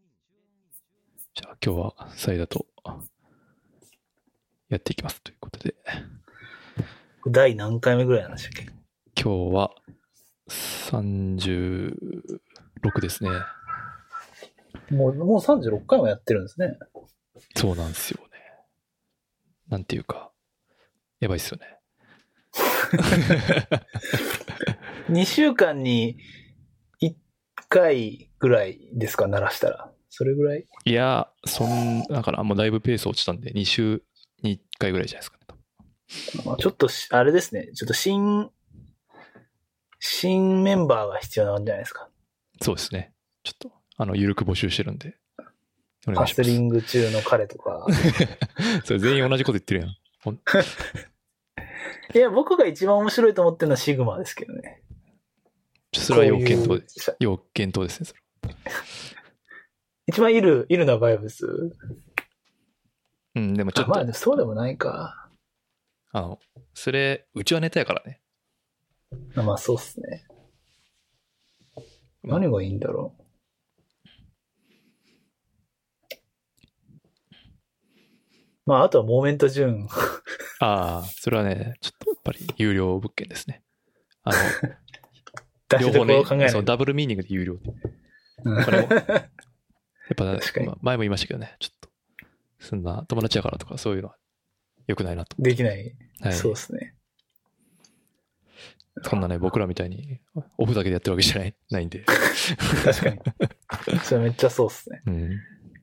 じゃあ今日はサイダとやっていきますということで、 第何回目ぐらいなんでしたっけ？ 今日は36ですね。 もう36回もやってるんですね。 そうなんですよね。なんていうか、やばいっすよね。 2週間に1回ぐらいですか、鳴らしたら。それぐらい？ いや、だからもうだいぶペース落ちたんで、2週に1回ぐらいじゃないですかね。 まあ、ちょっと、あれですね。ちょっと新メンバーが必要なんじゃないですか。 そうですね。ちょっと、ゆるく募集してるんで。お願ハいします。 スリング中の彼とか。 それ全員同じこと言ってるやん。 いや、僕が一番面白いと思ってるのはシグマですけどね。 それは要検討こういうです。要検討ですね、それ。 一番いるのはバイブス。 うん、でもちょっと。 まあ、そうでもないか。 それ、うちはネタやからね。 まあ、そうっすね。 まあ何がいいんだろう。まあ、あとはモーメントジューン。 ああ、それはね、ちょっとやっぱり有料物件ですね。 出しどころを考えない。 そうダブルミーニングで有料。これも、やっぱ、前も言いましたけどね、ちょっと、そんな友達やからとかそういうのは良くないなと。 できない。 はい、 そうですね。 そんなね、僕らみたいにオフだけでやってるわけじゃないんで。 確かに。それめっちゃそうっすね。 うん。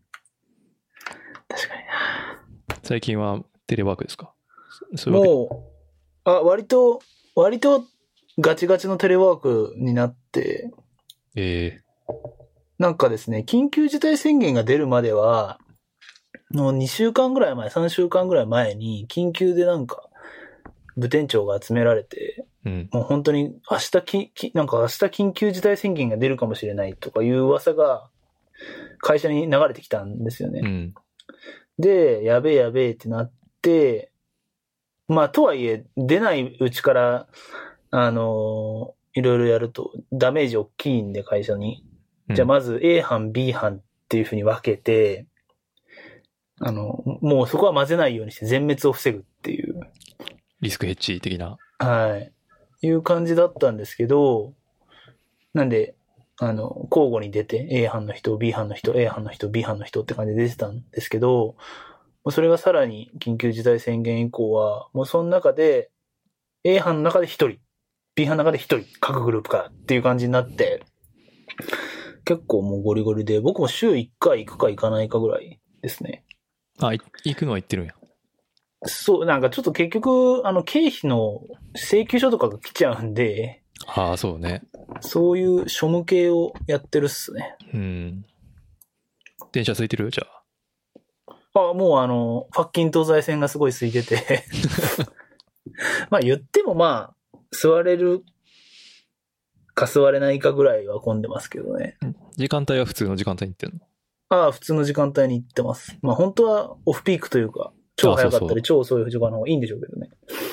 確かにな。 最近はテレワークですか？ もう、割とガチガチのテレワークになって、なんかですね、緊急事態宣言が出るまでは、2週間ぐらい前、3週間ぐらい前に、緊急でなんか、部店長が集められて、 うん、 もう本当に明日緊急事態宣言が出るかもしれないとかいう噂が会社に流れてきたんですよね。 うん、 で、やべえってなって、まあとはいえ出ないうちからいろいろやるとダメージ大きいんで会社に。じゃあまず A 班 B 班っていう風に分けて、もうそこは混ぜないようにして全滅を防ぐっていう。 リスクヘッジ的な。 はい。いう感じだったんですけど、なんで、交互に出て、A 班の人、B 班の人、A 班の人、B 班の人って感じで出てたんですけど、もうそれがさらに緊急事態宣言以降は、もうその中で、A 班の中で1人、B 班の中で1人、各グループからっていう感じになって、結構もうゴリゴリで、僕も週1回行くか行かないかぐらいですね。 行くのは行ってるんや。 そう、なんかちょっと結局、経費の請求書とかが来ちゃうんで、 ああ、そうね。 そういう庶務系をやってるっすね。 うん。電車空いてる？じゃあ。もうファッキン東西線がすごい空いてて。まあ言ってもまあ、座れるか座れないかぐらいは混んでますけどね。 時間帯は普通の時間帯に行ってんの？ 普通の時間帯に行ってます。まあ本当はオフピークというか、超早かったり超遅い時間の方がいいんでしょうけどね。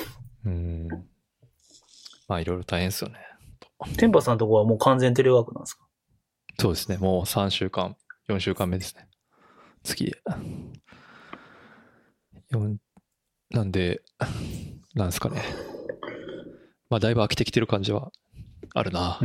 まあいろいろ大変ですよね。 テンパさんのとこはもう完全テレワークなんですか？ そうですね。もう3週間、4週間目ですね。月で。なんで、なんですかね。まあだいぶ飽きてきてる感じはあるな。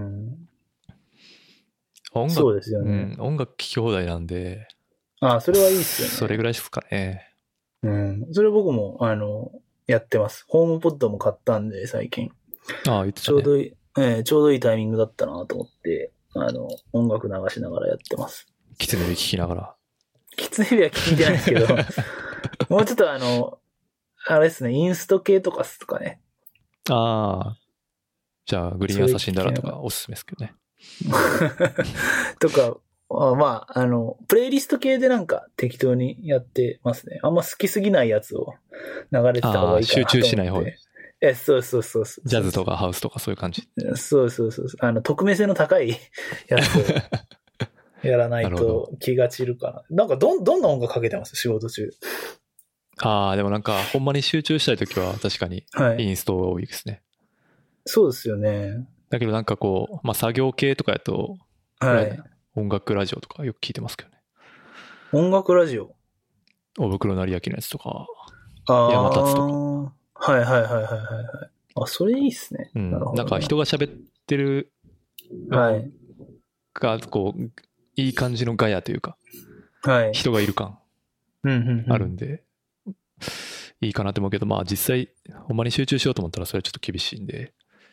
そうですよね。 音楽聴き放題なんで。 それはいいっすよね。 それぐらいですかね。 それ僕も、やってます。ホームポッドも買ったんで、最近。 言ってたね。 ちょうどいいタイミングだったなと思って、音楽流しながらやってます。 キツネビ聞きながら。 キツネビは聞いてないですけど、もうちょっとあれですね、インスト系とかすとかね。 じゃあ、グリーンアサシンダラとかおすすめですけどね。 とか、まあ、プレイリスト系でなんか適当にやってますね。あんま好きすぎないやつを流れてた方がいいかなと思って。 集中しない方。 そうそうそうそう。 ジャズとかハウスとかそういう感じ。 そうそうそう。匿名性の高いやつをやらないと気が散るかな。なんかどんな音楽かけてます仕事中。 ああ、でもなんか、ほんまに集中したいときは確かにインスト多いですね。 そうですよね。 だけどなんかこう、まあ作業系とかやと、 はい。 音楽ラジオとかよく聞いてますけどね。 音楽ラジオ。 大袋成明のやつとか、 山立つとか。はいはいはいはいはい。あ、それいいっすね。 うん。なんか人が喋ってる、 はい。 が、こう、いい感じのガヤというか、 はい。 人がいる感あるんで、いいかなと思うけど、まあ実際、ほんまに集中しようと思ったらそれはちょっと厳しいんで、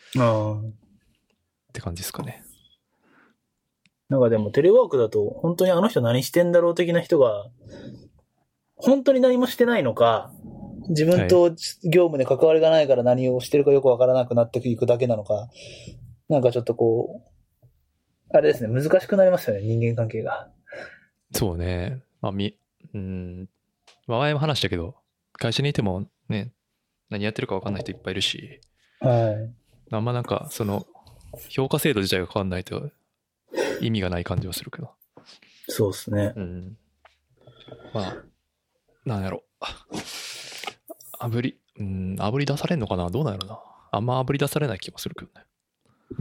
って感じですかね。 なんかでもテレワークだと、本当にあの人何してんだろう的な人が、本当に何もしてないのか、自分と業務で関わりがないから何をしてるかよくわからなくなっていくだけなのか、なんかちょっとこう、あれですね、難しくなりますよね、人間関係が。 そうね。まあ、前も話したけど、会社にいてもね、何やってるか分かんない人いっぱいいるし、 はい。 あんまなんか、その、評価制度自体が変わんないと意味がない感じはするけど。 そうですね。 うん。まあ、なんやろ。炙り出されんのかなどうなんやろな。あんま炙り出されない気もするけどね。 うん。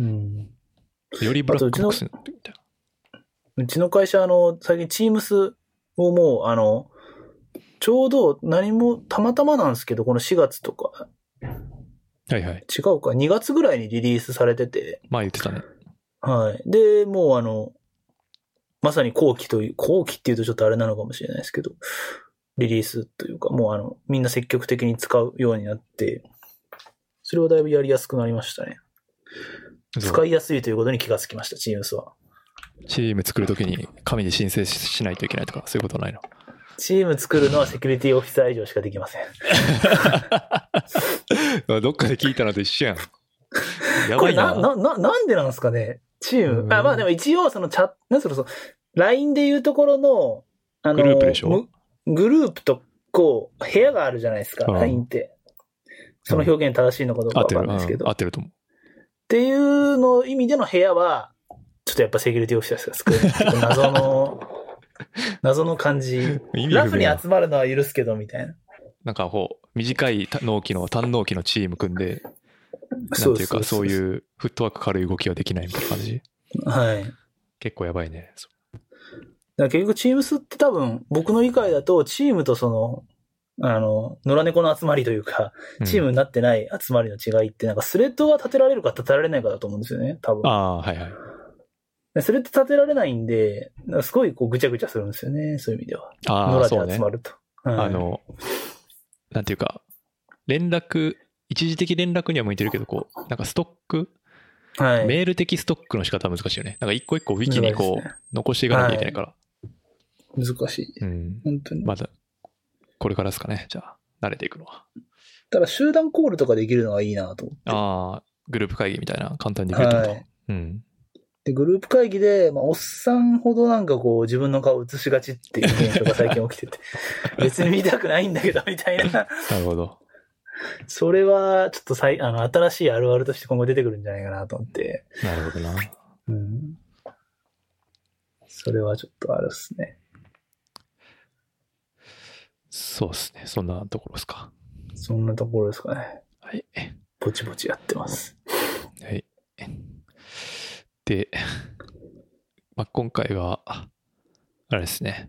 よりブラックボックスになってみたいな。 うちの会社、最近 Teams をもう、ちょうど何もたまたまなんですけど、この4月とか。 はいはい。 違うか、2月ぐらいにリリースされてて。 まあ言ってたね。 はい。で、もうまさに後期っていうとちょっとあれなのかもしれないですけど、リリースというか、もうみんな積極的に使うようになって、それはだいぶやりやすくなりましたね。使いやすいということに気がつきました、Teams は。チーム作るときに紙に申請しないといけないとか、そういうことないの？ チーム作るのはセキュリティオフィサー以上しかできません。 どっかで聞いたのと一緒やん。 やばいな。なんでなんですかねチーム。まあでも一応LINE でいうところの、 グループでしょ？ グループとこう、部屋があるじゃないですか、LINE って。その表現正しいのかどうかわかんないですけど。 合ってると思う。 っていうの意味での部屋は、ちょっとやっぱセキュリティオフィサーが少ない。謎の感じ。ラフに集まるのは許すけど、みたいな。 なんか短い単納期のチーム組んで、なんていうか、そういうフットワーク軽い動きはできないみたいな感じ。 はい。 結構やばいね。 だから結局、チームスって多分、僕の理解だと、チームと野良猫の集まりというか、チームになってない集まりの違いって、なんかスレッドが立てられるか立てられないかだと思うんですよね、多分。 はいはい。 それって立てられないんで、すごいぐちゃぐちゃするんですよね、そういう意味では。野良で集まると。 はい、なんていうか、一時的連絡には向いてるけど、なんかストック、はい、メール的ストックの仕方は難しいよね。なんか一個一個ウィキに残していかなきゃいけないから。 難しい。うん。本当に。 まだ、これからですかね、じゃあ、慣れていくのは。 ただ集団コールとかできるのはいいなと思って。 グループ会議みたいな、簡単にできるってこと。はい、 うん。で、グループ会議で、おっさんほどなんか自分の顔映しがちっていう現象が最近起きてて、別に見たくないんだけど、みたいな。 なるほど。 それは、ちょっと新しいあるあるとして今後出てくるんじゃないかなと思って。 なるほどな。 うん。それはちょっとあるっすね。 そうですね。そんなところですか。 そんなところですかね。 はい。 ぼちぼちやってます。 はい。で、今回は、あれですね。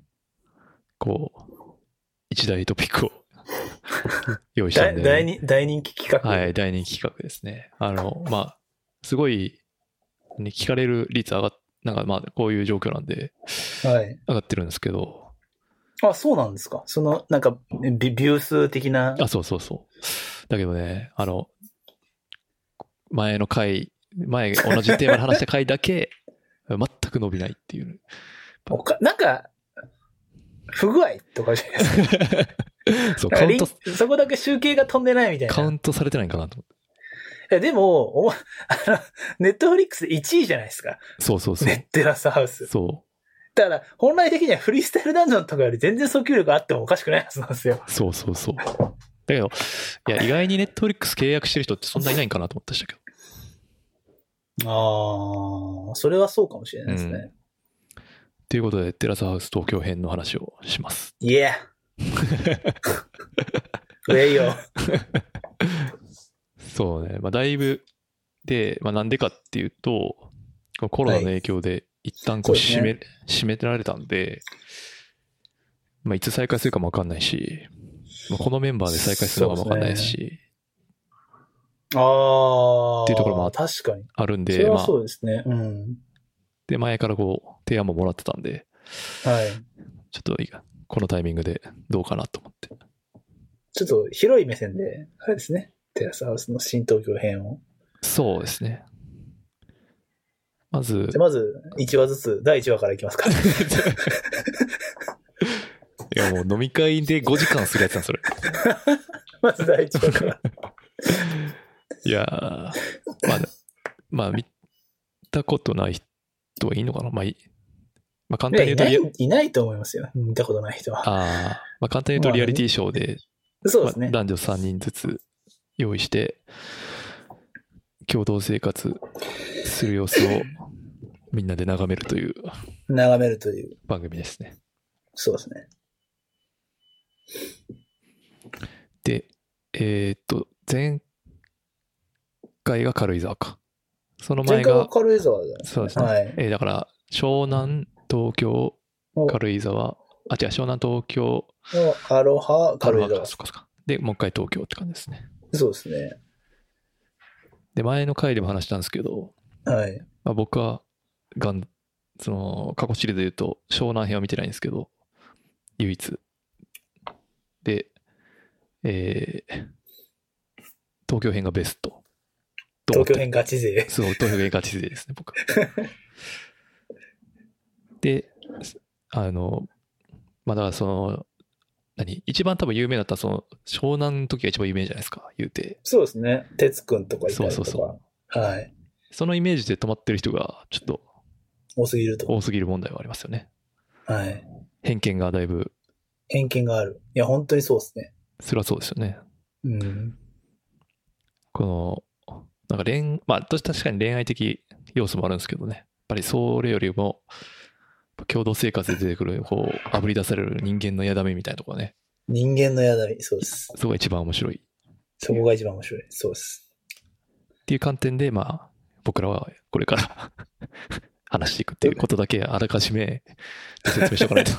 一大トピックを用意したんで。 大人気企画。 はい、大人気企画ですね。すごい、聞かれる率こういう状況なんで、 はい。 上がってるんですけど。 あ、そうなんですか。なんか、ビュー数的な。 そう。だけどね、前同じテーマで話した回だけ、全く伸びないっていう。 なんか、不具合とかじゃないですか。そう、そこだけ集計が飛んでないみたいな。 カウントされてないかなと思って。 いや、でも、ネットフリックス1位じゃないですか。 そう。 ネッテラスハウス。 そう。 だから、本来的にはフリースタイルダンジョンとかより全然訴求力あってもおかしくないはずなんですよ。 そう。 だけど、いや、意外にネットフリックス契約してる人ってそんないないんかなと思ったんだけど。 ああ、それはそうかもしれないですね。 ということで、テラスハウス東京編の話をします。 いや。上よ。 そうね。まあ、だいぶ、で、まあ、なんでかっていうと、コロナの影響で一旦こう閉められたんで、まあ、いつ再開するかもわかんないし、まあ、このメンバーで再開するのかもわかんないし、 ああ。 っていうところも確かにあるんで、 それはそうですね。うん。 で、前からこう、提案ももらってたんで、 はい。 ちょっとこのタイミングでどうかなと思って。 ちょっと広い目線で、あれですね。テラスハウスの新東京編を。 そうですね。まず 1話ずつ、第1話からいきますか。 いやもう飲み会で5時間するやつなんそれ。 まず第1話から。 いやまあ見たことない人はいいのかな。まあ簡単に言うといないと思いますよ。見たことない人は。 まあ簡単に言うとリアリティショーで、 そうですね。 男女3人ずつ用意して共同生活する様子をみんなで眺めるという番組ですね。 そうですね。 で、前回が軽井沢か。その前が軽井沢だね。 そうですね。はい、だから湘南、東京、軽井沢、湘南、東京、 アロハ、軽井沢。 で、もう一回東京って感じですね。 そうですね。 で、前の回でも話したんですけど、 はい。 まあ、僕はその過去シリーズで言うと湘南編は見てないんですけど、唯一で、東京編がベスト。 東京編ガチ勢。 そう、東京編ガチ勢ですね、僕。で、まあだからその、一番多分有名だったその湘南の時が一番有名じゃないですか、言うて。 そうですね。哲くんとかいたりとか。 そう。 はい。 そのイメージで止まってる人がちょっと多すぎる問題はありますよね。 はい。 偏見がある。 いや、本当にそうですね。 それはそうですよね。 うん。 この、なんかまあ、確かに恋愛的要素もあるんですけどね。やっぱりそれよりも、共同生活で出てくる、こう、炙り出される人間のやだめみたいなところね。 人間のやだめ、そうです。 そこが一番面白い。 そこが一番面白い。そうです。 っていう観点で、まあ、僕らはこれから話していくっていうことだけあらかじめ説明しておかないと。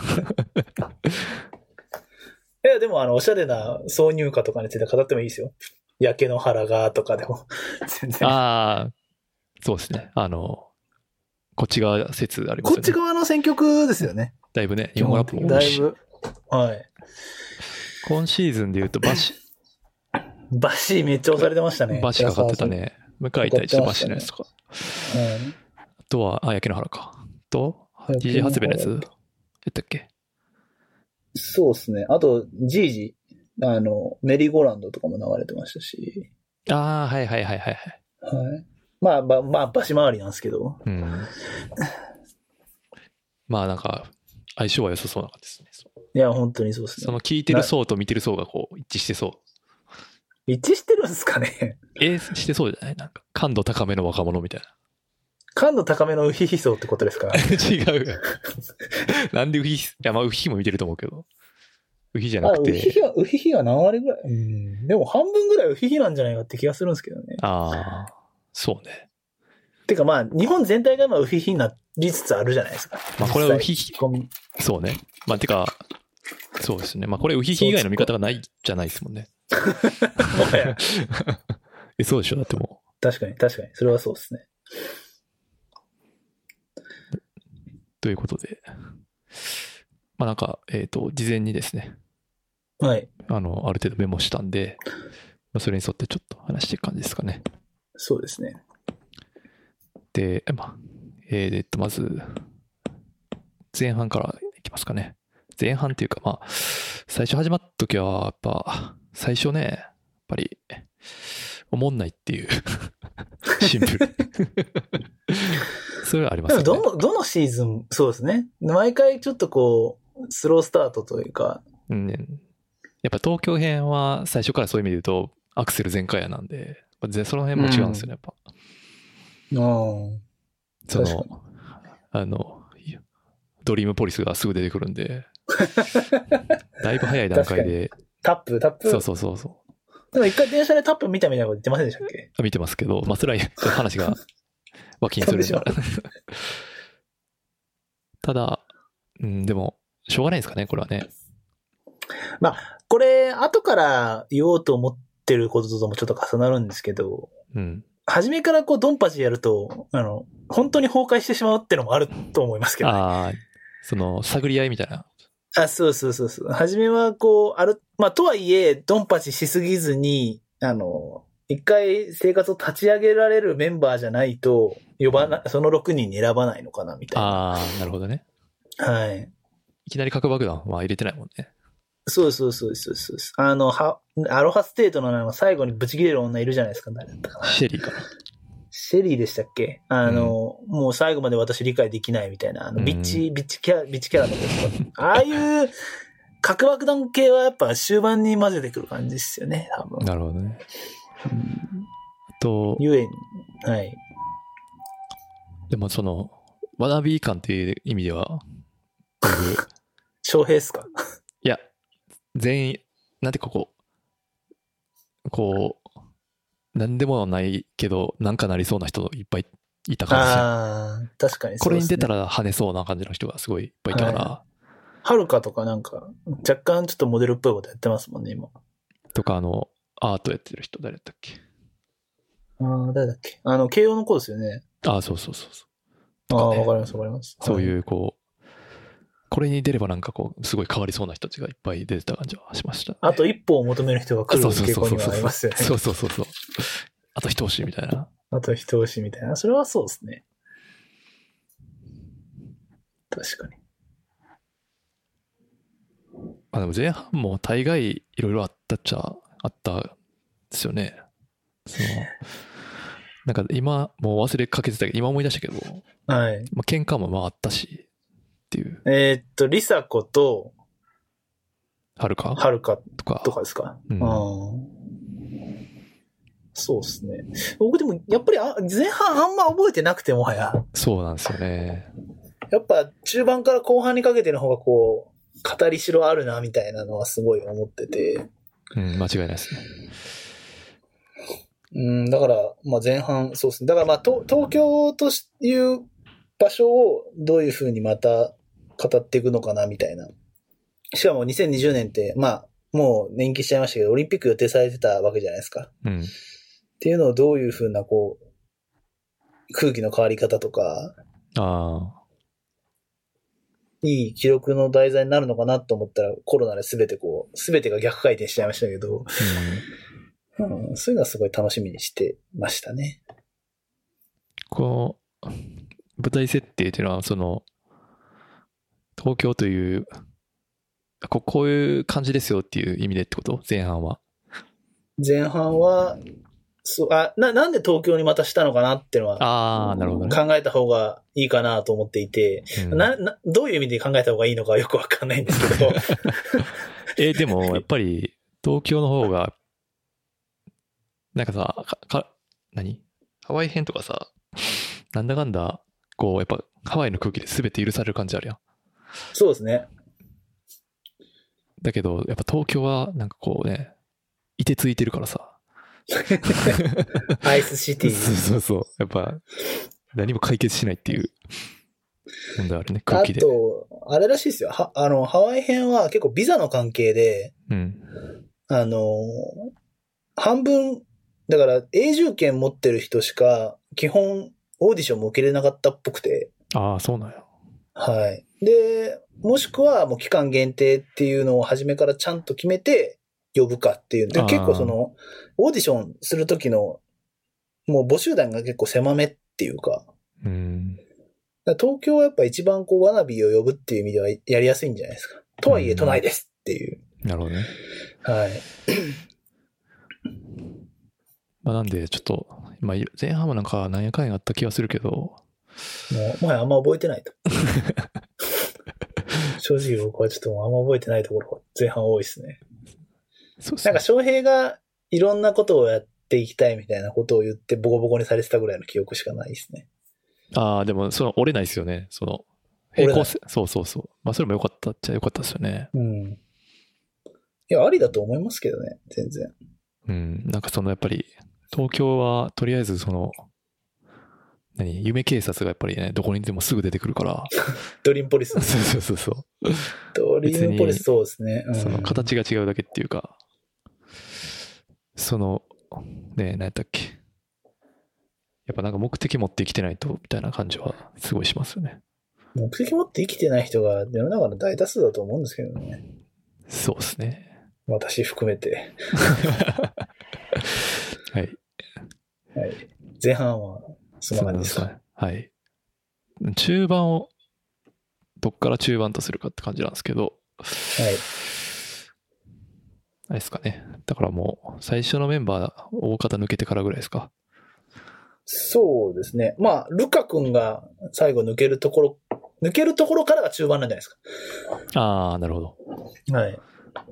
いや、でもおしゃれな挿入歌とかについて語ってもいいですよ。焼け野原がとかでも。全然。 そうですね。こっち側説ありますよね。 こっち側の選曲ですよね。 だいぶね、日本語ラップも多いし。 だいぶ。はい。 今シーズンで言うとバシめっちゃ押されてましたね。 バシかかってたね。向井太一とバシのやつとか。あとは、焼け野原か。と、DJ 長谷部のやつやったっけ？ そうですね。あと、ジージ、メリーゴーランドとかも流れてましたし。 はい。はい。 まあ、バシ回りなんですけど。 うん。まあ、なんか、相性は良さそうな感じですね。 いや、本当にそうですね。 その聞いてる層と見てる層がこう、一致してそう。 一致してるんですかね？ してそうじゃない？なんか、感度高めの若者みたいな。 感度高めのウヒヒ層ってことですか？ 違う。なんでウヒヒ、まあウヒヒも見てると思うけど。ウヒじゃなくて。 ウヒヒは何割ぐらい？でも半分ぐらいウヒヒなんじゃないかって気がするんですけどね。 そうね。 てかまあ、日本全体がウヒヒになりつつあるじゃないですか。 まあこれはウヒヒ。そうね。まあてか、そうですね。まあこれウヒヒ以外の見方がないじゃないですもんね。もはや。そうでしょ、だってもう。 確かに。それはそうですね。 ということで。まあなんか、事前にですね。 はい。 ある程度メモしたんで、まあ、それに沿ってちょっと話していく感じですかね。 そうですね。 で、まず、前半からいきますかね。前半っていうか、まあ、最初始まった時は、やっぱ、最初ね、やっぱり、おもんないっていう、シンプル。それはありますよね。 どのシーズン、そうですね。毎回ちょっとこう、スロースタートというか。 いやっぱ東京編は最初からそういう意味で言うとアクセル全開やなんで、その辺も違うんですよね、やっぱ。その、ドリームポリスがすぐ出てくるんで、だいぶ早い段階で。 タップそう。 でも一回電車でタップ見たみたいなこと言ってませんでしたっけ？ 見てますけど、それは話が脇にするんだ。ただ、でも、しょうがないですかね、これはね。 これ、後から言おうと思ってることともちょっと重なるんですけど、初めからドンパチやると、本当に崩壊してしまうってのもあると思いますけど、ね。 探り合いみたいな。 そう。初めはとはいえ、ドンパチしすぎずに、一回生活を立ち上げられるメンバーじゃないと、その6人に選ばないのかな、みたいな。 なるほどね。 はい。 いきなり核爆弾は入れてないもんね。 そう。アロハステートの最後にブチ切れる女いるじゃないですか、誰だったかな。 シェリーかな。 シェリーでしたっけ？もう最後まで私理解できないみたいな、ビッチキャラの子とか。ああいう核爆弾系はやっぱ終盤に混ぜてくる感じですよね、多分。 なるほどね。 はい。 でもワナビー感っていう意味では、 翔平っすか？ いや、全員、なんてなんでもないけど、なんかなりそうな人いっぱいいた感じ。確かにそうですね。 これに出たら跳ねそうな感じの人がすごいいっぱいいたから。 はるかとか若干ちょっとモデルっぽいことやってますもんね、今。 とかアートやってる人誰だったっけ？ 誰だっけ？慶応の子ですよね。 そう。 わかります。 そういうこれに出ればすごい変わりそうな人たちがいっぱい出てた感じはしました、ね。 あと一歩を求める人が来る傾向にはありますよね。 そう。あと一押しみたいな。 それはそうですね。確かに。 でも前半も大概いろいろあったですよね。今もう忘れかけてたけど、今思い出したけど、 はい。 喧嘩もあったしっていう。 リサ子とはるかとかですか。そうですね。僕でもやっぱり前半あんま覚えてなくてもはや。 そうなんですよね。 やっぱ中盤から後半にかけての方が語りしろあるなみたいなのはすごい思ってて。 間違いないですね。だから前半そうですね。だから東京という場所をどういう風にまた語っていくのかなみたいな。しかも2020年ってもう延期しちゃいましたけど、オリンピック予定されてたわけじゃないですか。っていうのをどういう風な空気の変わり方とか、いい記録の題材になるのかなと思ったら、コロナで全てが逆回転しちゃいましたけど、そういうのはすごい楽しみにしてましたね。 舞台設定っていうのは東京というこういう感じですよっていう意味でってこと？前半はなんで東京にまたしたのかなっていうのはなるほど、ね、 考えた方がいいかなと思っていて、どういう意味で考えた方がいいのかよくわかんないんですけどでもやっぱり東京の方がハワイ編とかさ、なんだかんだやっぱハワイの空気で全て許される感じあるやん。 そうですね。 だけどやっぱ東京はいてついてるからさアイスシティ。 そうやっぱ何も解決しないっていう問題あるね、空気で。 あとあれらしいですよ。ハワイ編は結構ビザの関係で、半分だから永住権持ってる人しか基本オーディションも受けれなかったっぽくて。 そうなんや。 はい。で、もしくはもう期間限定っていうのを初めからちゃんと決めて呼ぶかっていう。で、結構オーディションするときのもう募集団が結構狭めっていうか。東京はやっぱ一番ワナビーを呼ぶっていう意味ではやりやすいんじゃないですか。とはいえ都内ですっていう。なるほどね。 はい。 なんでちょっと前半も何やかんやあった気がするけど、もはやあんま覚えてないと。正直僕はちょっとあんま覚えてないところが前半多いですね。 そうなんか翔平がいろんなことをやっていきたいみたいなことを言ってボコボコにされてたぐらいの記憶しかないですね。 ああ、でも、折れないですよね。平行線。そうそうそう。まあ、それも良かったっちゃ良かったですよね。 うん。いや、ありだと思いますけどね、全然。 うん。なんかやっぱり、東京は、とりあえず夢警察がやっぱりね、どこにでもすぐ出てくるから。 ドリームポリス。 そうそうそう。 ドリームポリスそうですね。 形が違うだけっていうか、何やったっけ。やっぱなんか目的持って生きてないと、みたいな感じはすごいしますよね。 目的持って生きてない人が世の中の大多数だと思うんですけどね。 そうですね。 私含めて。 はい。 はい。前半はそんな感じですか。 はい。中盤を、どっから中盤とするかって感じなんですけど、 はい。 あれですかね。だからもう、最初のメンバー、大方抜けてからぐらいですか。 そうですね。まあ、ルカ君が最後抜けるところからが中盤なんじゃないですか。 ああ、なるほど。 はい。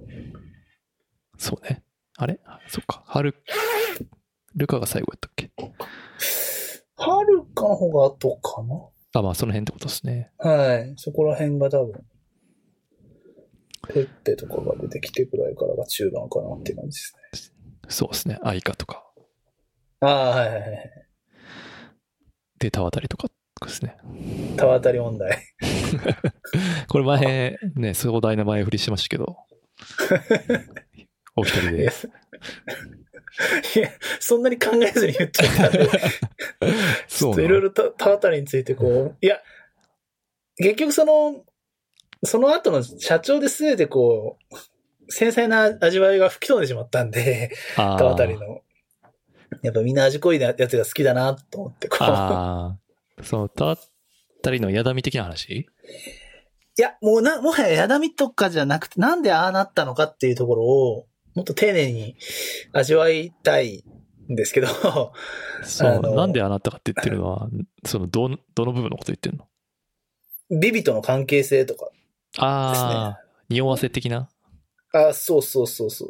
そうね。あれそっか。ルカが最後やったっけ？ はるかの方が後かな？ あ、まあその辺ってことですね。 はい。そこら辺が多分、ペッペとかが出てきてくらいからが中盤かなって感じですね。 そうですね。アイカとか。 ああ、はいはいはい。 で、田渡りとかですね。 田渡り問題。 これ前、ね、壮大な前振りしましたけど。お一人で。 いや、そんなに考えずに言っちゃったんで。ちょっといろいろ田渡りについていや、結局その後の社長で全て繊細な味わいが吹き飛んでしまったんで、田渡りの。やっぱみんな味濃いやつが好きだなと思ってああ、田渡りのやだみ的な話？ いや、もはややだみとかじゃなくて、なんでああなったのかっていうところを、もっと丁寧に味わいたいんですけど。 なんでああなったかって言ってるのは、どの部分のこと言ってるの？ ビビとの関係性とかですね。 ああ、匂わせ的な？ そうそうそうそう。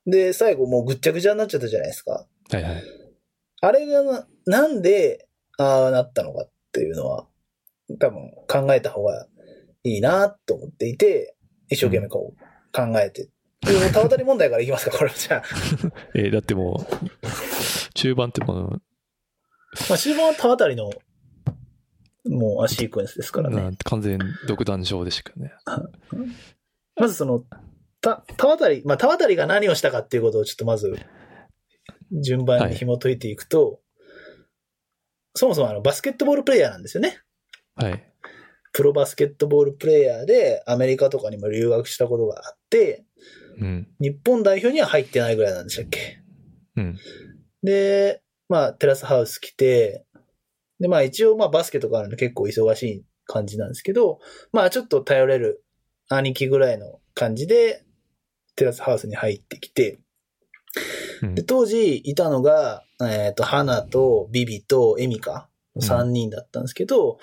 で、最後もうぐっちゃぐちゃになっちゃったじゃないですか。 はいはい。 あれがなんでああなったのかっていうのは、多分考えた方がいいなと思っていて、一生懸命考えて。田渡り問題からいきますか、これじゃあ。 だってもう、中盤ってもう、 中盤は田渡りの、もうシークエンスですからね。 完全独断上でしかね。 まず田渡り、田渡りが何をしたかっていうことをちょっとまず、順番に紐解いていくと、そもそもバスケットボールプレイヤーなんですよね。 はい。 プロバスケットボールプレイヤーでアメリカとかにも留学したことがあって、 うん、 日本代表には入ってないぐらいなんでしたっけ。 うん、 で、テラスハウス来て、で、一応バスケとかあるので結構忙しい感じなんですけど、ちょっと頼れる兄貴ぐらいの感じで、テラスハウスに入ってきて、で、当時いたのが、花とビビとエミカの3人だったんですけど、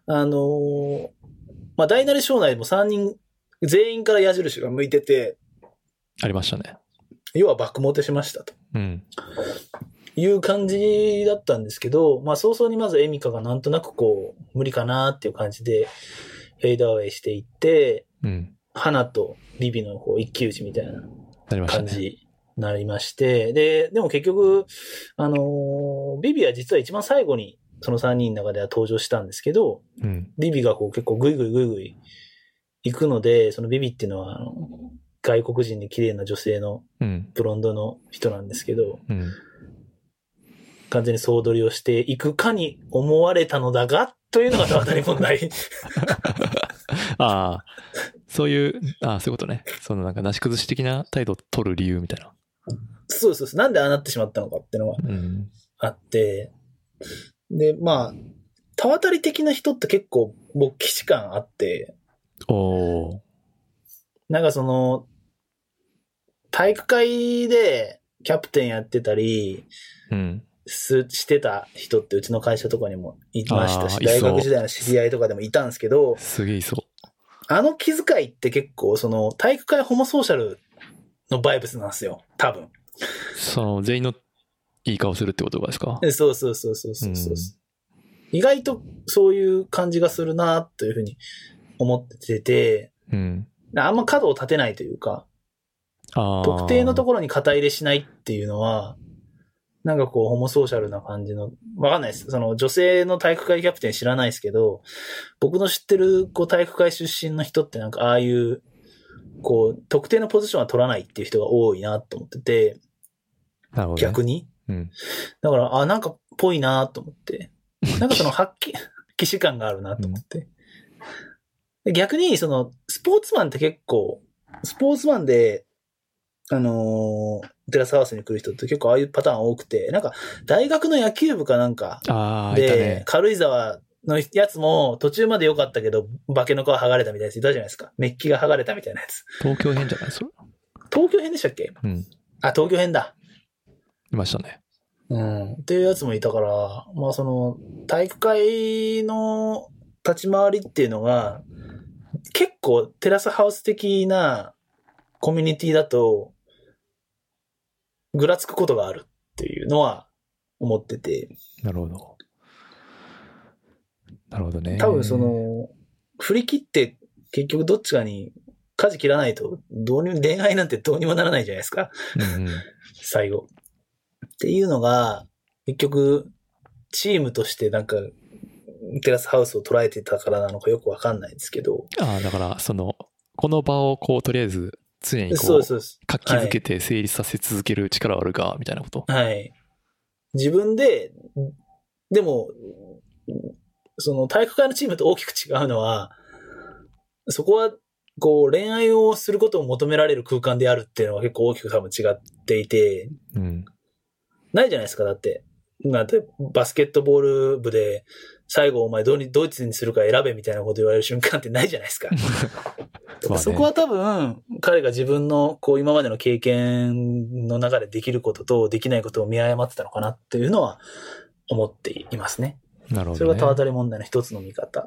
大なり小なりも3人、全員から矢印が向いてて、 ありましたね。 要は爆モテしましたと。 うん。 いう感じだったんですけど、早々にまずエミカがなんとなく無理かなっていう感じで、フェードアウェイしていって、 うん、 花とビビの一騎打ちみたいな感じになりまして、でも結局、ビビは実は一番最後にその3人の中では登場したんですけど、 うん、 ビビが結構グイグイ行くので、そのビビっていうのは外国人で綺麗な女性のブロンドの人なんですけど、完全に総取りをしていくかに思われたのだが、というのが田渡り問題。 ああ、そういうことね。なんかなし崩し的な態度を取る理由みたいな。 そうそうそう。なんでああなってしまったのかっていうのがあって、で、田渡り的な人って結構勃起士感あって、なんか体育会でキャプテンやってたり、してた人ってうちの会社とかにもいましたし、大学時代の知り合いとかでもいたんですけど、 すげえいそう。 気遣いって結構体育会ホモソーシャルのバイブスなんですよ、多分。 その全員のいい顔するってことですか？ そうそうそうそうそうそう、意外とそういう感じがするなというふうに思ってて、 うん、 あんま角を立てないというか、特定のところに肩入れしないっていうのは、なんかこうホモソーシャルな感じの、わかんないです。その女性の体育会キャプテン知らないですけど、僕の知ってるこう体育会出身の人ってなんかああいうこう特定のポジションは取らないっていう人が多いなと思ってて、 なるほどね、 逆に、うん、だからなんかぽいなと思って、なんかその既視感があるなと思って、うん、逆にそのスポーツマンって結構スポーツマンでテラスハウスに来る人って結構ああいうパターン多くて、なんか大学の野球部かなんかで、軽井沢のやつも途中まで良かったけど、化けの皮剥がれたみたいなやついたじゃないですか。メッキが剥がれたみたいなやつ。 東京編じゃないそれ？ 東京編でしたっけ？うん。あ、東京編だ。 いましたね。 うん。っていうやつもいたから、まあその、体育会の立ち回りっていうのが、結構テラスハウス的なコミュニティだと、ぐらつくことがあるっていうのは思ってて。 なるほど。なるほどね。 多分その、振り切って結局どっちかに舵切らないと、恋愛なんてどうにもならないじゃないですか。うんうん、最後。っていうのが、結局、チームとしてなんか、テラスハウスを捉えてたからなのかよくわかんないですけど。 ああ、だから、この場をこう、とりあえず、常にこう、活気づけて成立させ続ける力はあるか、みたいなこと。 はい。自分で、でも、その体育会のチームと大きく違うのは、そこは、こう、恋愛をすることを求められる空間であるっていうのは結構大きく多分違っていて、うん、ないじゃないですか、だって。なんて、バスケットボール部で、最後お前ドイツにするか選べみたいなこと言われる瞬間ってないじゃないですか。そこは多分、彼が自分のこう今までの経験の中でできることとできないことを見誤ってたのかなっていうのは思っていますね。 なるほどね。 それが田渡り問題の一つの見方。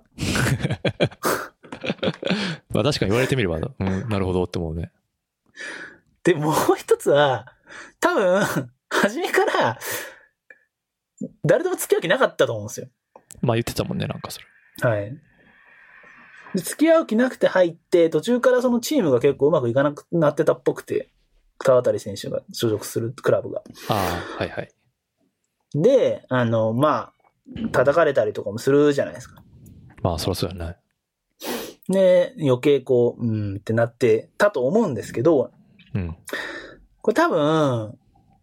まあ確かに言われてみれば、うん、なるほどって思うね。 で、もう一つは、多分、初めから、誰とも付き合う気なかったと思うんですよ。 まあ言ってたもんね、なんかそれ。 はい。で付き合う気なくて入って、途中からそのチームが結構うまくいかなくなってたっぽくて、田渡選手が所属するクラブが。 ああ、はいはい。 で、まあ、叩かれたりとかもするじゃないですか。 まあ、そりゃそうやね。 で、余計こう、ってなってたと思うんですけど、うん。これ多分、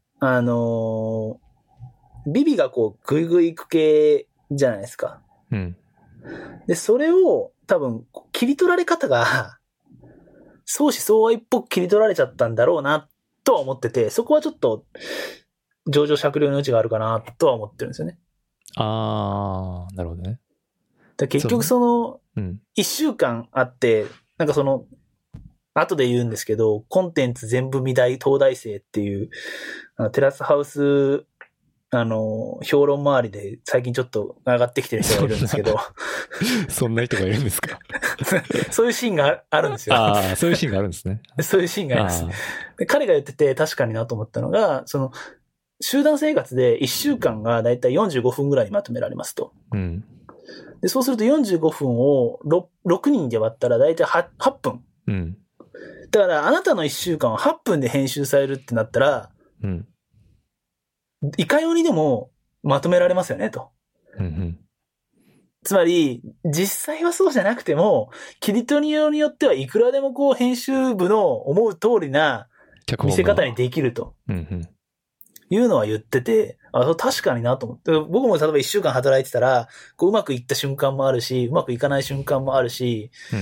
ビビがこう、グイグイ行く系じゃないですか。うん。で、それを多分、切り取られ方が、相思相愛っぽく切り取られちゃったんだろうな、とは思ってて、そこはちょっと、情状酌量の余地があるかな、とは思ってるんですよね。 あー、なるほどね。 結局一週間あって、なんか後で言うんですけど、コンテンツ全部見大東大生っていう、テラスハウス、評論周りで最近ちょっと上がってきてる人がいるんですけど。 そんな人がいるんですか？ そういうシーンがあるんですよ。 ああ、そういうシーンがあるんですね。 そういうシーンがあります。で彼が言ってて確かになと思ったのが、集団生活で1週間がだいたい45分ぐらいにまとめられますと。うん。で、そうすると45分を 6人で割ったらだいたい8分。うん。だからあなたの1週間は8分で編集されるってなったら、うん。いかようにでもまとめられますよね、と。うんうん、つまり、実際はそうじゃなくても、切り取りようによってはいくらでもこう編集部の思う通りな見せ方にできると。うんうん、いうのは言ってて、確かになと思って。僕も例えば1週間働いてたら、こううまくいった瞬間もあるし、うまくいかない瞬間もあるし、うん、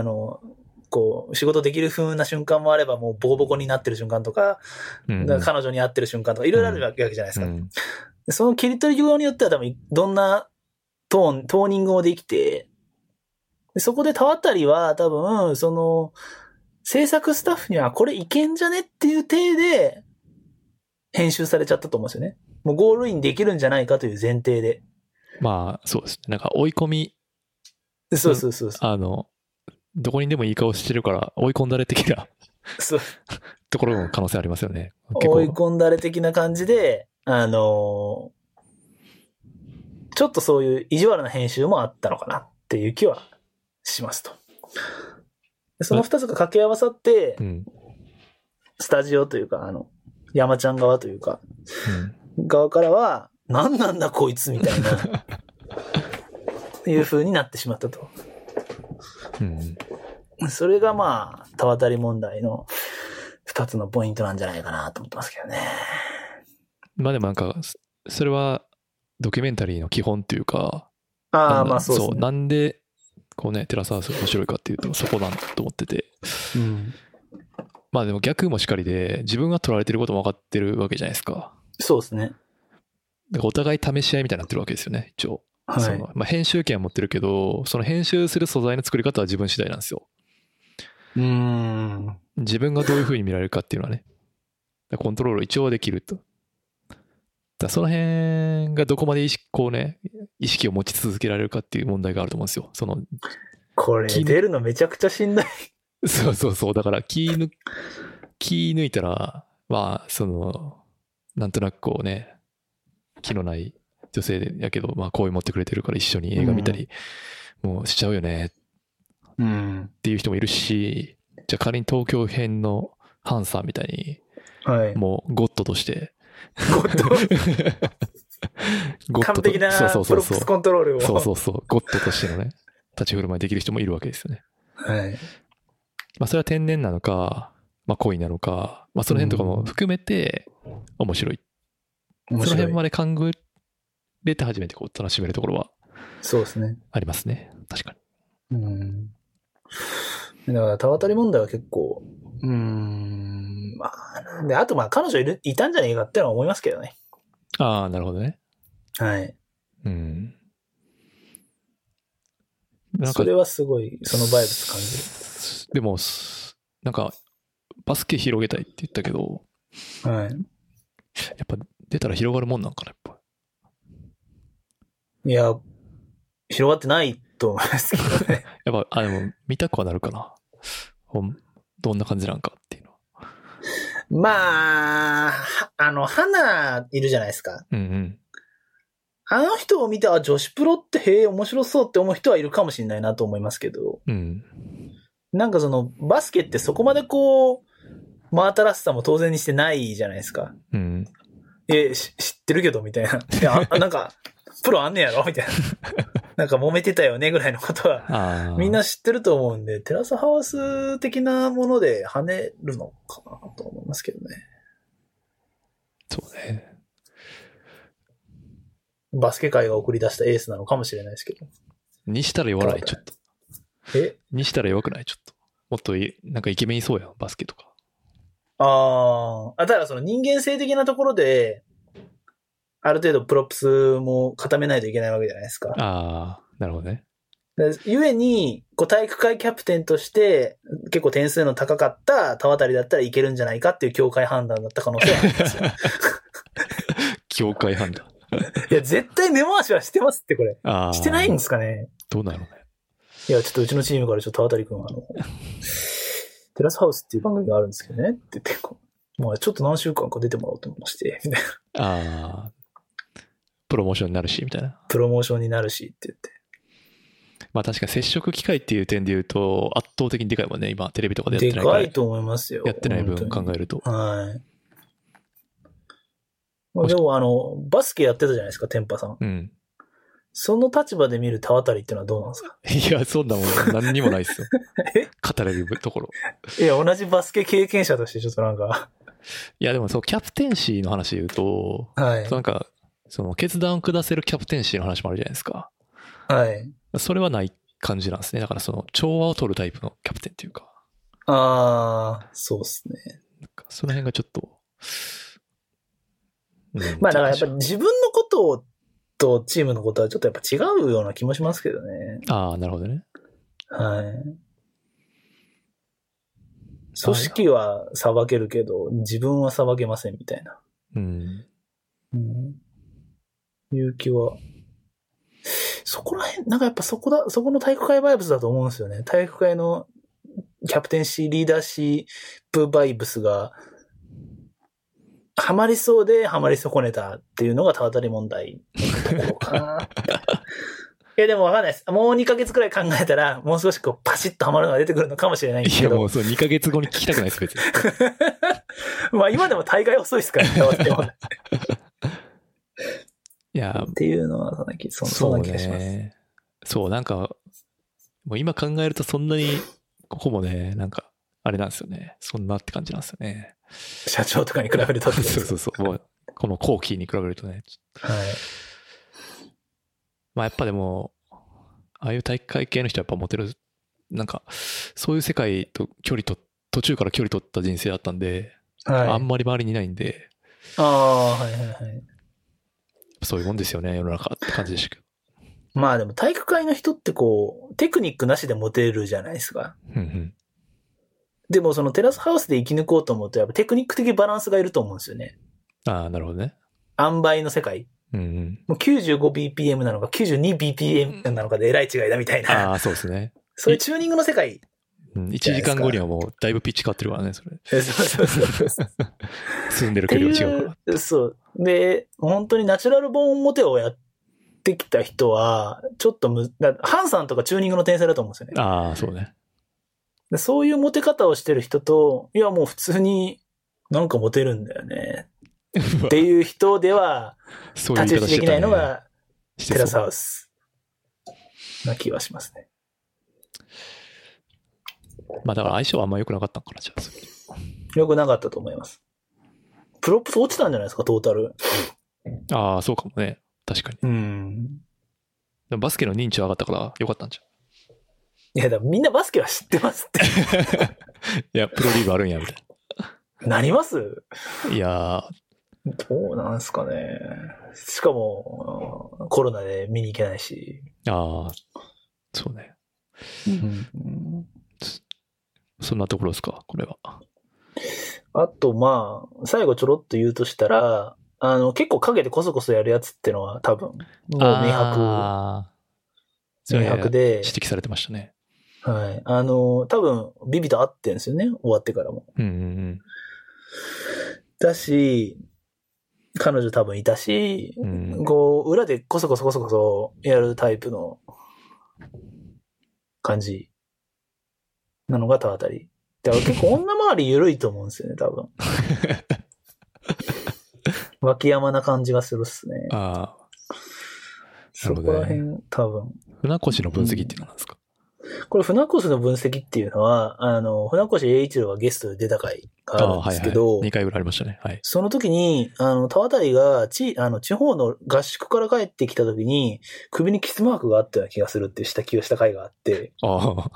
こう、仕事できる風な瞬間もあれば、もうボコボコになってる瞬間とか、うんうん、彼女に会ってる瞬間とか、いろいろあるわけじゃないですか。うん、その切り取りようによっては多分、どんなトーニングもできて、そこで田渡りは多分、制作スタッフにはこれいけんじゃねっていう体で、編集されちゃったと思うんですよね。もうゴールインできるんじゃないかという前提で。 まあ、そうですね。なんか追い込み。 そう。 どこにでもいい顔してるから追い込んだれ的なところの可能性ありますよね。 追い込んだれ的な感じで、ちょっとそういう意地悪な編集もあったのかなっていう気はしますと。その二つが掛け合わさって、スタジオというか、山ちゃん側というか、側からは、何なんだこいつみたいな、いう風になってしまったと。それがまあ、田渡り問題の二つのポイントなんじゃないかなと思ってますけどね。 まあでもなんか、それはドキュメンタリーの基本というか、 まあそうですね。 なんで、こうね、テラスハウスが面白いかっていうと、そこだと思ってて。まあでも逆もしかりで、自分が取られてることも分かってるわけじゃないですか。 そうですね。 だからお互い試し合いみたいになってるわけですよね、一応。 はい。 まあ、編集権は持ってるけど、その編集する素材の作り方は自分次第なんですよ。自分がどういう風に見られるかっていうのはね。コントロール一応できると。その辺がどこまで意識を持ち続けられるかっていう問題があると思うんですよ。 これ出るのめちゃくちゃしんどい。 そう。だから気抜いたら、まあ、なんとなくこうね、気のない女性やけど、まあ、好意持ってくれてるから一緒に映画見たり、もうしちゃうよね、っていう人もいるし、じゃあ仮に東京編のハンさんみたいに、もうゴッドとして、 完璧なプロップスコントロールを。 ゴッドとしてのね、立ち振る舞いできる人もいるわけですよね。 はい。 まあ、それは天然なのか、まあ、恋なのか、まあ、その辺とかも含めて面白い。その辺まで考えて初めてこう楽しめるところはそうですね。 ありますね。確かに。 だから田渡り問題は結構まあで、あとまあ彼女いたんじゃねえかってのは思いますけどね。 ああ、なるほどね。 はい。それはすごいそのバイブス感じる。 でもなんかバスケ広げたいって言ったけど、 はい。 やっぱ出たら広がるもんなんかな、やっぱ。 いや、広がってないと思いますけどね。 やっぱ、でも見たくはなるかな。どんな感じなんかっていうのは。 まあ、花いるじゃないですか。あの人を見て、女子プロって面白そうって思う人はいるかもしれないなと思いますけど。なんかバスケってそこまでこう、真新しさも当然にしてないじゃないですか。知ってるけど、みたいな。いや、なんか、プロあんねやろみたいな。なんか揉めてたよねぐらいのことは、みんな知ってると思うんで、テラスハウス的なもので跳ねるのかなと思いますけどね。 そうね。 バスケ界が送り出したエースなのかもしれないですけど。 にしたら弱ない、ちょっと。にしたら弱くないちょっと。もっとなんかイケメンいそうやん、バスケとか。 ただ人間性的なところで、ある程度プロップスも固めないといけないわけじゃないですか。 なるほどね。 ゆえに、体育会キャプテンとして、結構点数の高かった田渡りだったらいけるんじゃないかっていう協会判断だった可能性はありますよ。 協会判断。 いや、絶対根回しはしてますって、これ。してないんですかね。 どうなのね。 いや、ちょっとうちのチームから田渡りくんテラスハウスっていう番組があるんですけどねって言って、まあちょっと何週間か出てもらおうと思いまして、みたいな。プロモーションになるし、みたいな。 プロモーションになるしって言って。 まあ確かに接触機会っていう点で言うと、圧倒的にでかいもんね、今テレビとかでやってないから。 でかいと思いますよ。 やってない分考えると。 はい。まあ、でもバスケやってたじゃないですか、テンパさん。その立場で見る田渡りってのはどうなんですか？ いや、そんなもん何にもないっすよ。語れるところ。 いや、同じバスケ経験者としてちょっとなんか。 いや、でもキャプテンシーの話で言うと、なんか、決断を下せるキャプテンシーの話もあるじゃないですか。 はい。 それはない感じなんですね。だから調和を取るタイプのキャプテンっていうか。 そうですね。 なんかその辺がちょっと。 まあだからやっぱり自分のこととチームのことはちょっとやっぱ違うような気もしますけどね。 なるほどね。 はい。組織は裁けるけど、自分は裁けませんみたいな。いう気は。そこら辺、なんかやっぱそこの体育会バイブスだと思うんですよね。体育会のキャプテンシーリーダーシップバイブスが、ハマりそうでハマり損ねたっていうのが田渡り問題のところかな。いやでもわかんないです。もう2ヶ月くらい考えたら、もう少しこうパシッとハマるのが出てくるのかもしれないんですけど。 いやもうそう2ヶ月後に聞きたくないです、別に。 まあ今でも大概遅いですからね。 いやっていうのはそんな気がします。 そう、なんか、もう今考えるとそんなに、ここもね、なんか、あれなんですよね。そんなって感じなんですよね。 社長とかに比べると。 そう。もう、この後期に比べるとね。 はい。 まあやっぱでも、ああいう大会系の人はやっぱモテる、なんか、そういう世界と途中から距離取った人生だったんで、はい、あんまり周りにいないんで。 はいはいはい。 そういうもんですよね、世の中って感じでしたけど。 まあでも体育会の人ってこう、テクニックなしでモテるじゃないですか。でもそのテラスハウスで生き抜こうと思うと、やっぱテクニック的バランスがいると思うんですよね。 ああ、なるほどね。 塩梅の世界。もう 95bpm なのか 92bpm なのかでえらい違いだみたいな。 ああ、そうですね。 そういうチューニングの世界。 1時間後にはもうだいぶピッチ変わってるからね、それ。 そう。 住んでる距離が違うから。 そう。で、本当にナチュラルボーンモテをやってきた人は、ちょっとハンさんとかチューニングの天才だと思うんですよね。 ああ、そうね。 でそういうモテ方をしてる人と、いやもう普通になんかモテるんだよね。っていう人では、太刀打ちできないのがテラスハウスな気はしますね。 まあだから相性はあんま良くなかったんかな、じゃあ。 良くなかったと思います。プロップス落ちたんじゃないですか、トータル。 ああ、そうかもね。確かに。でもバスケの認知は上がったから良かったんじゃん。 いや、だからみんなバスケは知ってますって。 いや、プロリーグあるんや、みたいな。なります？いやどうなんすかね。しかも、コロナで見に行けないし。 ああ、そうね。そんなところですか、これは。 あと、まあ、最後ちょろっと言うとしたら、結構影でコソコソやるやつってのは多分、もう明白で。 指摘されてましたね。 はい。多分、ビビと会ってんですよね、終わってからも。だし、彼女多分いたし、こう、裏でコソコソやるタイプの感じなのが田渡り。だから結構女周り緩いと思うんですよね、多分。脇山な感じがするっすね。 ああ。 そこら辺、多分。 船越の分析っていうのは何ですか？ これ船越の分析っていうのは、船越英一郎がゲストで出た回があるんですけど、 2回ぐらいありましたね。はい。 その時に、田渡りが地方の合宿から帰ってきた時に、首にキスマークがあったような気がするっていう指摘をした回があって。ああ。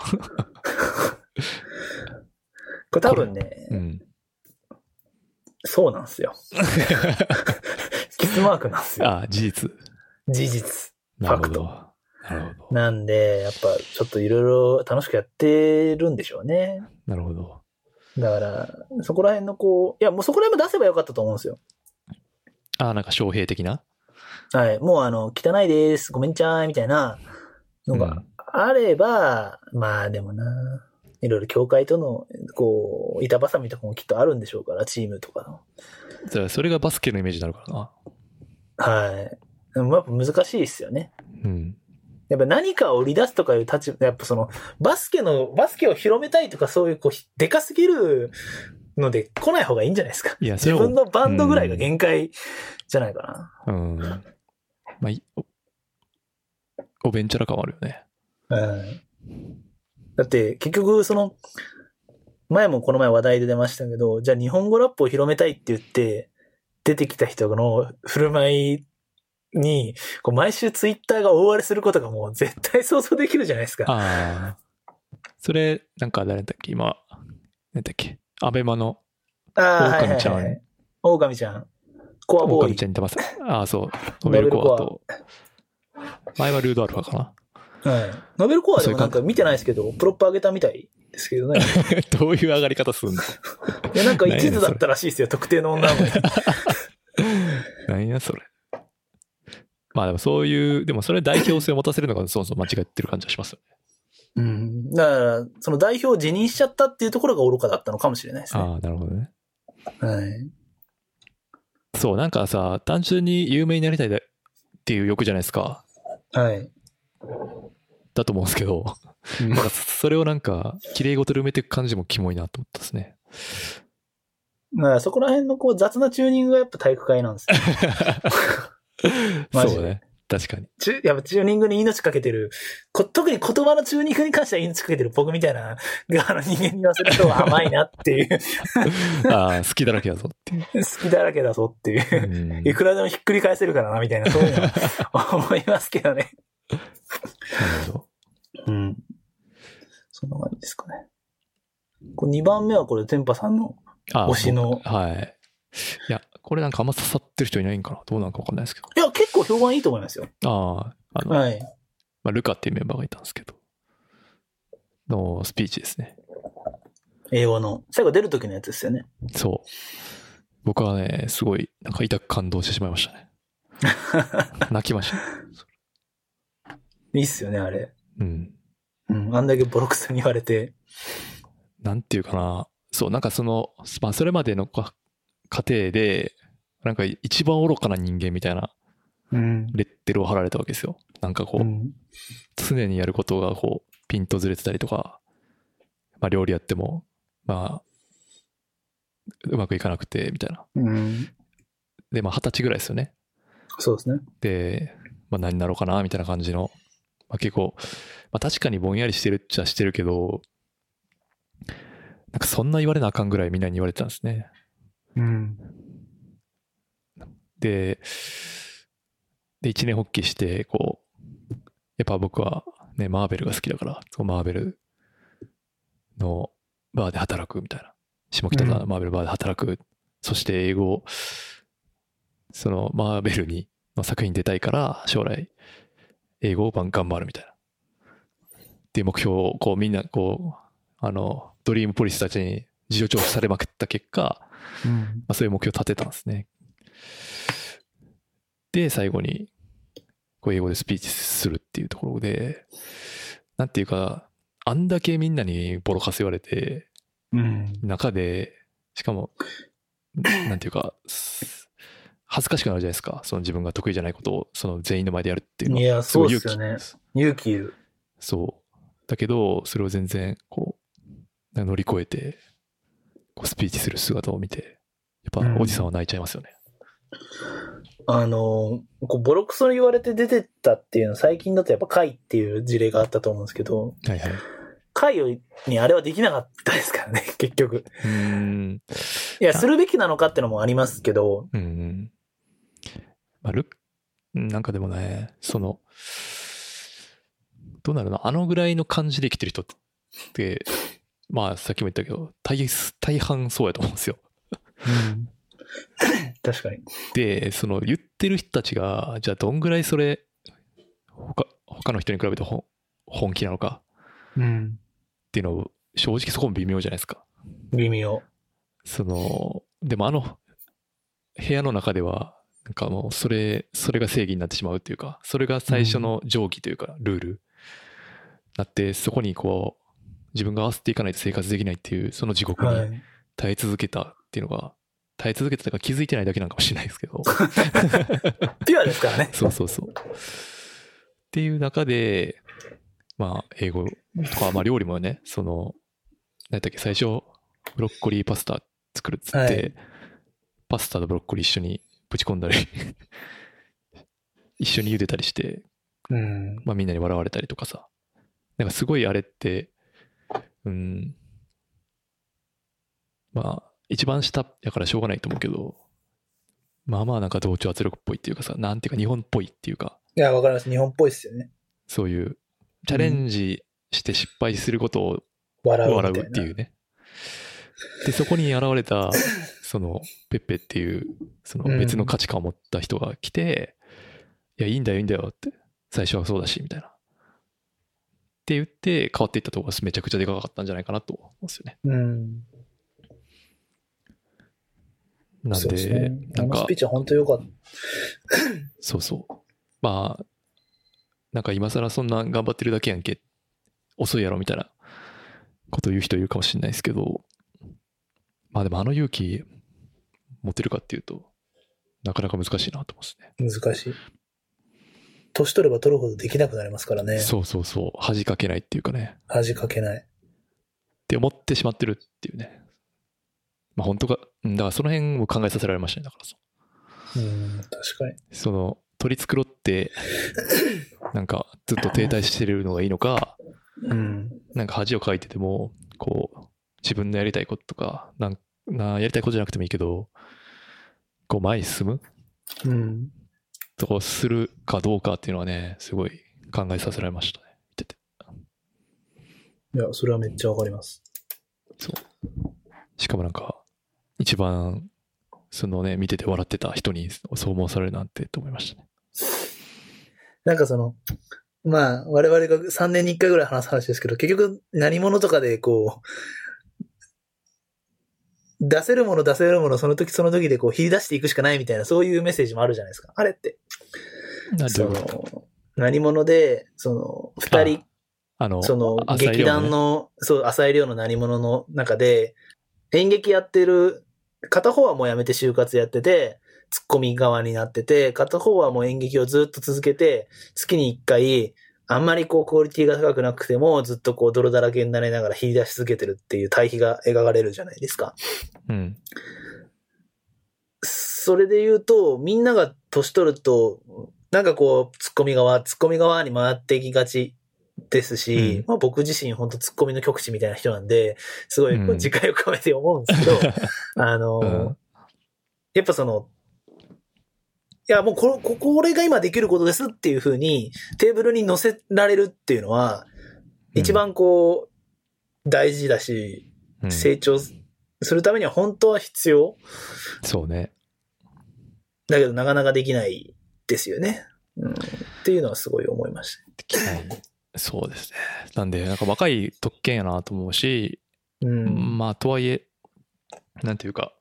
これ多分ね、そうなんですよ。キスマークなんですよ。 ああ、事実。 ファクト。なんで、やっぱちょっといろいろ楽しくやってるんでしょうね。 なるほど。 だから、そこら辺のこう、いやもうそこら辺も出せばよかったと思うんですよ。 ああ、なんか翔平的な？ はい。もう汚いです。ごめんちゃーいみたいなのがあれば、まあでもな、いろいろ協会との、こう、板挟みとかもきっとあるんでしょうから、チームとかの。それがバスケのイメージになるからな。 はい。でもやっぱ難しいですよね。やっぱ何かを売り出すとかいう立場、やっぱその、バスケを広めたいとかそういう、こう、でかすぎるので来ない方がいいんじゃないですか。自分のバンドぐらいが限界じゃないかな。 まあ、おベンチャラ感はあるよね。 だって結局前もこの前話題で出ましたけど、じゃあ日本語ラップを広めたいって言って出てきた人の振る舞いにこう毎週ツイッターが大荒れすることがもう絶対想像できるじゃないですか。 ああ。それなんか誰だっけ今何だっけアベマの狼ちゃん。狼ちゃん。コアボーイ。 狼ちゃんに似てます。ああそう。ノベルコアと前はルードアルファかな。 はい。ノベルコアでもなんか見てないですけど、プロップ上げたみたいですけどね。 どういう上がり方するんだ？ いや、なんか一途だったらしいですよ、特定の女の子に。 何やそれ。まあでもそういう、でもそれ代表性を持たせるのがそもそも間違ってる感じがしますよね。 うん。だから、その代表を辞任しちゃったっていうところが愚かだったのかもしれないですね。 ああ、なるほどね。 はい。 そう、なんかさ、単純に有名になりたいっていう欲じゃないですか。 はい。 だと思うんですけど、なんかそれをなんか、綺麗事で埋めていく感じもキモいなと思ったですね。 だからそこら辺のこう雑なチューニングがやっぱ体育会なんですよ。マジで。 そうね。確かに。 やっぱチューニングに命かけてる、特に言葉のチューニングに関しては命かけてる僕みたいな人間に言わせると甘いなっていう。 ああ、好きだらけだぞっていう。 好きだらけだぞっていう。いくらでもひっくり返せるからなみたいな、そういうの思いますけどね。 なるほど。 うん。そんな感じですかね。2番目はこれ、テンパさんの推しの。 はい。いや、これなんかあんま刺さってる人いないんかな、どうなんかわかんないですけど。 いや、結構評判いいと思いますよ。 はい。まあ、ルカっていうメンバーがいたんですけど、のスピーチですね。 英語の。最後出る時のやつですよね。 そう。僕はね、すごい、なんか痛く感動してしまいましたね。泣きました、ね。 いいっすよね、あれ。 うん。 うん、あんだけボロクソに言われて。 なんていうかな。そう、なんかまあ、それまでの過程で、なんか一番愚かな人間みたいな、レッテルを貼られたわけですよ。なんかこう、常にやることがこう、ピンとずれてたりとか、まあ、料理やっても、まあ、うまくいかなくて、みたいな。で、まあ、20歳ぐらいですよね。 そうですね。 で、まあ、何になろうかな、みたいな感じの、まあ、結構、まあ、確かにぼんやりしてるっちゃしてるけど、なんかそんな言われなあかんぐらいみんなに言われてたんですね。で、一年発起して、こう、やっぱ僕はね、マーベルが好きだから、マーベルのバーで働くみたいな。下北沢のマーベルバーで働く。そして英語、そのマーベルの作品に出たいから、将来、英語を頑張るみたいな。っていう目標を、こうみんな、こう、ドリームポリスたちに事情聴取されまくった結果、まあ、そういう目標を立てたんですね。で、最後に、こう英語でスピーチするっていうところで、なんていうか、あんだけみんなにボロカス言われて、中で、しかも、なんていうか、恥ずかしくなるじゃないですか。その自分が得意じゃないことを、その全員の前でやるっていうのは。 いや、そうですよね。勇気いる。 そう。だけど、それを全然、こう、乗り越えて、こうスピーチする姿を見て、やっぱおじさんは泣いちゃいますよね。 こうボロクソに言われて出てったっていうのは最近だとやっぱカイっていう事例があったと思うんですけど、 はいはい。 カイにあれはできなかったですからね、結局。いや、するべきなのかってのもありますけど。 まあ、なんかでもね、どうなるの？あのぐらいの感じで生きてる人って、まあさっきも言ったけど、大半そうやと思うんですよ。 確かに。 で、言ってる人たちが、じゃあどんぐらいそれ、他の人に比べて本気なのか。っていうのを、正直そこも微妙じゃないですか。 微妙。 でも部屋の中では、なんかもうそれが正義になってしまうというか、それが最初の定規というか、ルールなって、そこにこう、自分が合わせていかないと生活できないっていう、その地獄に耐え続けたっていうのが、耐え続けたとか気づいてないだけなのかもしれないですけど。 ピュアですからね。 そう。っていう中で、まあ、英語とか、まあ料理もね、何だっけ、最初、ブロッコリーパスタ作るっつって、パスタとブロッコリー一緒にぶち込んだり、一緒に茹でたりして、まあみんなに笑われたりとかさ。なんかすごいあれって、まあ、一番下やからしょうがないと思うけど、まあまあなんか同調圧力っぽいっていうかさ、なんていうか日本っぽいっていうか。 いや、わかります。日本っぽいですよね。 そういうチャレンジして失敗することを笑うっていうね。で、そこに現れた、ペッペっていう、別の価値観を持った人が来て、いや、いいんだよって、最初はそうだし、みたいな。って言って変わっていったところがめちゃくちゃでかかったんじゃないかなと思うんですよね。なんで、なんか。 スピーチは本当良かった。 そう。まあ、なんか今更そんな頑張ってるだけやんけ。 遅いやろみたいなことを言う人いるかもしれないですけど、まあでも勇気持てるかっていうと、なかなか難しいなと思うんですね。 難しい。年取れば取るほどできなくなりますからね。 そうそうそう。恥かけないっていうかね。 恥かけない。 って思ってしまってるっていうね。まあ本当か、だからその辺を考えさせられましたね。だからそう。 確かに。 その、取り繕って、なんかずっと停滞してるのがいいのか、なんか恥をかいてても、こう、自分のやりたいこととか、やりたいことじゃなくてもいいけど、こう前に進む、とするかどうかっていうのはね、すごい考えさせられましたね。見てて。 いや、それはめっちゃわかります。 そう。しかもなんか、一番、そのね、見てて笑ってた人にそう思わされるなんてと思いましたね。 なんかまあ、我々が3年に1回ぐらい話す話ですけど、結局何者とかでこう、出せるものその時その時でこう、切り出していくしかないみたいな、そういうメッセージもあるじゃないですか。あれって。何者で、二人、劇団の、浅井亮の何者の中で、演劇やってる、片方はもうやめて就活やってて、ツッコミ側になってて、片方はもう演劇をずっと続けて、月に1回、あんまりこうクオリティが高くなくても、ずっとこう泥だらけになりながら切り出し続けてるっていう対比が描かれるじゃないですか。それで言うと、みんなが年取ると、なんかこう、ツッコミ側に回っていきがちですし、まあ僕自身本当ツッコミの極致みたいな人なんで、すごい自戒を込めて思うんですけど、やっぱいやもうこれが今できることですっていう風にテーブルに乗せられるっていうのは、一番こう、大事だし、成長するためには本当は必要。 そうね。 だけどなかなかできないですよね。っていうのはすごい思いました。 できない。そうですね。なんで、なんか若い特権やなと思うし、まあ、とはいえ、なんていうか、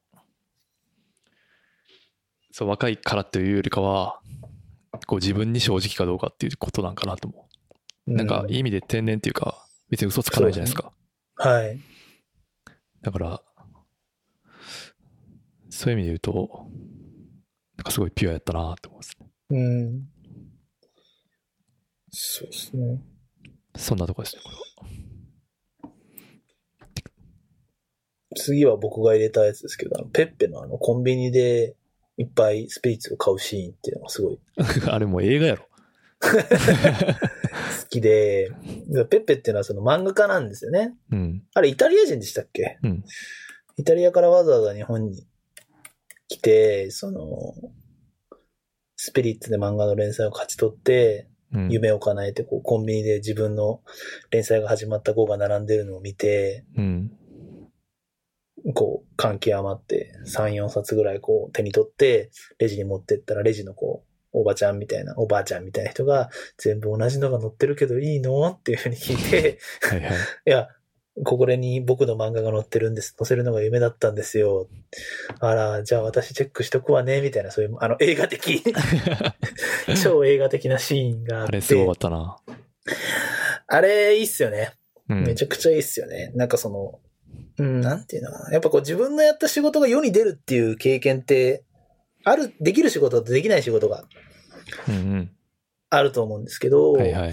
そう、若いからというよりかは、こう自分に正直かどうかっていうことなんかなと思う。なんか、いい意味で天然っていうか、別に嘘つかないじゃないですか。 はい。 だから、そういう意味で言うと、なんかすごいピュアやったなと思いますね。 そうですね。 そんなとこですね、これは。 次は僕が入れたやつですけど、ペッペのコンビニでいっぱいスピリッツを買うシーンっていうのがすごい。 あれもう映画やろ。 好きで、ペッペっていうのはその漫画家なんですよね。あれイタリア人でしたっけ？イタリアからわざわざ日本に来て、スピリッツで漫画の連載を勝ち取って、夢を叶えてこうコンビニで自分の連載が始まった号が並んでるのを見て、こう感極まって3、4冊ぐらいこう手に取ってレジに持ってったら、レジのこうおばあちゃんみたいな人が、全部同じのが載ってるけどいいのっていうふうに聞いていや、これに僕の漫画が載ってるんです。載せるのが夢だったんですよ。あら、じゃあ私チェックしとくわね、みたいな、そういう、映画的、超映画的なシーンがあって。 あれすごかったな。 あれ、いいっすよね。めちゃくちゃいいっすよね。なんかなんていうのかな。やっぱこう自分のやった仕事が世に出るっていう経験って、できる仕事とできない仕事が、あると思うんですけど、や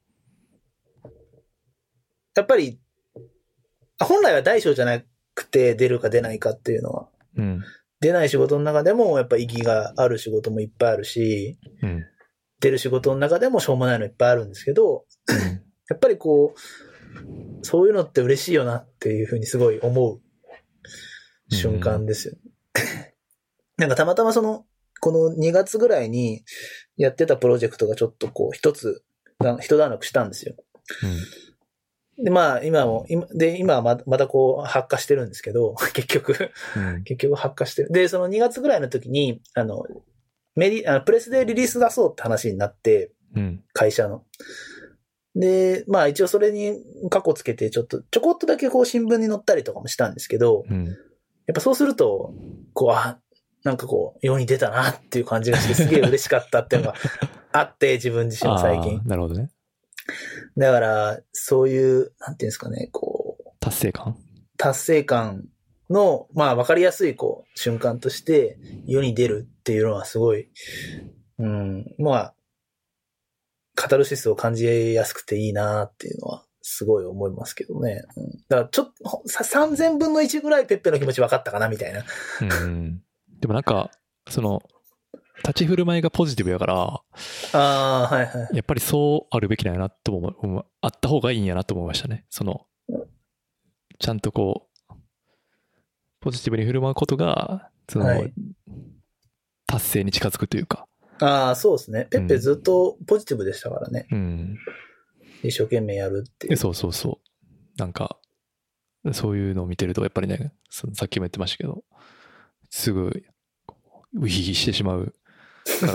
っぱり、本来は大小じゃなくて出るか出ないかっていうのは、出ない仕事の中でもやっぱ意義がある仕事もいっぱいあるし、出る仕事の中でもしょうもないのいっぱいあるんですけど、やっぱりこう、そういうのって嬉しいよなっていうふうにすごい思う瞬間ですよ。なんかたまたまこの2月ぐらいにやってたプロジェクトがちょっとこう一段落したんですよ。で、まあ、今はまたこう、発火してるんですけど、結局発火してる。で、その2月ぐらいの時に、プレスでリリース出そうって話になって、会社の。で、まあ一応それにカコつけて、ちょこっとだけこう新聞に載ったりとかもしたんですけど、やっぱそうすると、こう、なんかこう、世に出たなっていう感じがして、すげえ嬉しかったっていうのがあって、自分自身も最近。 なるほどね。 だから、そういう、なんていうんですかね、こう。達成感の、まあ、わかりやすい、こう、瞬間として、世に出るっていうのはすごい、まあ、カタルシスを感じやすくていいなっていうのは、すごい思いますけどね。だからちょっと、3000分の1ぐらいペッペの気持ち分かったかな、みたいな。 でもなんか、その、立ち振る舞いがポジティブやから、 はいはい。 やっぱりそうあるべきなんやなとも、あった方がいいんやなと思いましたね。その、ちゃんとこう、ポジティブに振る舞うことが、その、達成に近づくというか。 そうですね。ペッペずっとポジティブでしたからね。一生懸命やるっていう。 そう。なんか、そういうのを見てると、やっぱりね、さっきも言ってましたけど、すぐ、ウヒヒしてしまうから、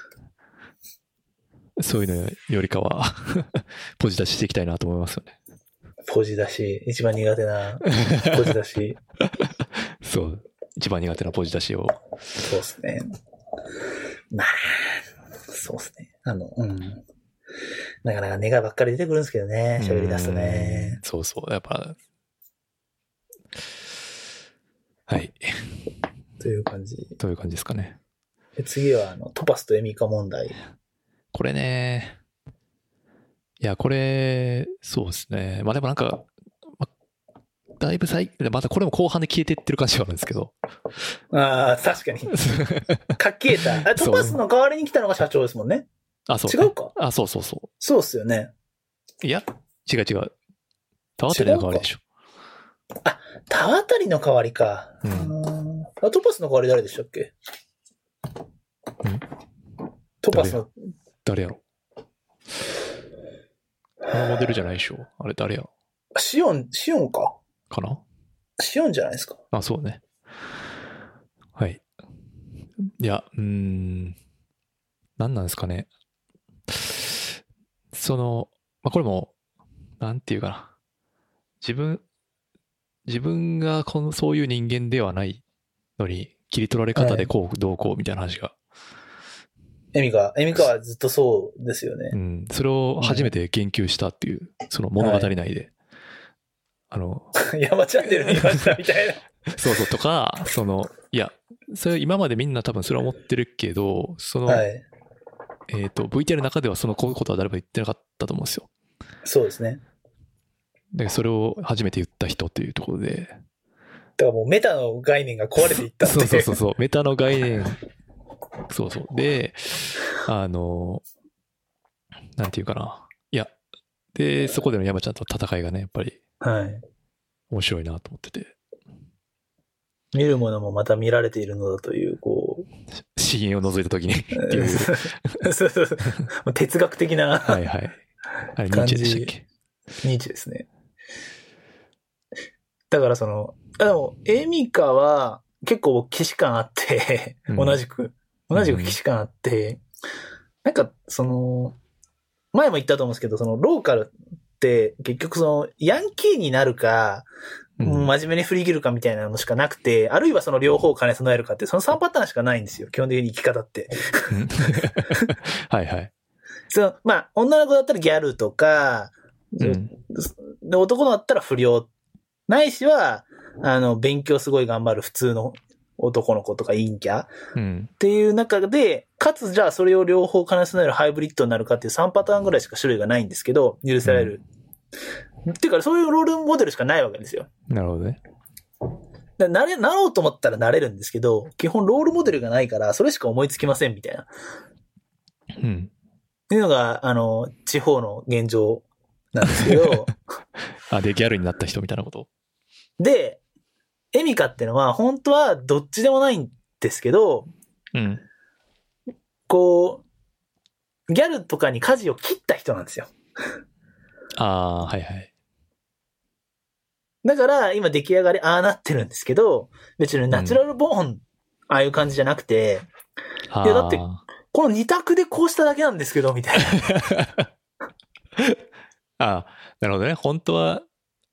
そういうのよりかは、ポジ出ししていきたいなと思いますよね。 ポジ出し、一番苦手なポジ出し。 そう。一番苦手なポジ出しを。 そうですね。まあ、そうですね。なかなかネガばっかり出てくるんですけどね、喋り出すとね。 そう。やっぱ、はい。 という感じですかね。 で次は、トパスとエミカ問題。 これね。いや、これ、そうですね。まあでもなんか、だいぶまたこれも後半で消えてってる感じがあるんですけど。 確かに。か消えた。トパスの代わりに来たのが社長ですもんね。 そう、ね。 違うか。 そう。 そうっすよね。 いや、違う。田渡の代わりでしょ。 田渡の代わりか。トパスの代わり誰でしたっけ？トパスの。 誰やろ？このモデルじゃないでしょ。あれ誰や？ シオンか。 かな？ シオンじゃないですか。 そうね。はい。いや、何なんですかね。その、これも、なんていうかな。自分がそういう人間ではないのに、切り取られ方でどうこうみたいな話が。 エミカはずっとそうですよね。 それを初めて言及したっていう、その物語内で。 山チャンネル見ましたみたいな。 そうとか、いや、それ今までみんな多分それは思ってるけど、VTR の中ではそのことは誰も言ってなかったと思うんですよ。 そうですね。 でそれを初めて言った人っていうところで。 だからもうメタの概念が壊れていったっていう。 そう。メタの概念。そう。で、なんていうかな。いや、で、そこでの山ちゃんとの戦いがね、やっぱり。面白いなと思ってて。 見るものもまた見られているのだという、こう。資源を覗いたときにっていう。 そう。哲学的な。 はい。あれ、ニーチェでしたっけ？ ニーチェですね。だからでも、エミカは結構既視感あって、同じく既視感あって、なんか前も言ったと思うんですけど、ローカルって結局ヤンキーになるか、真面目に振り切るかみたいなのしかなくて、あるいは両方を兼ね備えるかって、その3パターンしかないんですよ。基本的に生き方って。 はい。 女の子だったらギャルとか、で男のだったら不良。ないしは、勉強すごい頑張る普通の男の子とか陰キャ、っていう中で、かつじゃあそれを両方兼ね備えるハイブリッドになるかっていう3パターンぐらいしか種類がないんですけど、許される。っていうか、そういうロールモデルしかないわけですよ。 なるほどね。 なろうと思ったらなれるんですけど、基本ロールモデルがないから、それしか思いつきませんみたいな。っていうのが、地方の現状なんですけど。 で、ギャルになった人みたいなこと。 で、エミカってのは、本当はどっちでもないんですけど、こう、ギャルとかに舵を切った人なんですよ。 はい。 だから、今出来上がりなってるんですけど、別にナチュラルボーン、ああいう感じじゃなくて、いや、だって、この2択でこうしただけなんですけど、みたいな。 なるほどね。本当は、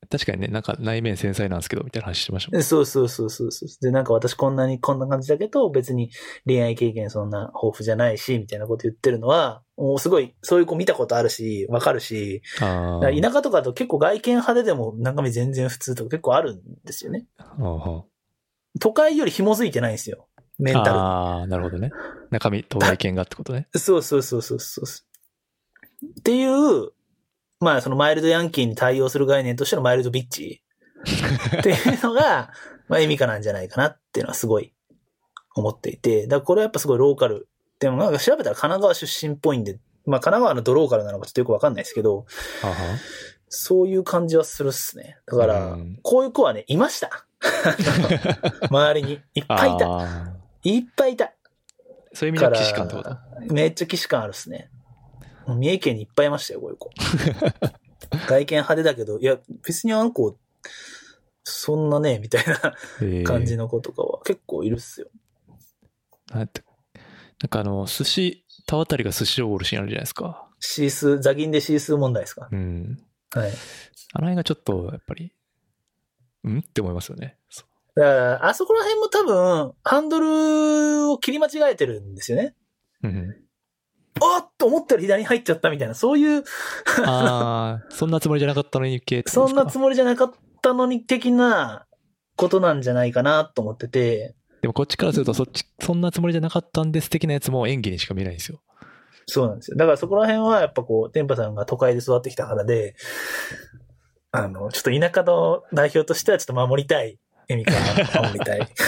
確かにね、なんか内面繊細なんですけど、みたいな話してましたもん。 そうそうそうそう。で、なんか私こんな感じだけど、別に恋愛経験そんな豊富じゃないし、みたいなこと言ってるのは、もうすごい、そういう子見たことあるし、わかるし、 あ田舎とかだと結構外見派手でも中身全然普通とか結構あるんですよね。都会より紐づいてないんですよ。メンタル。 ああ、なるほどね。中身と外見がってことね。 そうそうそうそうそう。っていう、まあそのマイルドヤンキーに対応する概念としてのマイルドビッチっていうのが、まあエミカなんじゃないかなっていうのはすごい思っていて、だからこれはやっぱすごいローカル。でもなんか調べたら神奈川出身っぽいんで、まあ神奈川のドローカルなのかちょっとよくわかんないですけど、そういう感じはするっすね。だから、こういう子はね、いました。周りに。いっぱいいた。いっぱいいた。 そういう意味では既視感ってこと？ めっちゃ既視感あるっすね。三重県にいっぱいいましたよ、こういう子。外見派手だけど、いや、別にあの子、そんなね、みたいな感じの子とかは結構いるっすよ。 なんか寿司、田渡が寿司をおごるシーンあるじゃないですか。 シース、座銀でシース問題ですか？ うん。 はい。 あの辺がちょっと、やっぱり、って思いますよね。 だから、あそこら辺も多分、ハンドルを切り間違えてるんですよね。おっと思ったら左に入っちゃったみたいな、そういうそんなつもりじゃなかったのに系ってそんなつもりじゃなかったのに的なことなんじゃないかなと思ってて。 でもこっちからするとそんなつもりじゃなかったんです的なやつも演技にしか見えないんですよ。 そうなんですよ。だからそこら辺はやっぱこう、テンパさんが都会で育ってきたからで、ちょっと田舎の代表としてはちょっと守りたい。エミカは守りたい。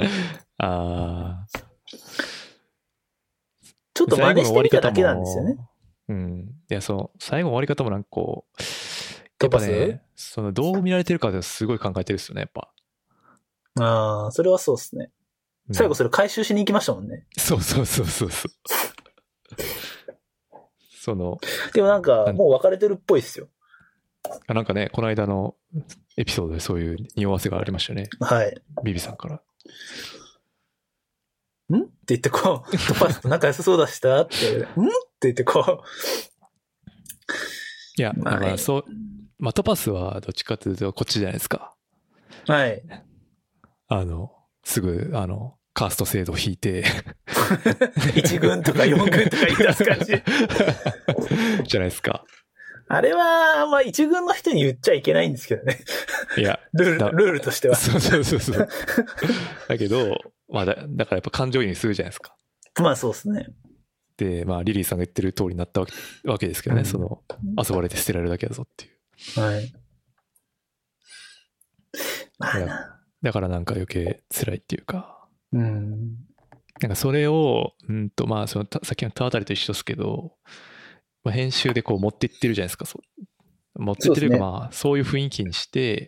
ちょっと真似してみただけなんですよね。 いや、そう。最後の終わり方もなんかこう、やっぱね、どう見られてるかですごい考えてるっすよね、やっぱ。 それはそうですね。最後それ回収しに行きましたもんね。 そう。 でもなんか、もう別れてるっぽいっすよ。 なんかね、この間のエピソードでそういう匂わせがありましたよね。 はい。 ビビさんから。 んって言ってこう、トパスと仲良さそうだしたって、んって言ってこう。 いや、だからそう、トパスはどっちかというとこっちじゃないですか。 はい。 すぐ、カースト制度を引いて。 1軍とか4軍とか言い出す感じ。 じゃないですか。 あれは、まあ1軍の人に言っちゃいけないんですけどね。 いや、 ルールとしては。 そう。だけど、まあだからやっぱ感情移入するじゃないですか。 まあそうですね。 で、まあリリーさんが言ってる通りになったわけですけどね、遊ばれて捨てられるだけだぞっていう。 はい。まあな。 だからなんか余計辛いっていうか。 なんかそれを、まあさっきの田渡と一緒ですけど、まあ、編集でこう持っていってるじゃないですか。持っていってるか、まあそういう雰囲気にして、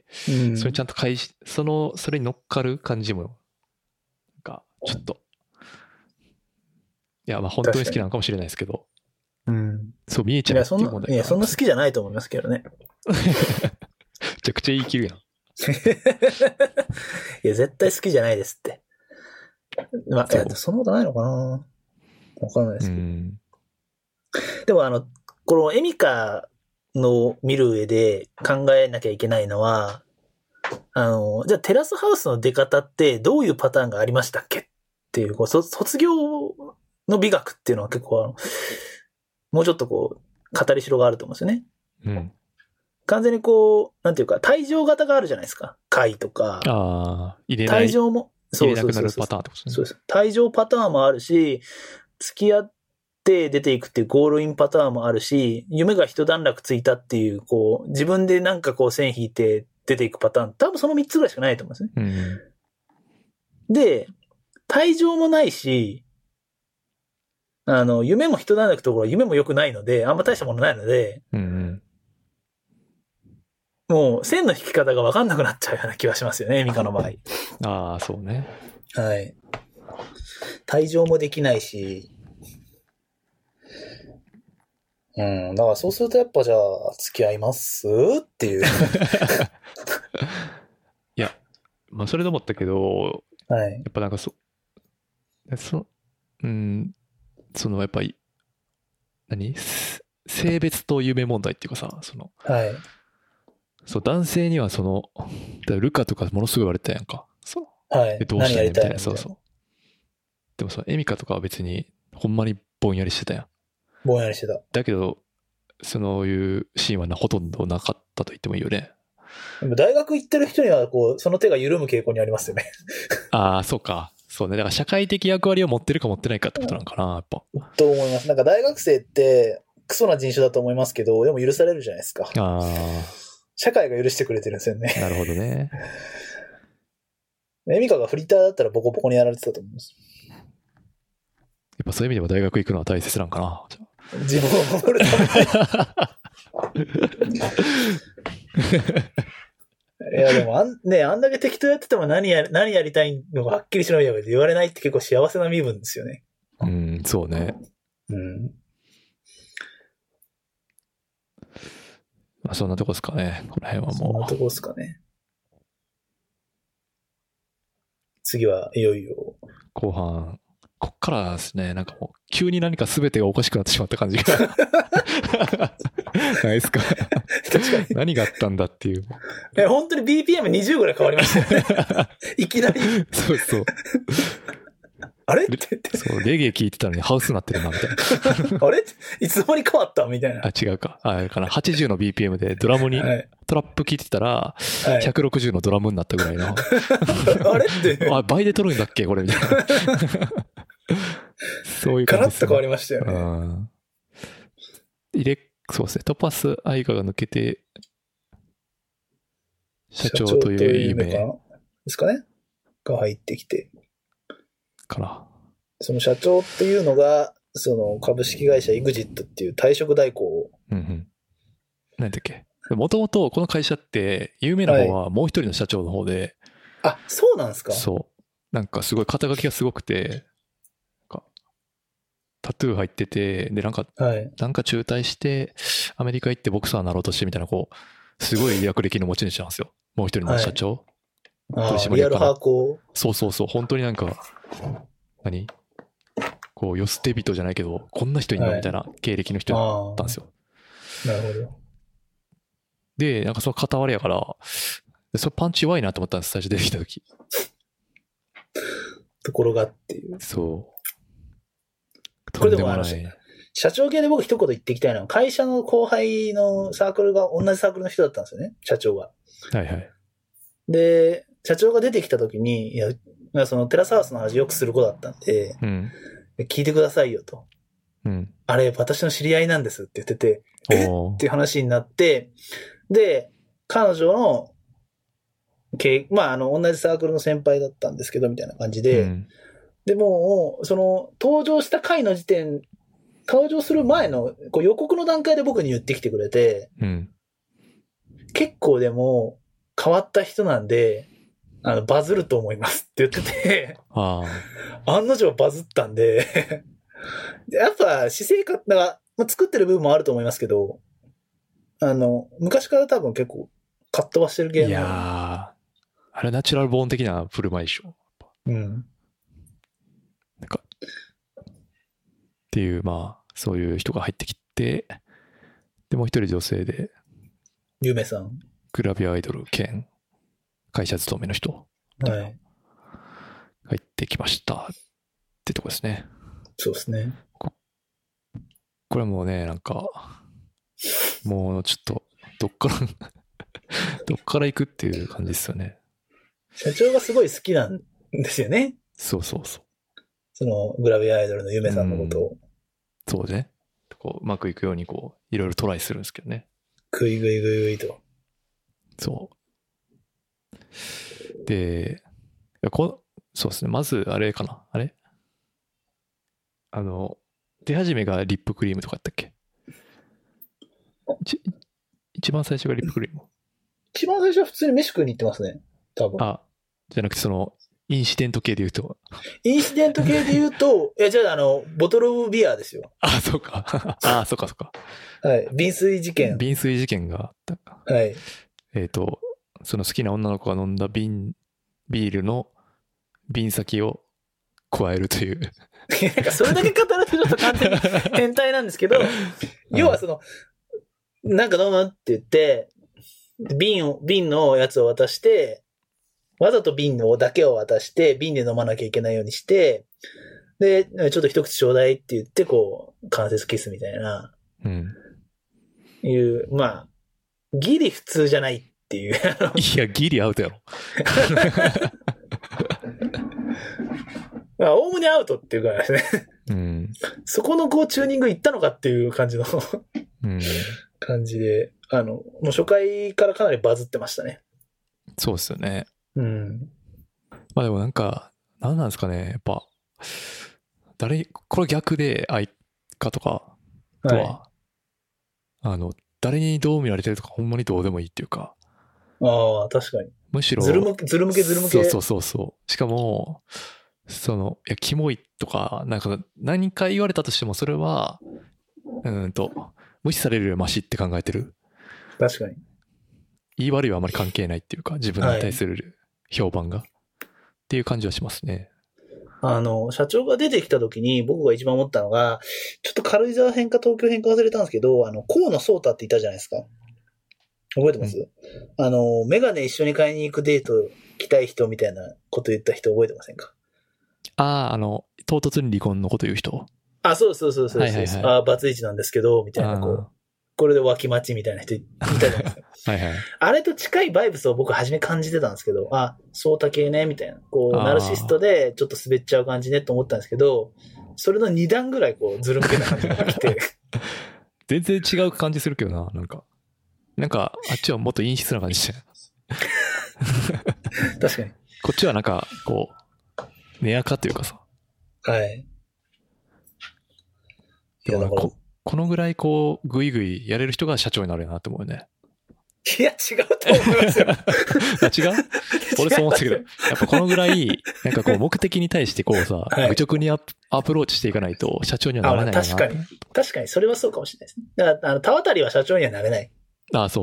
それちゃんとそれに乗っかる感じも、なんかちょっと、いやまあ本当に好きなのかもしれないですけど、そう見えちゃうっていう問題。 いや、そんな好きじゃないと思いますけどね。 めちゃくちゃ言い切るやん。 いや、絶対好きじゃないですって。まあ、そんなことないのかな？わかんないですけど。でもこのエミカの見る上で考えなきゃいけないのは、じゃあテラスハウスの出方ってどういうパターンがありましたっけっていう、卒業の美学っていうのは結構もうちょっとこう、語りしろがあると思うんですよね。完全にこう、なんていうか、退場型があるじゃないですか。会とか。退場も、 入れなくなるパターンってことですね。 そうです。退場パターンもあるし、付き合って出ていくっていうゴールインパターンもあるし、夢が一段落ついたっていう、こう、自分でなんかこう線引いて出ていくパターン、多分その3つぐらいしかないと思うんですね。で、退場もないし、夢も一段落ところ夢も良くないので、あんま大したものないので、もう線の引き方が分かんなくなっちゃうような気がしますよね、ミカの場合。 そうね。 はい。退場もできないし、だからそうするとやっぱじゃあ付き合いますっていう。 いや、まあそれで思ったけど、 はい。 やっぱなんかやっぱり性別と夢問題っていうかさ、 はい。 そう男性にはルカとかものすごい言われてたやんか。そう。 はい。 どうしたんみたいな。 そう。 でもさ、エミカとかは別にほんまにぼんやりしてたやん。 ぼんやりしてた。 だけど、そういうシーンはほとんどなかったと言ってもいいよね。 でも大学行ってる人にはその手が緩む傾向にありますよね。 ああ、そうか。そうね。だから社会的役割を持ってるか持ってないかってことなんかな、やっぱ。 と思います。なんか大学生ってクソな人種だと思いますけど、でも許されるじゃないですか。 ああ。 社会が許してくれてるんですよね。 なるほどね。 エミカがフリーターだったらボコボコにやられてたと思います。 やっぱそういう意味でも大学行くのは大切なんかな。 自分を守るために。いやでもあんだけ適当やってても何やりたいのがはっきりしろよって言われないって結構幸せな身分ですよね。 うん、そうね。 うん。 まあそんなとこですかね。この辺はもう。 そんなとこですかね。次はいよいよ。 後半。こっからですね、なんかもう、急に何か全てがおかしくなってしまった感じが。ないですか。 確かに。 何があったんだっていう。 本当に BPM20 ぐらい変わりましたよね。いきなり。 そうそう。 あれって言って。 そう、レゲエ聞いてたのにハウスになってるな、みたいな。あれいつの間に変わったみたいな。 あ、違うか。あれかな。80の BPM でドラムに、トラップ聞いてたら、160のドラムになったぐらいの。 あれって。 あ、倍で撮るんだっけこれみたいな。そういう感じですね。 ガラッと変わりましたよね。 そうですね。トパスアイカが抜けて、社長という夢ですかねが入ってきて。 かな。 その社長っていうのが、その株式会社 EXIT っていう退職代行を。 うんうん。何だっけ。もともとこの会社って有名な方はもう一人の社長の方で。 あ、そうなんですか？ そう。なんかすごい肩書きがすごくて、タトゥー入ってて、で、なんか中退して、アメリカ行ってボクサーになろうとしてみたいな、すごい略歴の持ち主なんですよ。もう一人の社長。 リアルハーコー。そう。本当になんか、世捨て人じゃないけど、こんな人いんのみたいな経歴の人だったんですよ。 なるほど。 で、なんかその片割れやから、それパンチ弱いなと思ったんです、最初出てきた時。 ところがっていう。 そう。 これでも社長系で僕一言言っていきたいのは、会社の後輩のサークルが同じサークルの人だったんですよね、社長が。 はいはい。 で、社長が出てきた時に、いや、そのテラスハウスの話よくする子だったんで、聞いてくださいよと。あれ、私の知り合いなんですって言ってて、っていう話になって、で、彼女の同じサークルの先輩だったんですけど、みたいな感じで、でも、登場した回の登場する前の予告の段階で僕に言ってきてくれて、結構でも変わった人なんで、バズると思いますって言ってて、案の定バズったんで、やっぱ私生活、作ってる部分もあると思いますけど、昔から多分結構カットはしてるゲーム。 いやー、あれナチュラルボーン的な振る舞いでしょ。なんか、っていう、そういう人が入ってきて、で、もう一人女性で、 ゆめさん。 グラビアアイドル兼会社勤めの人。入ってきましたってとこですね。 そうですね。 これはもうね、なんか、もうちょっと、どっから行くっていう感じですよね。 社長がすごい好きなんですよね。 そう。 そのグラビアアイドルのゆめさんのことを。 そうね。うまくいくようにいろいろトライするんですけどね。 ぐいと。 そう。で、そうですね。まず、あれかな。あれ出始めがリップクリームとかやったっけ？一番最初がリップクリーム。 一番最初は普通に飯食いに行ってますね。多分。 じゃなくてインシデント系で言うと。 インシデント系で言うと、じゃあボトルオブビアですよ。 そうか。そうか。 はい。瓶水事件があったか。 はい。 その好きな女の子が飲んだビールの瓶先を加えるという。 なんかそれだけ語るとちょっと完全に変態なんですけど、要はなんか飲むって言って、 瓶のやつを渡して、わざと瓶のだけを渡して、瓶で飲まなきゃいけないようにして、で、ちょっと一口ちょうだいって言って、こう、関節キスみたいな、いう、まあ、ギリ普通じゃないっていう。 いや、ギリアウトやろ。 おおむねアウトっていうからですね。そこのこうチューニングいったのかっていう感じの感じで、もう初回からかなりバズってましたね。 そうですよね。まあでもなんか、なんなんですかね、やっぱ、これ逆で愛花とかとは、誰にどう見られてるとかほんまにどうでもいいっていうか。 ああ、確かに。 むしろ。 ずる向け。 そう。しかも、いや、キモいとか、なんか何回言われたとしてもそれは、無視されるよりマシって考えてる。 確かに。 言い悪いはあまり関係ないっていうか、自分に対する評判が。っていう感じはしますね。 社長が出てきた時に僕が一番思ったのが、ちょっと軽井沢編か東京編か忘れたんですけど、河野壮太っていたじゃないですか。覚えてます？メガネ一緒に買いに行くデート来たい人みたいなこと言った人覚えてませんか？ 唐突に離婚のこと言う人。 あ、そう。バツイチなんですけど、みたいな、これで脇待ちみたいな人いたじゃないですか。あれと近いバイブスを僕初め感じてたんですけど、そうた系ね、みたいな。ナルシストでちょっと滑っちゃう感じねと思ったんですけど、それの2段ぐらいずるむけな感じが来て。 全然違う感じするけどな、なんか、あっちはもっと陰湿な感じして。 確かに。 こっちはなんか、根垢というかさ。 はい。 でもこのぐらいグイグイやれる人が社長になるよなって思うよね。 いや、違うと思いますよ。 違う？俺そう思ったけど、やっぱこのぐらい、なんか目的に対して愚直にアプローチしていかないと社長にはなれないな。 確かに、それはそうかもしれないですね。だから、田渡りは社長にはなれない。 そう。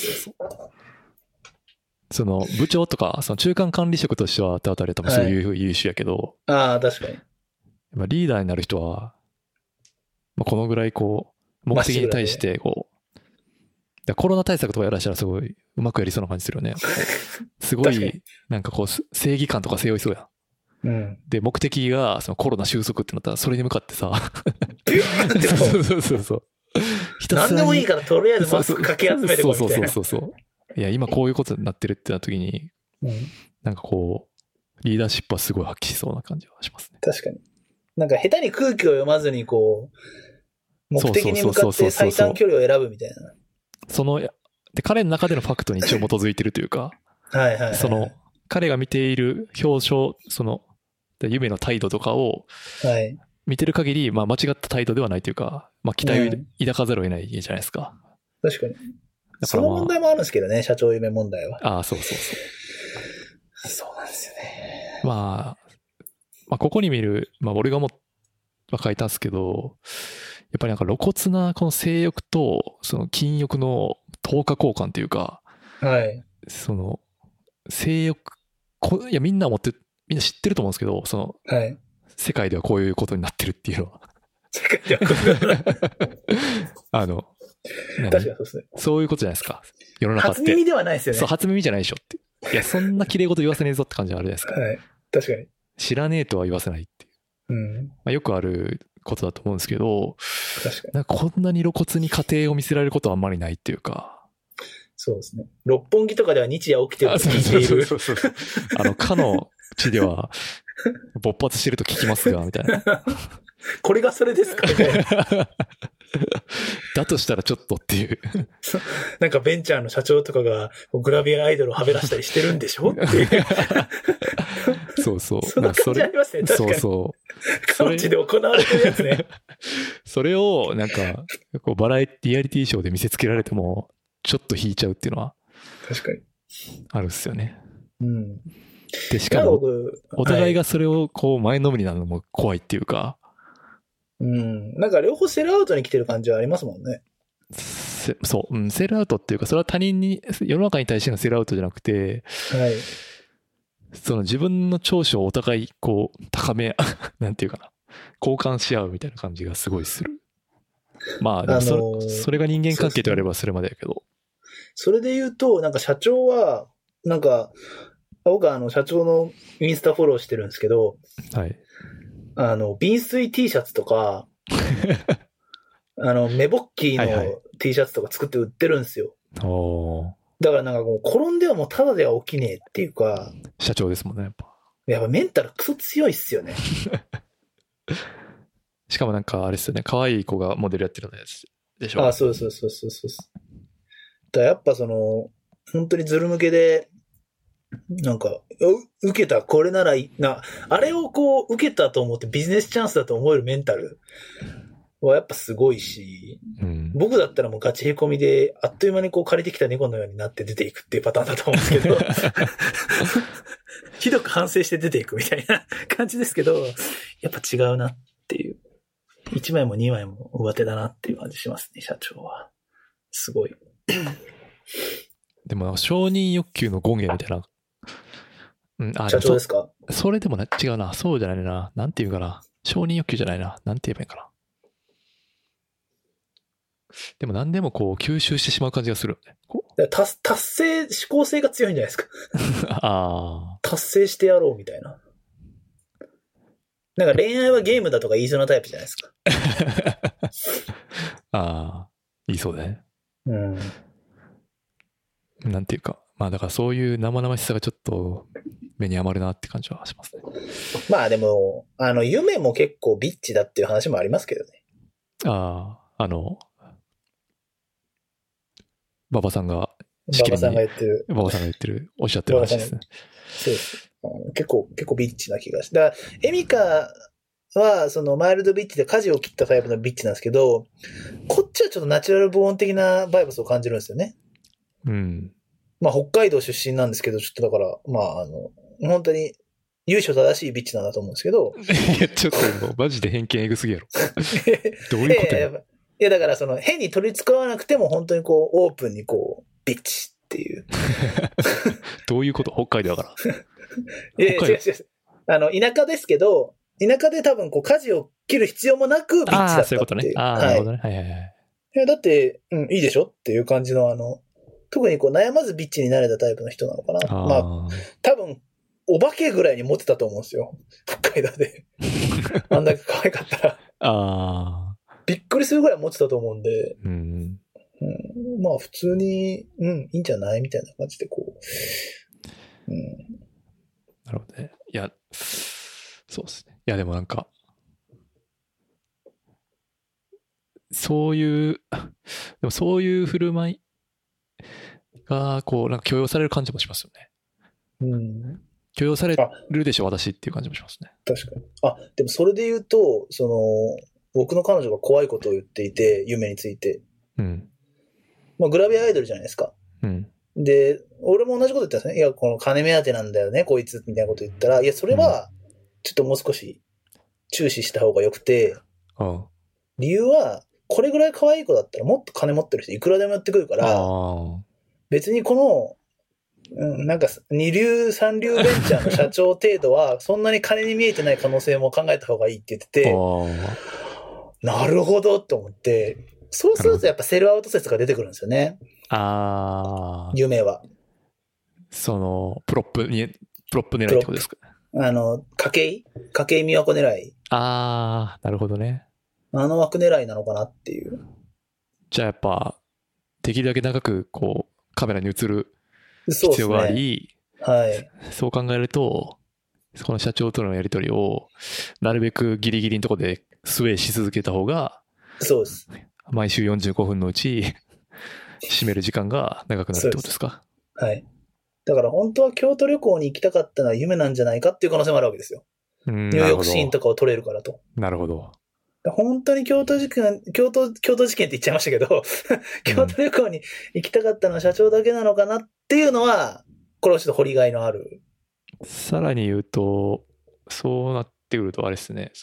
部長とか、中間管理職としては田渡りは多分そういう優秀やけど。 確かに。 リーダーになる人は、このぐらい目的に対してコロナ対策とかやらしたらすごいうまくやりそうな感じするよね。すごい、なんか正義感とか背負いそうや。で、目的がコロナ収束ってなったらそれに向かってさ。そう。 何でもいいからとりあえずマスクかき集めてこいみたいな。 そう。いや、今こういうことになってるってなった時に、なんかリーダーシップはすごい発揮しそうな感じはしますね。 確かに。なんか下手に空気を読まずに目的に向かって最短距離を選ぶみたいな。 で、彼の中でのファクトに一応基づいてるというか、彼が見ている表彰、夢の態度とかを見てる限り、間違った態度ではないというか、期待を抱かざるを得ないじゃないですか。 確かに。その問題もあるんですけどね、社長夢問題は。 そう。 そうなんですよね。 ここに見る、俺が書いたんですけど、やっぱりなんか露骨なこの性欲と禁欲の等価交換というか、性欲、いやみんな知ってると思うんですけど、世界ではこういうことになってるっていうのは。 世界ではこういうことになってる。確かにそうですね。 そういうことじゃないですか。世の中って。 初耳ではないですよね。 そう、初耳じゃないでしょって。いや、そんな綺麗事言わせねえぞって感じがあるじゃないですか。 確かに。 知らねえとは言わせないっていう。よくあることだと思うんですけど、なんかこんなに露骨に家庭を見せられることはあんまりないっていうか。 そうですね。六本木とかでは日夜起きてると聞いている。 そう。かの地では勃発してると聞きますが、みたいな。 これがそれですかみたいな。 だとしたらちょっとっていう。 なんかベンチャーの社長とかがグラビアアイドルをはべらしたりしてるんでしょっていう。 そう。そんな感じありますね、確かに。 そう。 各地で行われてるやつね。 それを、なんか、リアリティショーで見せつけられても、ちょっと引いちゃうっていうのは。確かに。あるっすよね。で、しかも、お互いがそれを前のめりなのも怖いっていうか。 なんか両方セルアウトに来てる感じはありますもんね。 そう、セルアウトっていうか、それは他人に、世の中に対してのセルアウトじゃなくて、自分の長所をお互い高め、なんていうかな、交換し合うみたいな感じがすごいする。でもそれが人間関係と言われればそれまでやけど。 それで言うと、なんか社長は、なんか、僕は社長のインスタフォローしてるんですけど、 はい。 瓶水 T シャツとか、メボッキーの T シャツとか作って売ってるんですよ。 おー。 だからなんかもう転んではもうただでは起きねえっていうか。 社長ですもんね、やっぱ。 やっぱメンタルクソ強いっすよね。 しかもなんかあれですよね、可愛い子がモデルやってるやつでしょ。 あ、そうそうそうそうそう。だからやっぱ本当にズル向けで、なんか、受けた、これならあれをこう、受けたと思ってビジネスチャンスだと思えるメンタルはやっぱすごいし、 うん、 僕だったらもうガチへこみで、あっという間にこう借りてきた猫のようになって出ていくっていうパターンだと思うんですけど、ひどく反省して出ていくみたいな感じですけど、やっぱ違うなっていう。1枚も2枚も上手だなっていう感じしますね、社長は。すごい。 でも承認欲求の権限みたいな。うん、 社長ですか？ それでも違うな。そうじゃないな。なんていうかな。承認欲求じゃないな。なんて言えばいいかな。でも何でもこう吸収してしまう感じがするよね。 達成、思考性が強いんじゃないですか。 ああ。 達成してやろうみたいな。なんか恋愛はゲームだとか言いそうなタイプじゃないですか。 ああ、言いそうだね。 うん。 なんていうか、まあだからそういう生々しさがちょっと目に余るなって感じはしますね。 まあでも、夢も結構ビッチだっていう話もありますけどね。 ああ、馬場さんが馬場さんが言ってる。 馬場さんが言ってる、おっしゃってる話ですね。 そうです。結構ビッチな気がして。だから、エミカは、マイルドビッチで舵を切ったタイプのビッチなんですけど、こっちはちょっとナチュラルボーン的なバイブスを感じるんですよね。 うん。 まあ、北海道出身なんですけど、ちょっとだから、まあ、本当に、優勝正しいビッチなんだと思うんですけど。 いや、ちょっともうマジで偏見エグすぎやろ。どういうことや。 いや、だから変に取り憑かわなくても本当にこう、オープンにこう、ビッチっていう。 どういうこと？北海道だから。 いや、違う。田舎ですけど、田舎で多分こう、舵を切る必要もなくビッチだったっていう。 そういうことね。なるほどね。はいはいはい。 いや、だって、いいでしょっていう感じの特にこう悩まずビッチになれたタイプの人なのかな。まあ、多分、お化けぐらいにモテたと思うんですよ。北海道で。あんだけ可愛かったら。びっくりするぐらいモテたと思うんで。まあ、普通に、いいんじゃないみたいな感じでこう。 なるほどね。いや、そうですね。いや、でもなんか、そういう振る舞いが、こう、なんか許容される感じもしますよね。許容されるでしょ、私っていう感じもしますね。 確かに。でもそれで言うと、僕の彼女が怖いことを言っていて、夢について。まあ、グラビアアイドルじゃないですか。で、俺も同じこと言ったんですね。いや、この金目当てなんだよね、こいつ、みたいなこと言ったら、いや、それは、ちょっともう少し注視した方がよくて、理由は、これぐらい可愛い子だったらもっと金持ってる人いくらでもやってくるから、別にこの、なんか二流三流ベンチャーの社長程度はそんなに金に見えてない可能性も考えた方がいいって言ってて、なるほどと思って、そうするとやっぱセルアウト説が出てくるんですよね。夢は。 プロップ狙いってことですか？ 家計美和子狙い。 なるほどね。 枠狙いなのかなっていう。 じゃあやっぱ、できるだけ長くこう、カメラに映る必要があり、そう考えると、この社長とのやり取りを、なるべくギリギリのところでスウェイし続けた方が、 そうです。 毎週45分のうち、占める時間が長くなるってことですか？ はい。だから本当は京都旅行に行きたかったのは夢なんじゃないかっていう可能性もあるわけですよ。ニューヨークシーンとかを撮れるからと。 なるほど。 本当に京都事件って言っちゃいましたけど、京都旅行に行きたかったのは社長だけなのかなっていうのは、これはちょっと掘りがいのある。 さらに言うと、そうなってくるとあれですね、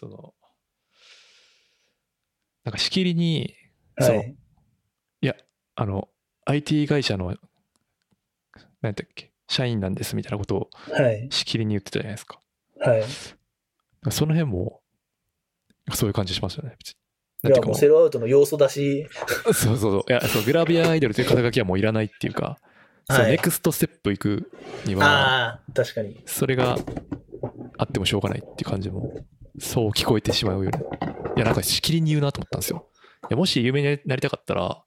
なんかしきりに、いや、IT 会社の、何だっけ、社員なんですみたいなことをしきりに言ってたじゃないですか。その辺も、そういう感じしますよね、別に。 いや、もうセルアウトの要素だし。 そうそう。いや、そう、グラビアアイドルという肩書きはもういらないっていうか、はい、そう、ネクストステップ行くには、 ああ、確かに。 それがあってもしょうがないっていう感じも、そう聞こえてしまうよね。いや、なんかしきりに言うなと思ったんですよ。いや、もし有名になりたかったら、 はい。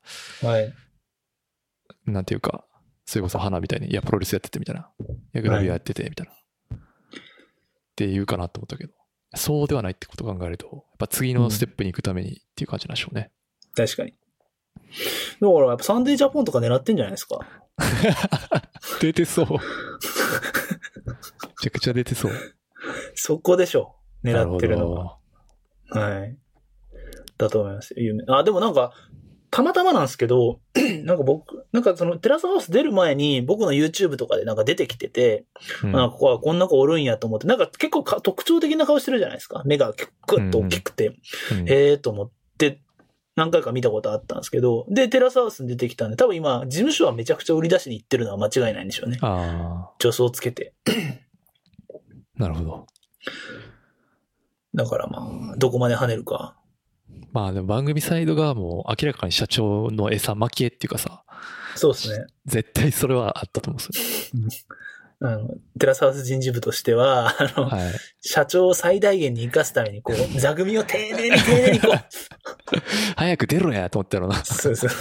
なんていうか、それこそ花みたいに、いや、プロレスやっててみたいな。いや、グラビアやっててみたいな。って言うかなと思ったけど、そうではないってことを考えると、やっぱ次のステップに行くためにっていう感じなんでしょうね。 確かに。だからやっぱサンデージャポンとか狙ってんじゃないですか。 出てそう。めちゃくちゃ出てそう。 そこでしょ。狙ってるのは。はい。だと思いますよ。でもなんか、たまたまなんですけど、なんかなんかそのテラスハウス出る前に僕の YouTube とかでなんか出てきてて、なんかこんな子おるんやと思って、なんか結構特徴的な顔してるじゃないですか。目がグッと大きくて、へーと思って何回か見たことあったんですけど、で、テラスハウスに出てきたんで、多分今、事務所はめちゃくちゃ売り出しに行ってるのは間違いないんでしょうね。助走つけて。 なるほど。 だからまあ、どこまで跳ねるか。 まあでも番組サイド側も明らかに社長の餌負けっていうかさ。 そうですね。 絶対それはあったと思うんですよ。テラスハウス人事部としては、はい、社長を最大限に生かすために、こう、座組を丁寧にこう。 早く出ろやと思ったろな。 そうそう。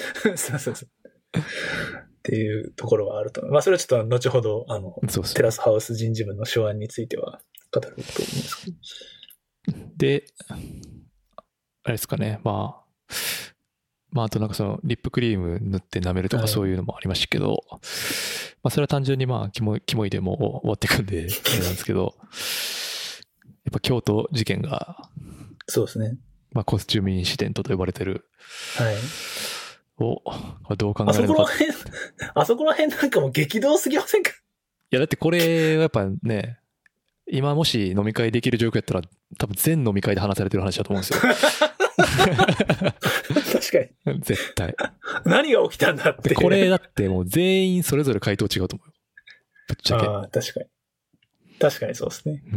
っていうところはあると思う。まあそれはちょっと後ほど、そうテラスハウス人事部の手腕については語ると思うんですけど。 で、あれですかね、まあ、あとなんかその、リップクリーム塗って舐めるとかそういうのもありましたけど、はい、まあ、それは単純にまあ、キモいでもう終わっていくんで、あれなんですけど、やっぱ京都事件が、 そうですね。 まあ、コスチュームインシデントと呼ばれてる、 はい。 どう考えるのか。 あそこら辺なんかもう激動すぎませんか？いや、だってこれはやっぱね、今もし飲み会できる状況やったら、多分全飲み会で話されてる話だと思うんですよ。 確かに。絶対。 何が起きたんだって。 これだってもう全員それぞれ回答違うと思うよ。ぶっちゃけ。 ああ、確かに。確かにそうですね。うん。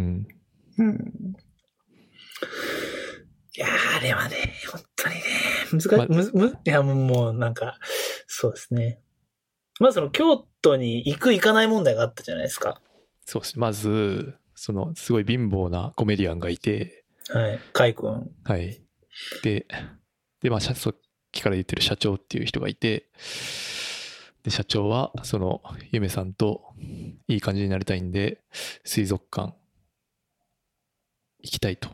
いやー、あれはね、本当にね、難しい。いや、もうなんか、そうですね。まずその京都に行かない問題があったじゃないですか。 そうです。まず、すごい貧乏なコメディアンがいて。 はい。海君。 はい。で、まあ、さっきから言ってる社長っていう人がいて、で、社長は、ゆめさんといい感じになりたいんで、水族館行きたいと。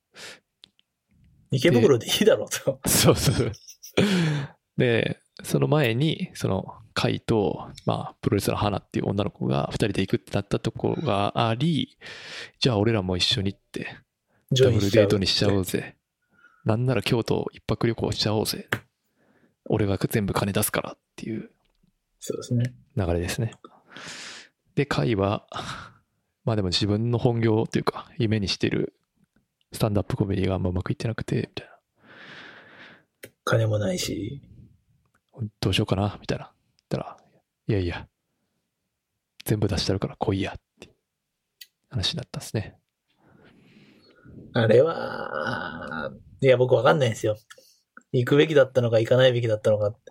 池袋でいいだろうと。 そうそう。で、その前に、海と、まあ、プロレスの花っていう女の子が2人で行くってなったところがあり、じゃあ俺らも一緒に行って、ダブルデートにしちゃおうぜ。なんなら京都一泊旅行しちゃおうぜ。俺が全部金出すからっていう。 そうですね。 流れですね。で、海は、まあでも自分の本業というか、夢にしてるスタンドアップコメディがあんまうまくいってなくて、みたいな。 金もないし。 どうしようかなみたいな。言ったら、いや、全部出してあるから来いやって話になったんですね。 あれは、いや、僕わかんないんですよ。行くべきだったのか行かないべきだったのかって。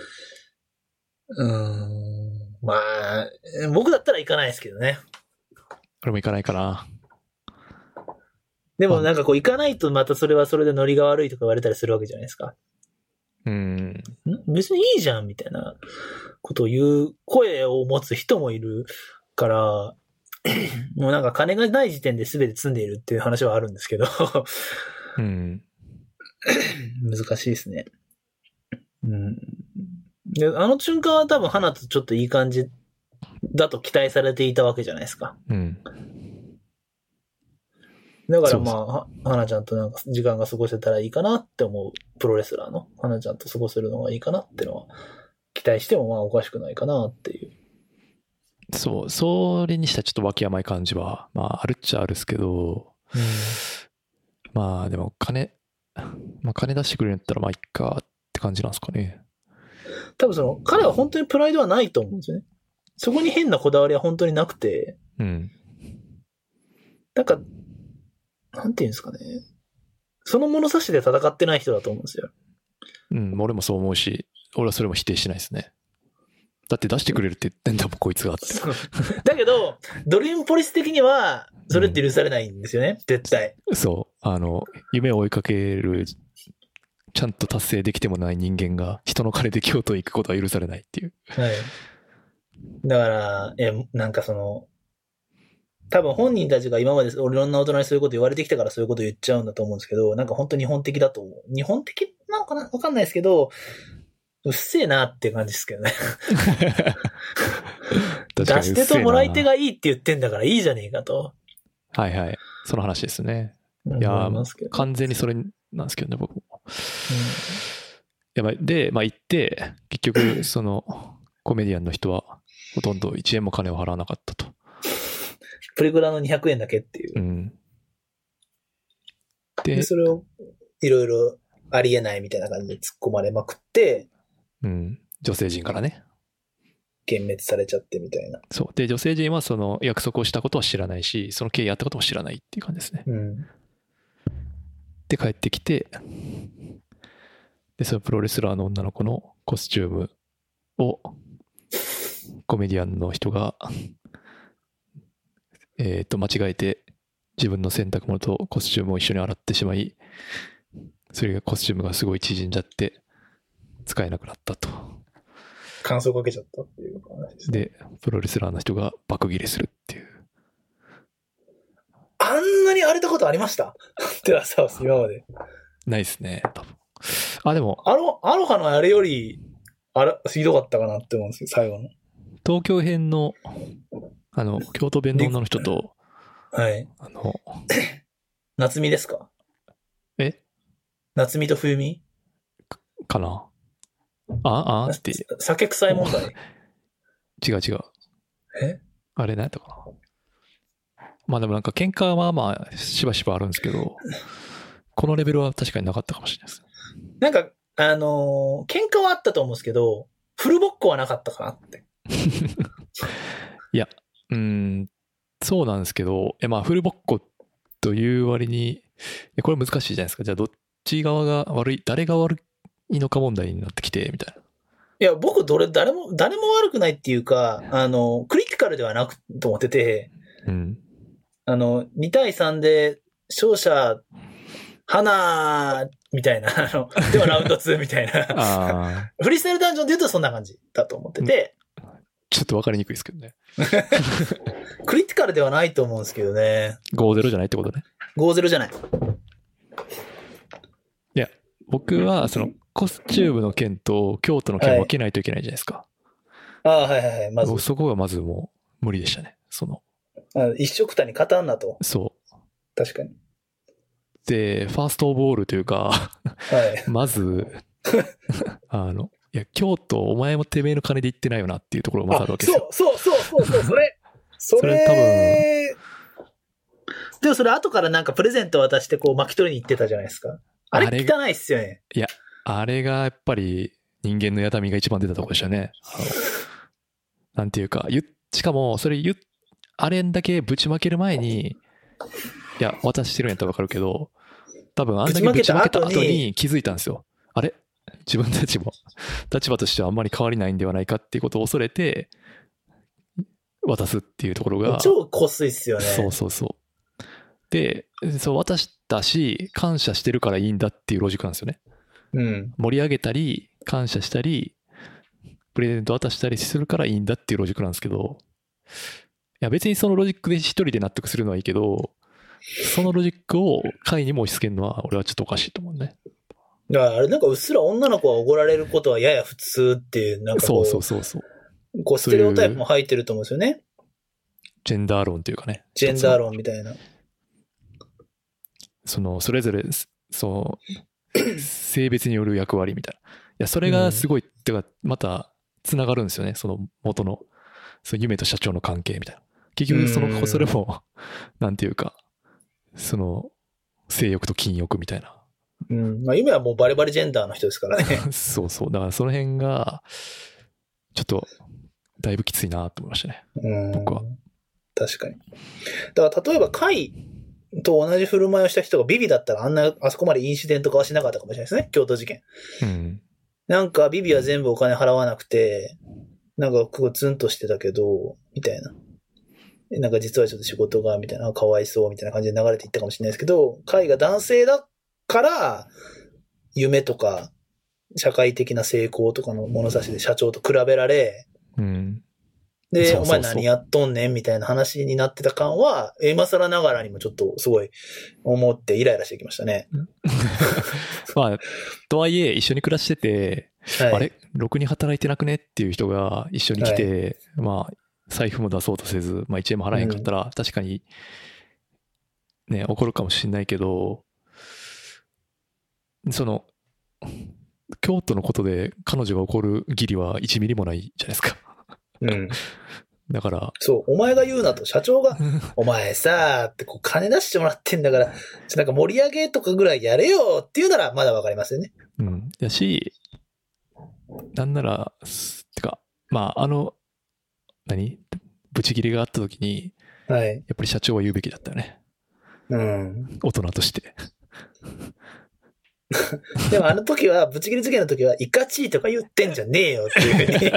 まあ、僕だったら行かないですけどね。 俺も行かないかな。 でもなんかこう行かないとまたそれはそれでノリが悪いとか言われたりするわけじゃないですか。別にいいじゃんみたいなことを言う声を持つ人もいるから、もうなんか金がない時点で全て積んでいるっていう話はあるんですけど、難しいですね。で、あの瞬間は多分花とちょっといい感じだと期待されていたわけじゃないですか。だからまあ、花ちゃんとなんか時間が過ごせたらいいかなって思うプロレスラーの花ちゃんと過ごせるのがいいかなってのは期待してもまあおかしくないかなっていう。 そう、それにしたらちょっとわき甘い感じは、まああるっちゃあるっすけど、まあでも金出してくれるんだったらまあいっかって感じなんですかね。 多分彼は本当にプライドはないと思うんですよね。そこに変なこだわりは本当になくて、なんか、なんていうんですかね。 その物差しで戦ってない人だと思うんですよ。 うん、俺もそう思うし、俺はそれも否定しないですね。だって出してくれるって言ってんだもん、こいつがって。 だけど、ドリームポリス的には、それって許されないんですよね、絶対。 そう。夢を追いかける、ちゃんと達成できてもない人間が、人の金で京都へ行くことは許されないっていう。 はい。だから、なんか多分本人たちが今までいろんな大人にそういうこと言われてきたからそういうこと言っちゃうんだと思うんですけど、なんか本当日本的だと思う。日本的なのかなわかんないですけど、うっせえなって感じですけどね。出し手ともらい手がいいって言ってんだからいいじゃねえかと。 はいはい。その話ですね。いや、完全にそれなんですけどね、僕も。で、行って、結局、コメディアンの人は、ほとんど1円も金を払わなかったと。 プリクラの200円だけっていう。 うん。 で、それを、いろいろありえないみたいな感じで突っ込まれまくって、 うん。女性陣からね。 幻滅されちゃってみたいな。 そう。で、女性陣はその約束をしたことは知らないし、その経緯あったことも知らないっていう感じですね。 うん。 で、帰ってきて、で、そのプロレスラーの女の子のコスチュームを、コメディアンの人が、間違えて自分の洗濯物とコスチュームを一緒に洗ってしまい、それがコスチュームがすごい縮んじゃって使えなくなったと。 乾燥かけちゃったっていう話ですね。 で、プロレスラーの人が爆切れするっていう。 あんなに荒れたことありましたテラスハウス今まで。 ないですね、多分。あ、でも。 アロハのあれより、ひどかったかなって思うんですよ、最後の。 東京編の、京都弁の女の人と、 はい。夏美ですか？夏美と冬美かなって。 酒臭い問題違う。あれ何やったかな。まあでもなんか喧嘩はまあしばしばあるんですけど、このレベルは確かになかったかもしれないです。 なんか、喧嘩はあったと思うんですけど、フルボッコはなかったかなって。 いや、そうなんですけど、まあフルボッコという割に、これ難しいじゃないですか。じゃあどっち側が悪い、誰が悪いのか問題になってきて、みたいな。 いや、僕誰も悪くないっていうか、クリティカルではなくと思ってて、 うん。 2対3で、勝者、花みたいな、ではラウンド2みたいな。フリースタイルダンジョンで言うとそんな感じだと思ってて。 ちょっと分かりにくいですけどね。 クリティカルではないと思うんですけどね。 5-0じゃないってことね。 5-0じゃない。 いや、僕は、コスチュームの件と京都の件を分けないといけないじゃないですか。 はい。まず。 そこがまずもう無理でしたね。 一緒くたに勝たんなと。 そう。 確かに。 で、ファーストオブオールというか、はい、まず、いや、京都、お前もてめえの金で行ってないよなっていうところがまずあるわけですよ。 そう、それ多分。でもそれ後からなんかプレゼント渡してこう巻き取りに行ってたじゃないですか。あれ汚いっすよね。 いや、あれがやっぱり人間のやだみが一番出たところでしたね。なんていうか、しかも、あれだけぶちまける前に、いや、渡してるんやったらわかるけど、多分あんだけぶちまけた後に気づいたんですよ。あれ自分たちも立場としてはあんまり変わりないんではないかっていうことを恐れて、渡すっていうところが。 超こすいっすよね。 そう。で、渡したし、感謝してるからいいんだっていうロジックなんですよね。 うん。 盛り上げたり、感謝したり、プレゼント渡したりするからいいんだっていうロジックなんですけど、いや別にそのロジックで一人で納得するのはいいけど、そのロジックを会にも押し付けるのは俺はちょっとおかしいと思うね。 だからあれなんかうっすら女の子はおごられることはやや普通っていう、なんかこう。 そう。 こうステレオタイプも入ってると思うんですよね。 ジェンダー論っていうかね。 ジェンダー論みたいな。 それぞれ、性別による役割みたいな。いや、それがすごい、ってか、また、つながるんですよね。その元の、夢と社長の関係みたいな。結局、それも、なんていうか、性欲と禁欲みたいな。 まあ、夢はもうバリバリジェンダーの人ですからね。 そう。だからその辺が、ちょっと、だいぶきついなと思いましたね。僕は。 確かに。だから例えば会と同じ振る舞いをした人がビビだったらあそこまでインシデント化はしなかったかもしれないですね。京都事件。 うん。 なんかビビは全部お金払わなくて、なんかツンとしてたけど、みたいな。なんか実はちょっと仕事が、みたいな、かわいそう、みたいな感じで流れていったかもしれないですけど、海が男性だから、夢とか、社会的な成功とかの物差しで社長と比べられ、 うん。 で、 そうそうそうお前何やっとんねんみたいな話になってた感は、今更ながらにもちょっとすごい思ってイライラしてきましたね。 まあ、とはいえ一緒に暮らしてて、 はい、 あれろくに働いてなくねっていう人が一緒に来て、はい、まあ、財布も出そうとせず、まあ1円も払えへんかったら、確かに、ね、怒るかもしれないけど、その、京都のことで彼女が怒る義理は1ミリもないじゃないですか。 うん。 だから。 そう、お前が言うなと、社長が、お前さーってこう金出してもらってんだから、なんか盛り上げとかぐらいやれよっていうならまだわかりますよね。 うん。だし、なんなら、てか、まあ、ブチギレがあった時に、 はい。 やっぱり社長は言うべきだったよね。 うん。 大人として。 でもあの時は、ブチギレ事件の時は、イカチーとか言ってんじゃねえよっていう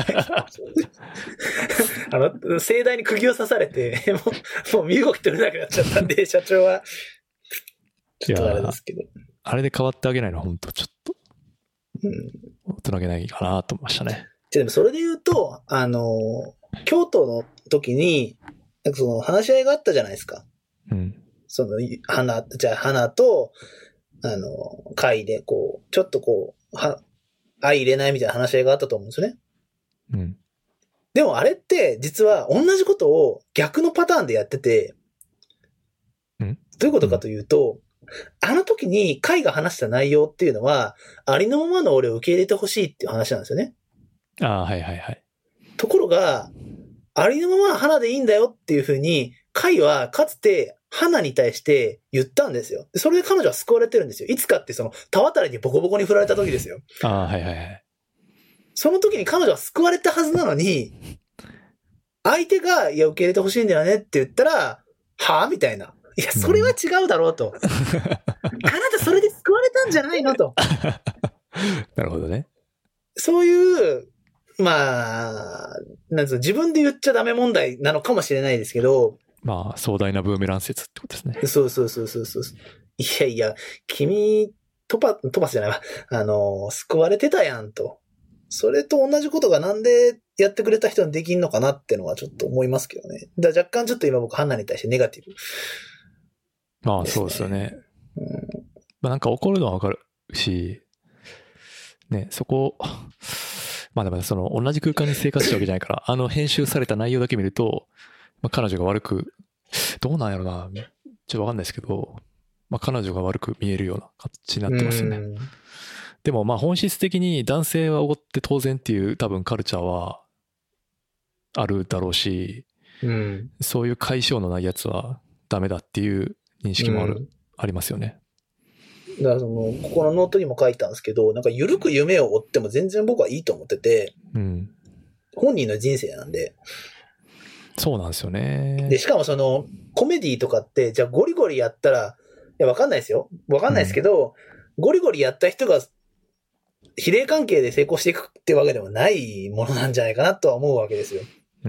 ふうに盛大に釘を刺されて、もう身動き取れなくなっちゃったんで、社長は、ちょっとあれですけど。 あれで変わってあげないのは本当ちょっと、大人げないかなと思いましたね。 でもそれで言うと、京都の時に、なんかその話し合いがあったじゃないですか。 うん。 その、花と、会で、こう、ちょっとこう、相入れないみたいな話し合いがあったと思うんですよね。 うん。 でもあれって、実は同じことを逆のパターンでやってて、 うん、 どういうことかというと、あの時に会が話した内容っていうのは、ありのままの俺を受け入れてほしいっていう話なんですよね。 ああ、はいはいはい。 ところが、ありのまま花でいいんだよっていうふうに、会はかつて花に対して言ったんですよ。それで彼女は救われてるんですよ。いつかってその、田渡りにボコボコに振られた時ですよ。 ああ、はいはいはい。 その時に彼女は救われたはずなのに、相手が、いや、受け入れてほしいんだよねって言ったら、はぁみたいな。いや、それは違うだろうと。あなたそれで救われたんじゃないのと。 なるほどね。 そういう、まあ、なんつうの、自分で言っちゃダメ問題なのかもしれないですけど。 まあ、壮大なブーメラン説ってことですね。 そうそうそうそうそう。いやいや、君、トパスじゃないわ。救われてたやんと。それと同じことがなんでやってくれた人にできんのかなってのはちょっと思いますけどね。だから若干ちょっと今僕ハンナに対してネガティブ、ね。 まあそうですよね。まあなんか怒るのはわかるし、ね、そこ、まあでもその同じ空間に生活したわけじゃないから、編集された内容だけ見ると、まあ彼女が悪く、どうなんやろな、ちょっとわかんないですけど、まあ彼女が悪く見えるような形になってますよね。でもまあ本質的に男性はおごって当然っていう多分カルチャーはあるだろうし、そういう解消のないやつはダメだっていう認識もありますよね。 だからここのノートにも書いたんですけど、なんか緩く夢を追っても全然僕はいいと思ってて、本人の人生なんで。 そうなんですよね。 で、しかもコメディとかって、じゃあゴリゴリやったら、いやわかんないですよ。わかんないですけど、ゴリゴリやった人が比例関係で成功していくってわけでもないものなんじゃないかなとは思うわけですよ。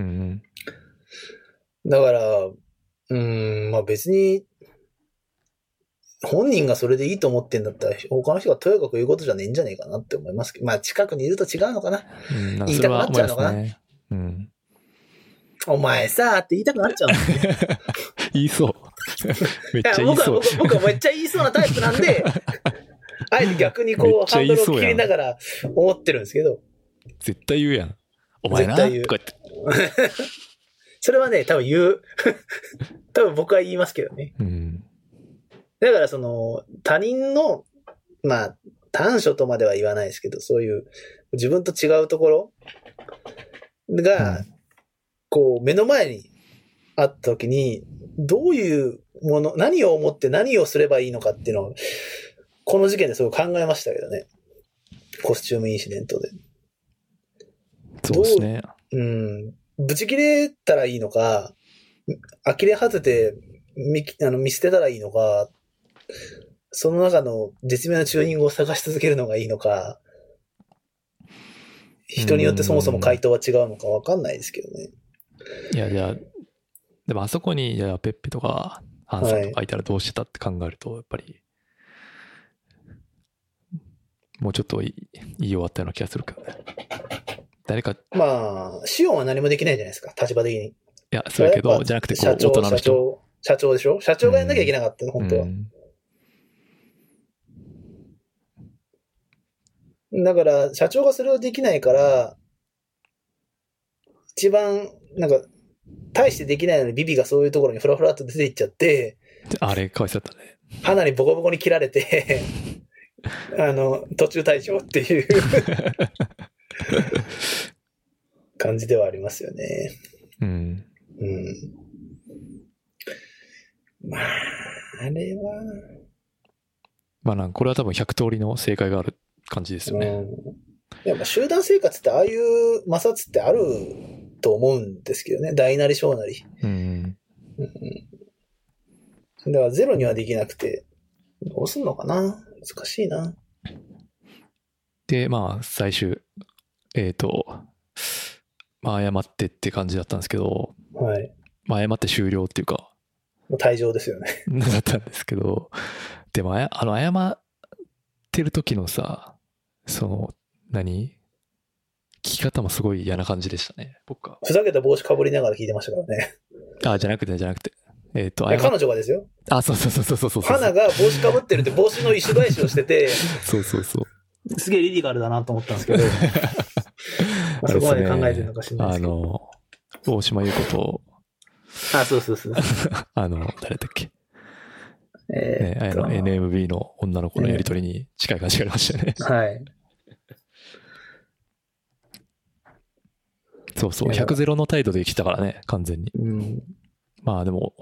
だから、まあ別に、本人がそれでいいと思ってんだったら、他の人がとやかく言うことじゃねえんじゃねえかなって思いますけど、まあ近くにいると違うのかな。言いたくなっちゃうのかな。お前さーって言いたくなっちゃうの。 言いそう。めっちゃ言いそう。 僕はめっちゃ言いそうなタイプなんで、あえて逆にこう、ハンドルを切りながら思ってるんですけど。 絶対言うやん。お前な。絶対言う。 それはね、多分言う。多分僕は言いますけどね。だから他人の、まあ、短所とまでは言わないですけど、そういう自分と違うところが、こう、目の前にあった時に、どういうもの、何を思って何をすればいいのかっていうのを、この事件ですごい考えましたけどね。コスチュームインシデントで。 そうですね。 ブチ切れたらいいのか、呆れ果てて見捨てたらいいのか、その中の絶妙なチューニングを探し続けるのがいいのか、人によってそもそも回答は違うのか分かんないですけどね。 いや、じゃあ、でもあそこに、じゃあ、ペッペとか、ハンさんとかいたらどうしてたって考えると、やっぱり、もうちょっと言い終わったような気がするけどね。誰か。 まあ、シオンは何もできないじゃないですか、立場的に。 いや、そうやけど、じゃなくて、こう、大人の人。 社長でしょ？社長がやんなきゃいけなかったの、本当は。だから、社長がそれをできないから、一番、なんか、大してできないのにビビがそういうところにフラフラっと出ていっちゃって、 あれ、かわいそうだったね。 花にボコボコに切られて、途中退場っていう感じではありますよね。 うん。 うん。まあ、あれは。 まあこれは多分100通りの正解がある感じですよね。 やっぱ集団生活ってああいう摩擦ってあると思うんですけどね。大なり小なり。だからゼロにはできなくて、どうすんのかな？難しいな。 で、まあ最終、まあ謝ってって感じだったんですけど、 はい。 まあ謝って終了っていうか、 もう退場ですよね。 だったんですけど、でも謝ってる時のさ、聞き方もすごい嫌な感じでしたね、僕は。 ふざけた帽子かぶりながら聞いてましたからね。 じゃなくて。 彼女がですよ。 そう。 花が帽子かぶってるって帽子の石返しをしてて、 そう。 すげえリディカルだなと思ったんですけど、そこまで考えてるのかしらないですけど。 大島優子と、 そう。 誰だっけ。NMB の女の子のやりとりに近い感じがありましたね。 はい。 そう、100-0の態度で来たからね、完全に。まあでも、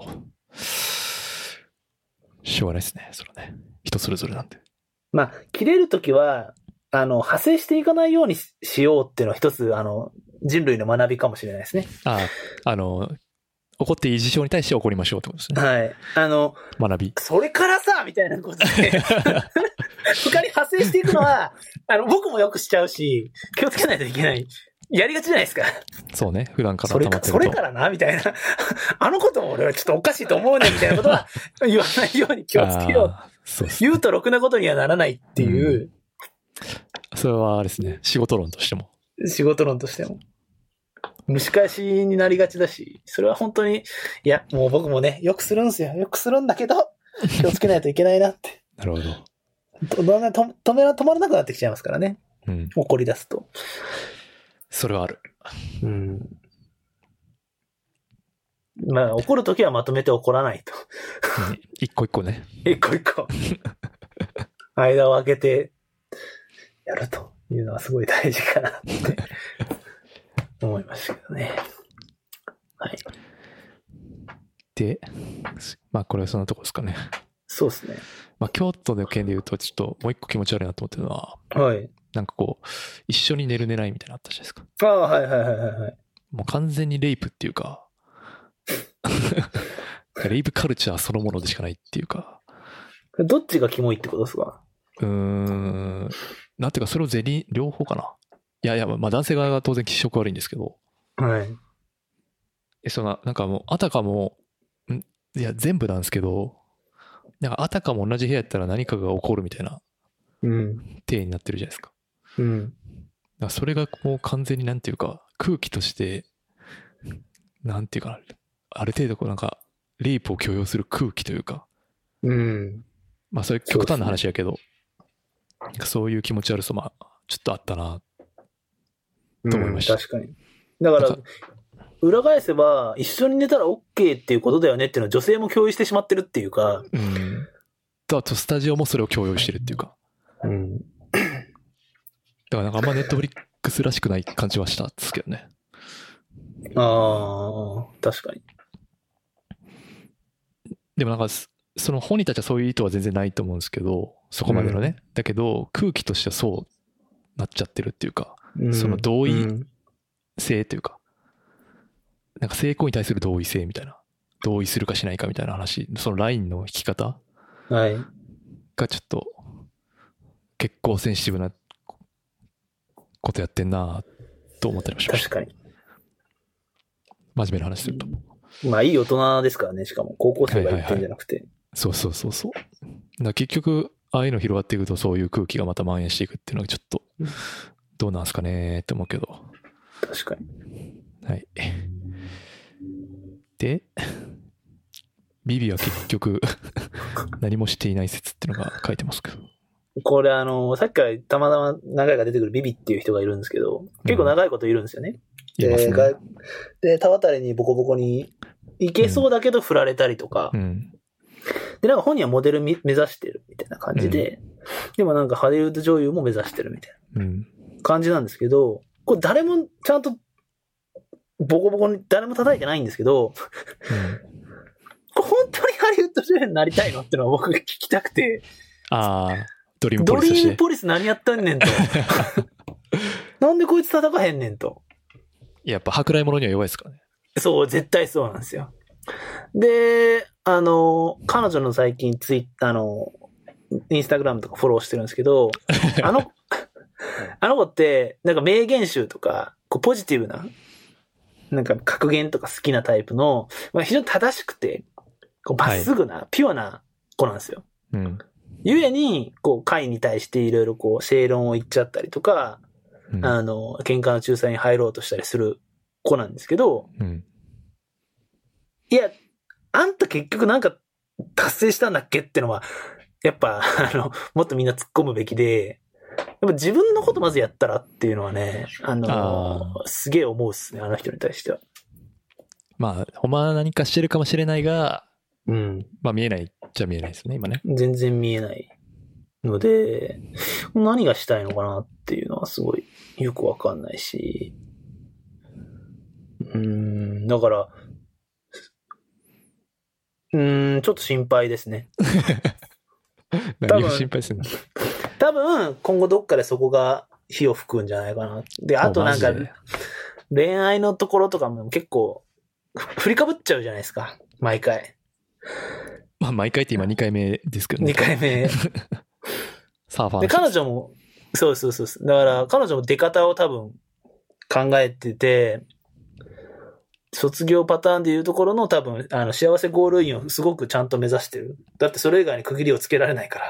しょうがないですね、それはね。人それぞれなんで。 まあ、切れるときは、派生していかないようにしようっていうのは一つ、人類の学びかもしれないですね。 怒っていい事象に対して怒りましょうってことですね。 はい。 学び。 それからさみたいなことで、他に派生していくのは、僕もよくしちゃうし、気をつけないといけない。やりがちじゃないですか。 そうね、普段から溜まってると。 それからなみたいな。あのことも俺はちょっとおかしいと思うねみたいなことは言わないように気をつけよう。そうですね、言うとろくなことにはならないっていう。 それはあれですね、仕事論としても。 蒸し返しになりがちだし、それは本当に、いや、もう僕もね、よくするんですよ。よくするんだけど、気をつけないといけないなって。 なるほど。 止まらなくなってきちゃいますからね。怒り出すと。 それはある。 まあ、怒るときはまとめて怒らないと。 一個一個ね。 一個。間を空けて、やるというのはすごい大事かなって思いましたけどね。はい。 で、まあこれはそんなとこですかね。 そうですね。 まあ京都の件で言うとちょっともう一個気持ち悪いなと思ってるのは、 はい。 なんかこう、一緒に寝る寝ないみたいなのあったじゃないですか。 はい。 もう完全にレイプっていうか、レイプカルチャーそのものでしかないっていうか。 どっちがキモいってことですか？ なんていうか、それを両方かな。いや、まあ男性側が当然気色悪いんですけど。 はい。 なんかもう、あたかも、いや、全部なんですけど、なんかあたかも同じ部屋やったら何かが起こるみたいな、体になってるじゃないですか。だからそれがもう完全になんていうか、空気として、なんていうかな、ある程度こうなんか、レイプを許容する空気というか、まあそれ極端な話やけど、そういう気持ち悪さ、まあ、ちょっとあったな、と思いました。 確かに。だから、裏返せば、一緒に寝たら OK っていうことだよねっていうのは女性も共有してしまってるっていうか。 あと、スタジオもそれを共有してるっていうか。だからなんかあんまネットフリックスらしくない感じはしたんですけどね。 確かに。 でもなんか、その本人たちはそういう意図は全然ないと思うんですけど、そこまでのね。だけど、空気としてはそうなっちゃってるっていうか、その同意性というか、なんか成功に対する同意性みたいな。 同意するかしないかみたいな話、そのラインの引き方はい。 がちょっと結構センシティブなことやってんなと思ったりもしました。 確かに。 真面目な話すると。 まあいい大人ですからね、しかも高校生が言ってんじゃなくて。はいはいはい、 そうそうそうそう。だ結局、ああいうの広がっていくとそういう空気がまた蔓延していくっていうのがちょっとどうなんすかねって思うけど。 確かに。 はい。で、ビビは結局何もしていない説っていうのが書いてますけど。これさっきからたまたま何回か出てくるビビっていう人がいるんですけど、結構長いこといるんですよね。 いますね。 で、田渡りにボコボコに行けそうだけど振られたりとか、で、なんか本人はモデル目指してるみたいな感じで、でもなんかハリウッド女優も目指してるみたいな感じなんですけど、これ誰もちゃんとボコボコに誰も叩いてないんですけど、これ本当にハリウッド女優になりたいのってのは僕が聞きたくて、 ドリームポリス何やったんねんと。なんでこいつ叩かへんねんと。 やっぱ舶来物には弱いですからね。 そう、絶対そうなんですよ。で、彼女の最近インスタグラムとかフォローしてるんですけど、あの子って、なんか名言集とか、こうポジティブな、なんか格言とか好きなタイプの、まあ、非常に正しくて、こうまっすぐな、ピュアな子なんですよ。ゆえに、こう、会に対していろいろこう、正論を言っちゃったりとか、喧嘩の仲裁に入ろうとしたりする子なんですけど、いや、あんた結局なんか達成したんだっけってのは、やっぱ、もっとみんな突っ込むべきで、やっぱ自分のことまずやったらっていうのはね、すげえ思うっすね、あの人に対しては。 まあ、ほんまは何かしてるかもしれないが、まあ見えないっちゃ見えないですね、今ね。 全然見えないので、何がしたいのかなっていうのはすごいよくわかんないし、だから、ちょっと心配ですね。 何が心配するの？ 多分、今後どっかでそこが火を吹くんじゃないかな。で、あとなんか、恋愛のところとかも結構、振りかぶっちゃうじゃないですか。毎回。 まあ、毎回って今2回目ですけどね。2回目。 サーファー。 で、彼女も、そうそうそう。だから、彼女も出方を多分考えてて、卒業パターンでいうところの多分、幸せゴールインをすごくちゃんと目指してる。だってそれ以外に区切りをつけられないから。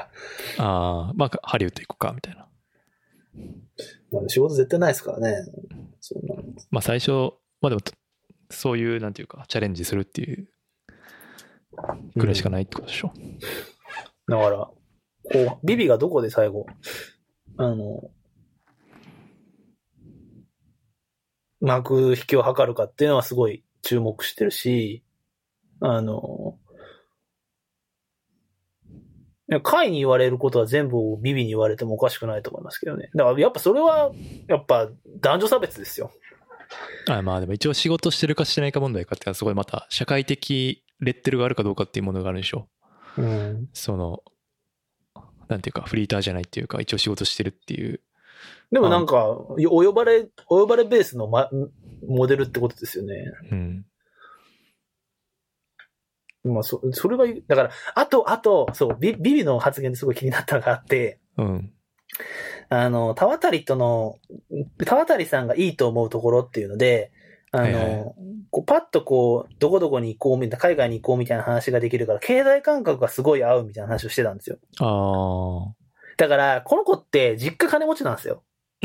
まあ、ハリウッド行くか、みたいな。 まあ、仕事絶対ないですからね。そんなの。 まあ、最初、まあでも、そういう、なんていうか、チャレンジするっていうぐらいしかないってことでしょ。 だから、こう、ビビがどこで最後、幕引きを図るかっていうのはすごい注目してるし、会に言われることは全部ビビに言われてもおかしくないと思いますけどね。だからやっぱそれは、やっぱ男女差別ですよ。 まあでも一応仕事してるかしてないか問題かってすごいまた社会的レッテルがあるかどうかっていうものがあるでしょ。なんていうかフリーターじゃないっていうか一応仕事してるっていう。 でもなんか、お呼ばれベースの、モデルってことですよね。まあ、それは、だから、あと、そう、ビビの発言ですごい気になったのがあって、田渡さんがいいと思うところっていうので、こうパッとこう、どこどこに行こうみたいな、海外に行こうみたいな話ができるから、経済感覚がすごい合うみたいな話をしてたんですよ。だから、この子って実家金持ちなんですよ。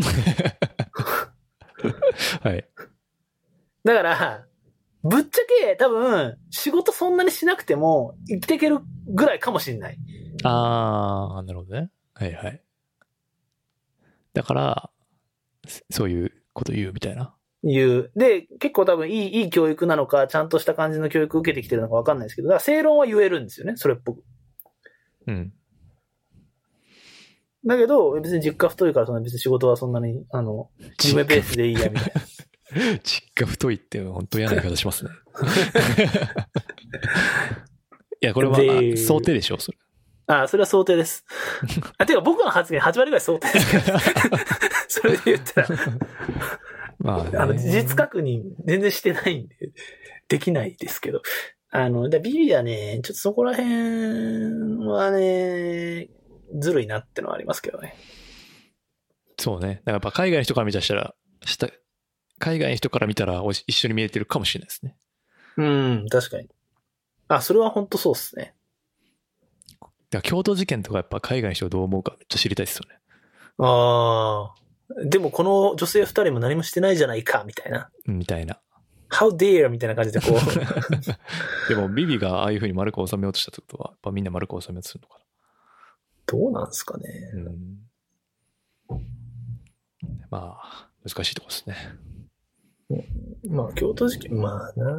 はい。 だから、ぶっちゃけ多分、仕事そんなにしなくても生きていけるぐらいかもしれない。 なるほどね。はいはい。だから、そういうこと言うみたいな。 で、結構多分いい教育なのか、ちゃんとした感じの教育を受けてきてるのか分かんないですけど、だから正論は言えるんですよね、それっぽく。だけど、別に実家太いから、別に仕事はそんなに、夢ベースでいいや、みたいな。 実家太いって本当嫌な言い方しますね。いや、これは想定でしょ、それ。 それは想定です。てか僕の発言8割ぐらい想定ですけど。それで言ったら。事実確認全然してないんで、できないですけど。 ビビはね、ちょっとそこら辺はね、ずるいなってのはありますけどね。 そうね。だからやっぱ海外の人から見たら、海外の人から見たら一緒に見えてるかもしれないですね。 うん、確かに。それは本当そうっすね。 だから京都事件とかやっぱ海外の人どう思うかめっちゃ知りたいですよね。 でもこの女性二人も何もしてないじゃないか、みたいな。 みたいな。 How dare! みたいな感じでこう。 でもビビがああいう風に丸く収めようとしたってことは、やっぱみんな丸く収めようとするのかな。 どうなんすかね。 まあ、難しいとこですね。 まあ、京都事件、まあな。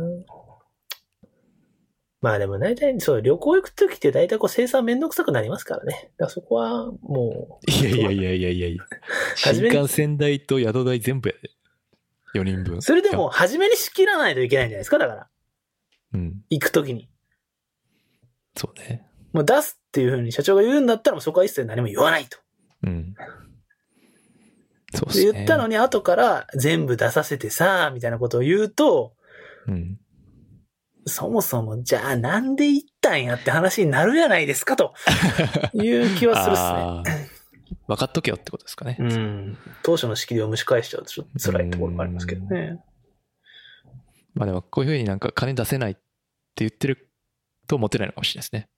まあでも大体、そう、旅行行くときって大体こう生産めんどくさくなりますからね。だからそこはもう。 いや。新幹線代と宿代全部やで。4人分。 それでも、初めに仕切らないといけないんじゃないですか、だから。 うん。 行くときに。 そうね。 もう出すっていうふうに社長が言うんだったらもうそこは一切何も言わないと。 うん。そうですね。 言ったのに後から全部出させてさ、みたいなことを言うと、 うん。 そもそも、じゃあなんで行ったんやって話になるやないですかという気はするっすね。 分かっとけよってことですかね。 うん。当初の仕切りを蒸し返しちゃうとちょっと辛いところもありますけどね。 まあでもこういうふうになんか金出せないって言ってると思ってないのかもしれないですね。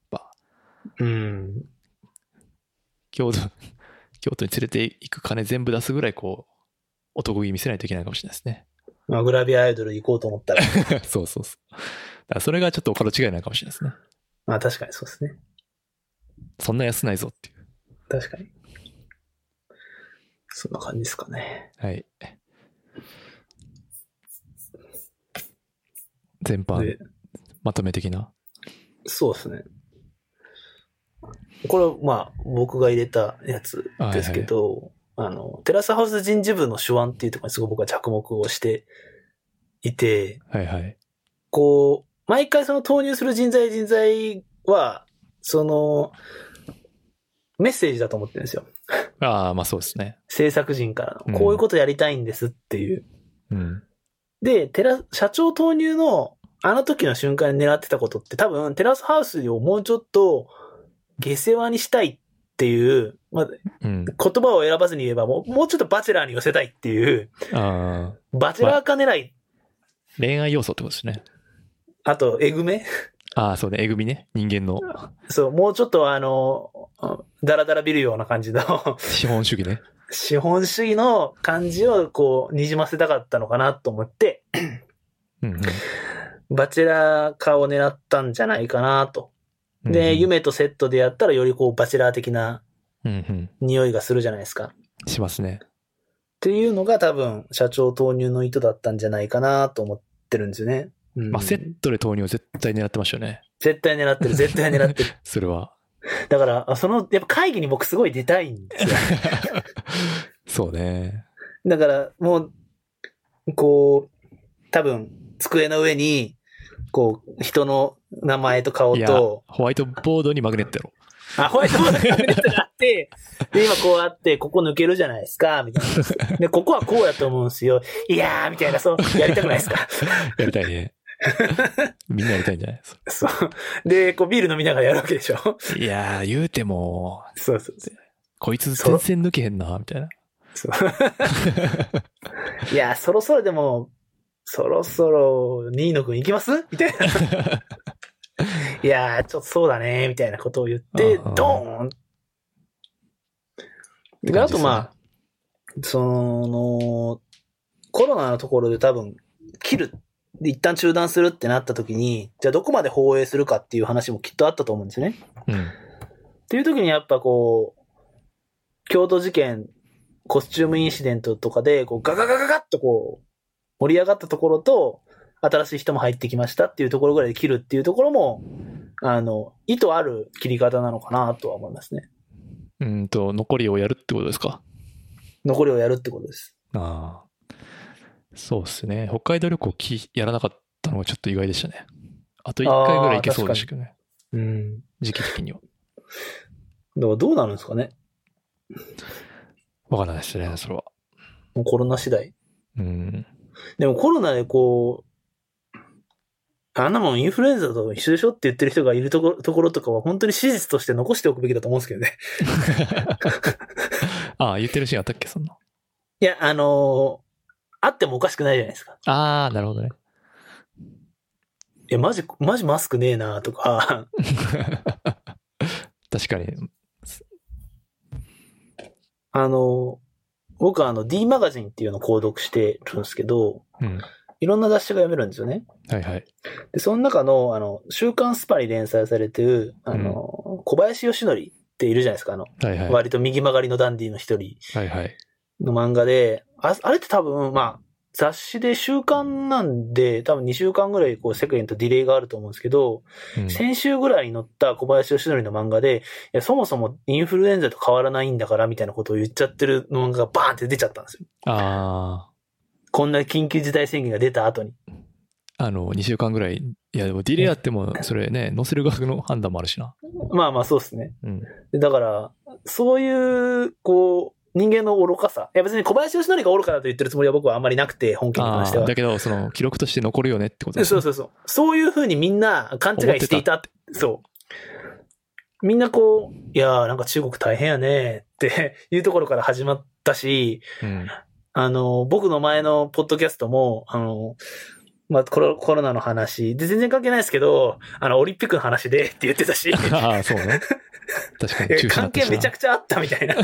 京都に連れて行く金全部出すぐらいこう、お得意見せないといけないかもしれないですね。 まあ、グラビアアイドル行こうと思ったら。 そう。だからそれがちょっとお門違いなのかもしれないですね。 まあ確かにそうですね。 そんな安ないぞっていう。 確かに。そんな感じですかね。 はい。全般、まとめ的な。 そうですね。これ、まあ、僕が入れたやつですけど、テラスハウス人事部の手腕っていうところにすごい僕は着目をしていて、こう、毎回その投入する人材は、その、メッセージだと思ってるんですよ。 まあそうですね。 制作陣からの、こういうことやりたいんですっていう。 うん、 で、社長投入のあの時の瞬間に狙ってたことって多分テラスハウスをもうちょっと下世話にしたいっていう、まあ言葉を選ばずに言えばもうちょっとバチェラーに寄せたいっていう、バチェラー化狙い、 恋愛要素ってことですね。 あと、えぐめそうね、えぐみね。人間の。 そう、もうちょっとだらだら見るような感じの資本主義ね。 資本主義の感じをこう、滲ませたかったのかなと思って、バチェラー化を狙ったんじゃないかなと。で、夢とセットでやったらよりこう、バチェラー的な匂いがするじゃないですか。 しますね。 っていうのが多分、社長投入の意図だったんじゃないかなと思ってるんですよね。 まあ、セットで投入を絶対狙ってましたよね。 絶対狙ってる。 それは。 だから、やっぱ会議に僕すごい出たいんですよ。 そうね。 だから、もう、こう、多分、机の上に、こう、人の名前と顔と、 ホワイトボードにマグネットやろ。 ホワイトボードにマグネットがあって、で、今こうあって、ここ抜けるじゃないですか、みたいな。で、ここはこうやと思うんですよ。いやー、みたいな、そう、やりたくないですか。 やりたいね。みんなやりたいんじゃないですか。 そう。で、こうビール飲みながらやるわけでしょ。 いやー、言うても、 そう。 こいつ全然抜けへんな、みたいな。 そう。いや、そろそろニーノ君行きますみたいな。いやー、ちょっとそうだね、みたいなことを言って、ドーンで、あとまあ、コロナのところで多分、切る。で、一旦中断するってなった時に、じゃあどこまで放映するかっていう話もきっとあったと思うんですよね。っていう時にやっぱこう、京都事件、コスチュームインシデントとかで、こうガガガガガッとこう、盛り上がったところと、新しい人も入ってきましたっていうところぐらいで切るっていうところも、意図ある切り方なのかなとは思いますね。 残りをやるってことですか？ 残りをやるってことです。 そうですね。北海道旅行やらなかったのがちょっと意外でしたね。あと1回ぐらい行けそうでしたけどね。時期的には。 だからどうなるんですかね。 わからないですね、それは。 もうコロナ次第。でもコロナでこう、 あんなもんインフルエンザと一緒でしょって言ってる人がいるところとかは本当に史実として残しておくべきだと思うんですけどね。 ああ、言ってるシーンあったっけ、そんな。 いや、あってもおかしくないじゃないですか。 ああ、なるほどね。 いや、マジマスクねえなとか。 確かに。 僕D マガジンっていうのを購読してるんですけど、 うん、 いろんな雑誌が読めるんですよね。 はいはい。 で、その中の、週刊スパに連載されてる、小林義則っているじゃないですか、 はいはい、 割と右曲がりのダンディの一人の漫画で、あれって多分、まあ、雑誌で週刊なんで、多分2週間ぐらい世間とディレイがあると思うんですけど、先週ぐらいに載った小林義則の漫画で、いや、そもそもインフルエンザと変わらないんだからみたいなことを言っちゃってる漫画がバーンって出ちゃったんですよ。 ああ。 こんな緊急事態宣言が出た後に。 2週間ぐらい。いや、でもディレイあっても、それね、載せる側の判断もあるしな。 まあまあそうですね。 うん。 だから、そういう、人間の愚かさ。いや別に小林義則が愚かだと言ってるつもりは僕はあんまりなくて、本件に関しては。 だけど、記録として残るよねってことですね。そう。そういう風にみんな勘違いしていた。そう。みんないやなんか中国大変やねっていうところから始まったし、 うん、 僕の前のポッドキャストも、まあ、コロナの話で全然関係ないですけど、オリンピックの話でって言ってたし。 ああ、そうね。確かに関係めちゃくちゃあったみたいな。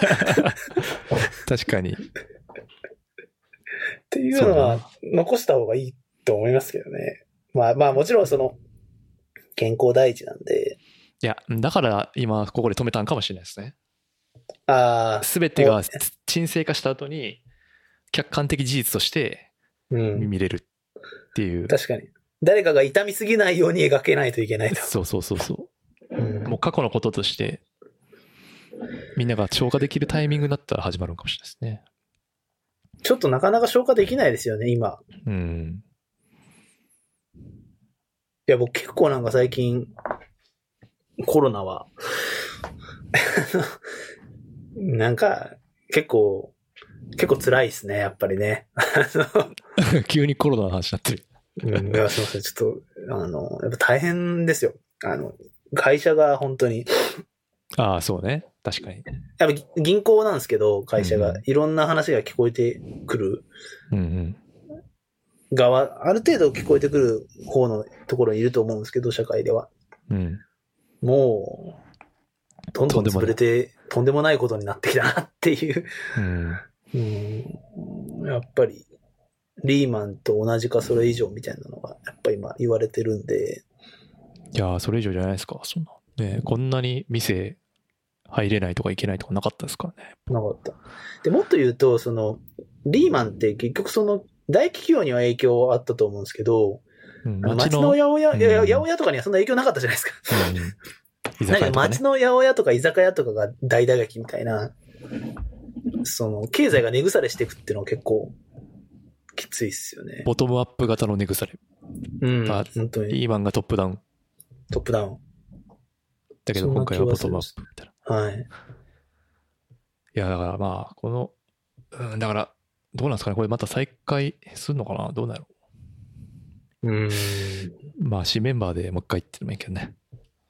確かに。 っていうのは残した方がいいと思いますけどね。まあもちろん健康第一なんで。 いや、だから今ここで止めたんかもしれないですね。 すべてが沈静化した後に客観的事実として見れるっていう。 確かに。誰かが痛みすぎないように描けないといけないと。 そう。もう過去のこととしてみんなが消化できるタイミングだったら始まるかもしれないですね。 ちょっとなかなか消化できないですよね、今。 うん。 いや、僕結構なんか最近、コロナは、なんか、結構辛いですね、やっぱりね。 急にコロナの話になってる。 いや、すいません、ちょっと、やっぱ大変ですよ。会社が本当に。 ああ、そうね。確かに。 やっぱ銀行なんですけど、会社が、いろんな話が聞こえてくる側、ある程度聞こえてくる方のところにいると思うんですけど、社会では。 うん、 もう、どんどん潰れて、とんでもないことになってきたなっていう。やっぱり、リーマンと同じかそれ以上みたいなのが、やっぱり今言われてるんで。 いや、それ以上じゃないですか、そんな。ね、こんなに店入れないとか行けないとかなかったですからね。 なかった。で、もっと言うと、リーマンって結局大企業には影響あったと思うんですけど、街の八百屋とかにはそんな影響なかったじゃないですか。なんか街の八百屋とか居酒屋とかが大打撃みたいな、経済が根腐れしていくっていうのは結構きついっすよね。 ボトムアップ型の根腐れ。 本当に。 リーマンがトップダウン。 トップダウン。 だけど今回はボトムアップみたいな。はい。 いや、だからまあ、だから、どうなんですかね、これまた再開するのかな、どうなるまあ、新メンバーでもう一回行ってもいいけどね。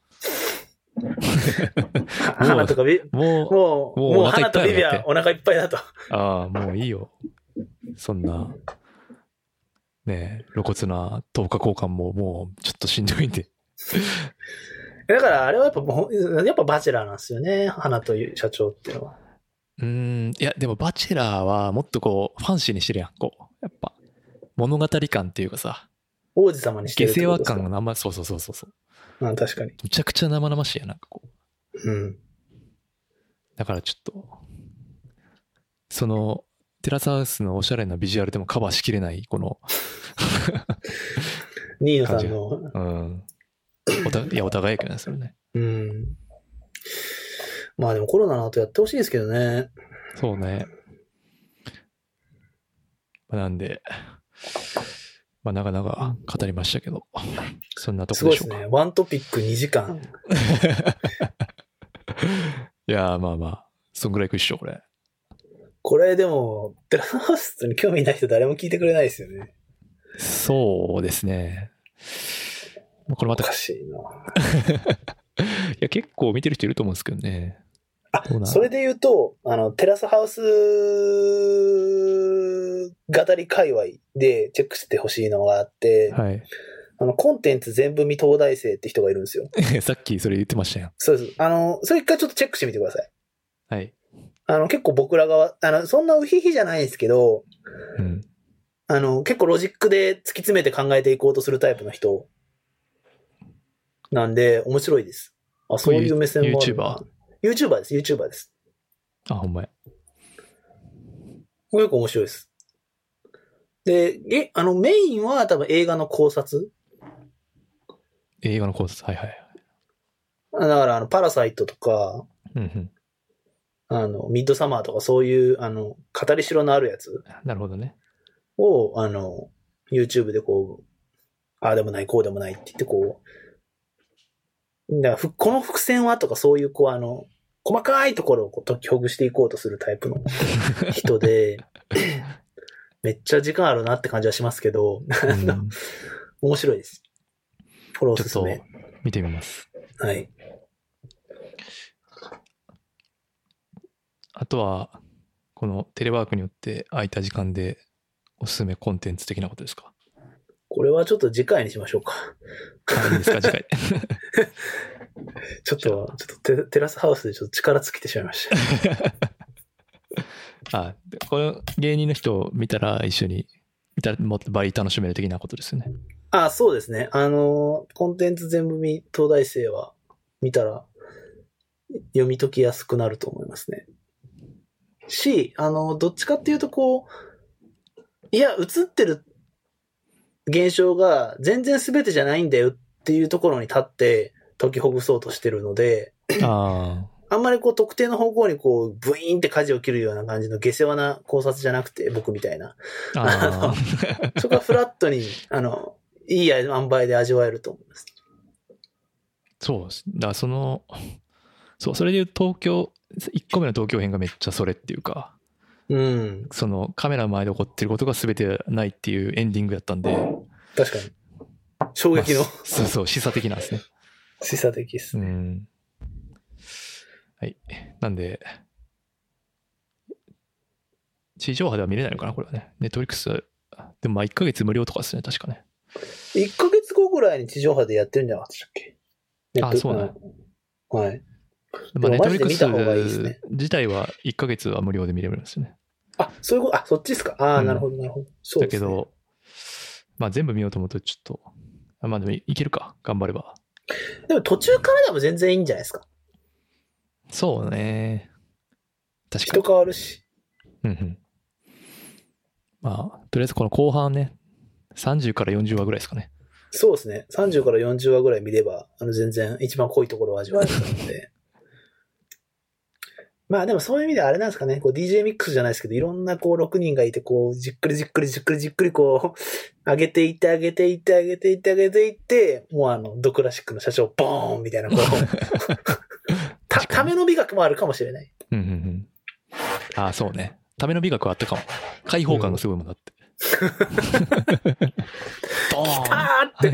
花とかもう花とビビはお腹いっぱいだと。 ああ、もういいよ。そんな、ねえ、露骨な10日交換ももうちょっとしんどいんで。 だからあれはやっぱバチェラーなんですよね、花という社長っていうのは。 いや、でもバチェラーはもっとファンシーにしてるやん。やっぱ、物語感っていうかさ、 王子様にしてる下世話感があんま、そう。 確かに。 むちゃくちゃ生々しいやん、なんかだからちょっと、テラスハウスのおしゃれなビジュアルでもカバーしきれない、 ニーノさんの。 いや、お互いやけどね、それね。 まあでもコロナの後やってほしいですけどね。 そうね。なんで、まあなかなか語りましたけど、そんなとこでしょうか。 すごいですね。ワントピック2時間。 いやまあ、そんぐらいいくっしょ、これ。 これでも、テラスハウスに興味ない人誰も聞いてくれないですよね。 そうですね。 これまた。 おかしいな。 いや、結構見てる人いると思うんですけどね。 それで言うと、テラスハウス語り界隈でチェックしてほしいのがあって、 はい。 コンテンツ全部見東大生って人がいるんですよ。 さっきそれ言ってましたよ。 そうです。それ一回ちょっとチェックしてみてください。 はい。 結構僕ら側、そんなウヒヒじゃないんですけど、 うん。 結構ロジックで突き詰めて考えていこうとするタイプの人なんで、面白いです。そういう目線もある。YouTuber です、YouTuber です。 あ、ほんまや。 これ結構面白いです。で、メインは多分映画の考察。 映画の考察、はいはい。 だからパラサイトとか、 うんうん、ミッドサマーとかそういう、語りしろのあるやつ。 なるほどね。 を、YouTube でこう、ああでもない、こうでもないって言ってこう、だからこの伏線はとかそういうこう細かいところをこう解きほぐしていこうとするタイプの人で、めっちゃ時間あるなって感じはしますけど、面白いです。これおすすめ。 ちょっと見てみます。 はい。 あとは、このテレワークによって空いた時間でおすすめコンテンツ的なことですか？ これはちょっと次回にしましょうか。 いいですか、次回。 ちょっとテラスハウスでちょっと力尽きてしまいました。 この芸人の人を見たら一緒に、もっと倍楽しめる的なことですよね。 そうですね。コンテンツ全部東大生は見たら読み解きやすくなると思いますね。どっちかっていうとこう、いや、映ってる現象が全然全てじゃないんだよっていうところに立って解きほぐそうとしてるので、あんまりこう特定の方向にこうブイーンって舵を切るような感じの下世話な考察じゃなくて、僕みたいな。そこはフラットに、いい塩梅で味わえると思います。 そうです。だからそれでいう東京、1個目の東京編がめっちゃそれっていうか、 うん。 そのカメラの前で起こってることが全てないっていうエンディングやったんで。 確かに。衝撃の。 そう、示唆的なんですね。 示唆的ですね。 はい。なんで、地上波では見れないのかな、これはね。ネットフリックス、でも1ヶ月無料とかですね、確かね。 1ヶ月後ぐらいに地上波でやってるんじゃなかったっけ？ そうね。 はい。 ネットフリックス自体は1ヶ月は無料で見れるんですよね。 そういうこと、そっちですか。なるほど、なるほど。そうですね。 だけど、全部見ようと思うとちょっと、でもいけるか、頑張れば。 でも途中からでも全然いいんじゃないですか。 そうね。確かに。 人変わるし。 とりあえずこの後半ね、30から40話ぐらいですかね。 そうですね。30から40話ぐらい見れば、全然一番濃いところを味わえるので。でもそういう意味ではあれなんですかね、こう DJ ミックスじゃないですけど、いろんなこう6人がいて、こう、じっくりこう、上げていって、もうドクラシックの社長、ボーンみたいな、こう、ための美学もあるかもしれない。 そうね。ための美学はあったかも。開放感がすごいもんだって。 ドーン来たーって。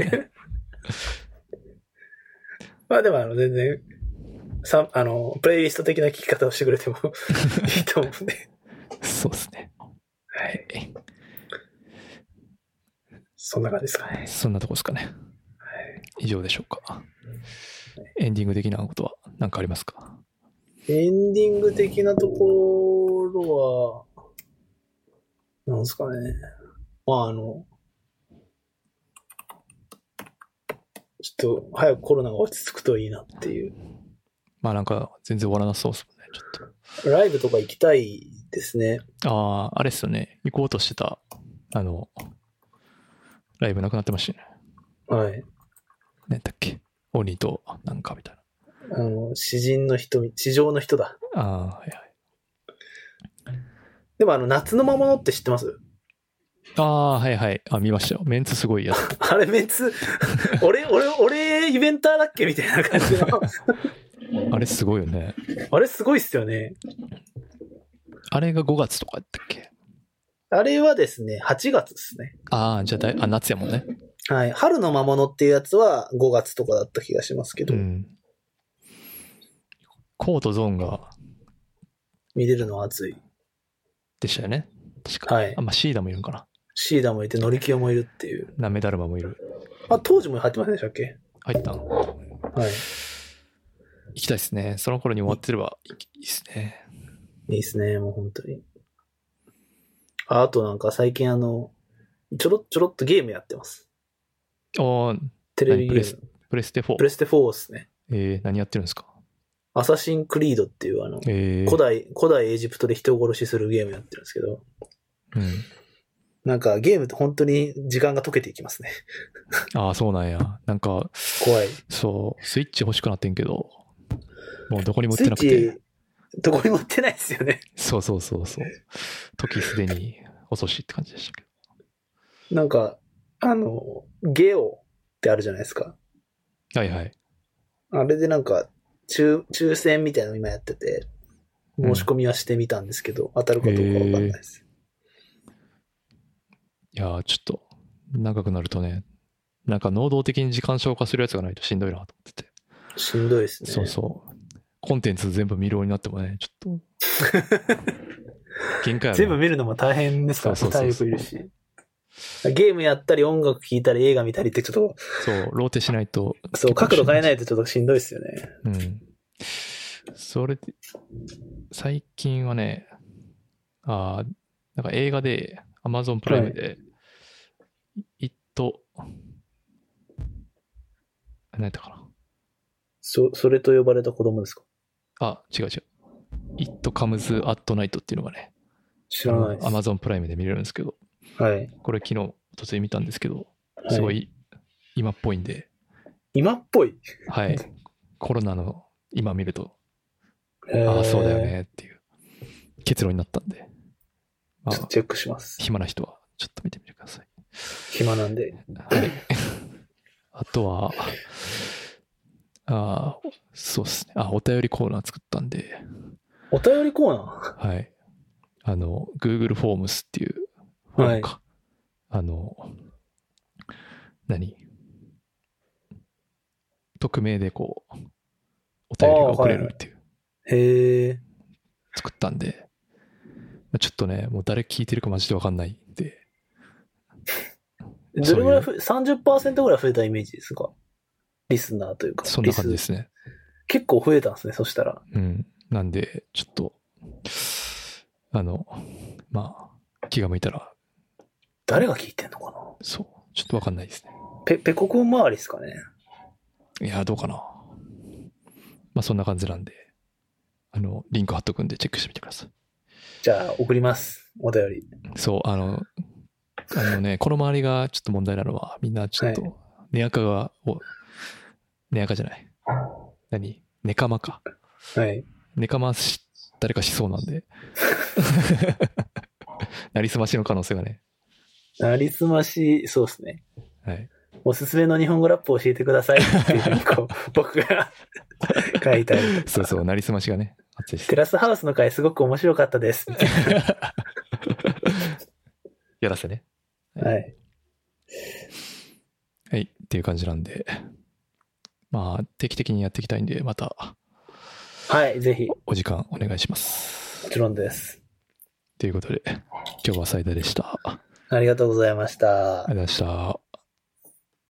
でも全然、プレイリスト的な聞き方をしてくれてもいいと思うんで。 そうですね。 はい。そんな感じですかね。 そんなとこですかね。はい、以上でしょうか。エンディング的なことは何かありますか？ エンディング的なところは、なんですかね。ちょっと早くコロナが落ち着くといいなっていう。 なんか全然終わらなそうですもんね、ちょっと。ライブとか行きたいですね。 あれっすよね。行こうとしてた、ライブなくなってましたよね。はい。 何だっけ？鬼となんかみたいな。 詩情の人だ。 はいはい。 でも夏の魔物って知ってます？ はいはい。見ましたよ。メンツすごいやつ。 あれメンツ、俺イベンターだっけみたいな感じの。 あれすごいよね。 あれすごいっすよね。 あれが5月とかやったっけ？ あれはですね、8月ですね。 じゃあ夏やもんね。 はい。春の魔物っていうやつは5月とかだった気がしますけど。 コーとゾーンが見れるのは熱い。 でしたよね。確か。はい。シーダもいるんかな。 シーダもいて、ノリキヨもいるっていう。 ナメダルマもいる。 当時も入ってませんでしたっけ？ 入ったん？はい。行きたいですね。その頃に終わってればいいですね。 いいですね、もう本当に。あとなんか最近ちょろっとゲームやってます。テレビゲーム。 プレステ4。 プレステ4ですね。 何やってるんですか？ アサシンクリードっていう古代エジプトで人殺しするゲームやってるんですけど。なんかゲームって本当に時間が解けていきますね。 そうなんや。なんか、 怖い。 そう、スイッチ欲しくなってんけど、もうどこにも売ってなくて。 スイッチ、どこにも売ってないですよね。 そう。時すでに遅しって感じでしたけど。なんか、ゲオってあるじゃないですか。 はいはい。 あれでなんか、抽選みたいなの今やってて、申し込みはしてみたんですけど、当たるかどうかわかんないです。 いやー、ちょっと、長くなるとね、なんか能動的に時間消化するやつがないとしんどいなと思ってて。 しんどいですね。 そう。コンテンツ全部見るようになってもね、ちょっと、限界ある。 全部見るのも大変ですから、体力いるし。ゲームやったり音楽聴いたり映画見たりってちょっと。 そう、ローテしないと。 そう、角度変えないとちょっとしんどいですよね。 それで、最近はね、なんか映画で、Amazon プライムで、何やったかな。 それと呼ばれた子供ですか？ 違う。It Comes at Night っていうのがね、 知らないです。 Amazon プライムで見れるんですけど、 はい。 これ昨日、一昨日見たんですけど、すごい今っぽいんで。 今っぽい？ はい。コロナの今見ると、そうだよねっていう結論になったんで。 ちょっとチェックします。 暇な人はちょっと見てみてください。 暇なんで。 はい。あとは、そうですね。お便りコーナー作ったんで。 お便りコーナー？はい。Google Forms っていうフォームか。はい、匿名でこう、お便りが送れるっていう。 へー。 作ったんで、ちょっとね、もう誰聞いてるかマジでわかんないんで。 どれぐらい30% ぐらい増えたイメージですか？リスナーというか。 そんな感じですね。 結構増えたんですね、そしたら。 なんで、ちょっと、気が向いたら。 誰が聞いてんのかな？ そう。ちょっとわかんないですね。 ペコくん周りですかね？ いや、どうかな。そんな感じなんで、リンク貼っとくんでチェックしてみてください。 じゃあ、送ります。お便り。 そう、この周りがちょっと問題なのは、みんなちょっと、ネアカじゃない。ネカマか。 はい。 ネカマ誰かしそうなんで。なりすましの可能性がね。 なりすまし、そうですね。 はい。 おすすめの日本語ラップを教えてくださいっていうふうに僕が書いたり。 そう、なりすましがね。 テラスハウスの回すごく面白かったです。 やらせね。 はい。 はい、っていう感じなんで。定期的にやっていきたいんで、また。 はい、ぜひ。 お時間お願いします。 もちろんです。 ということで、今日は最大でした。 ありがとうございました。 ありがとうございました。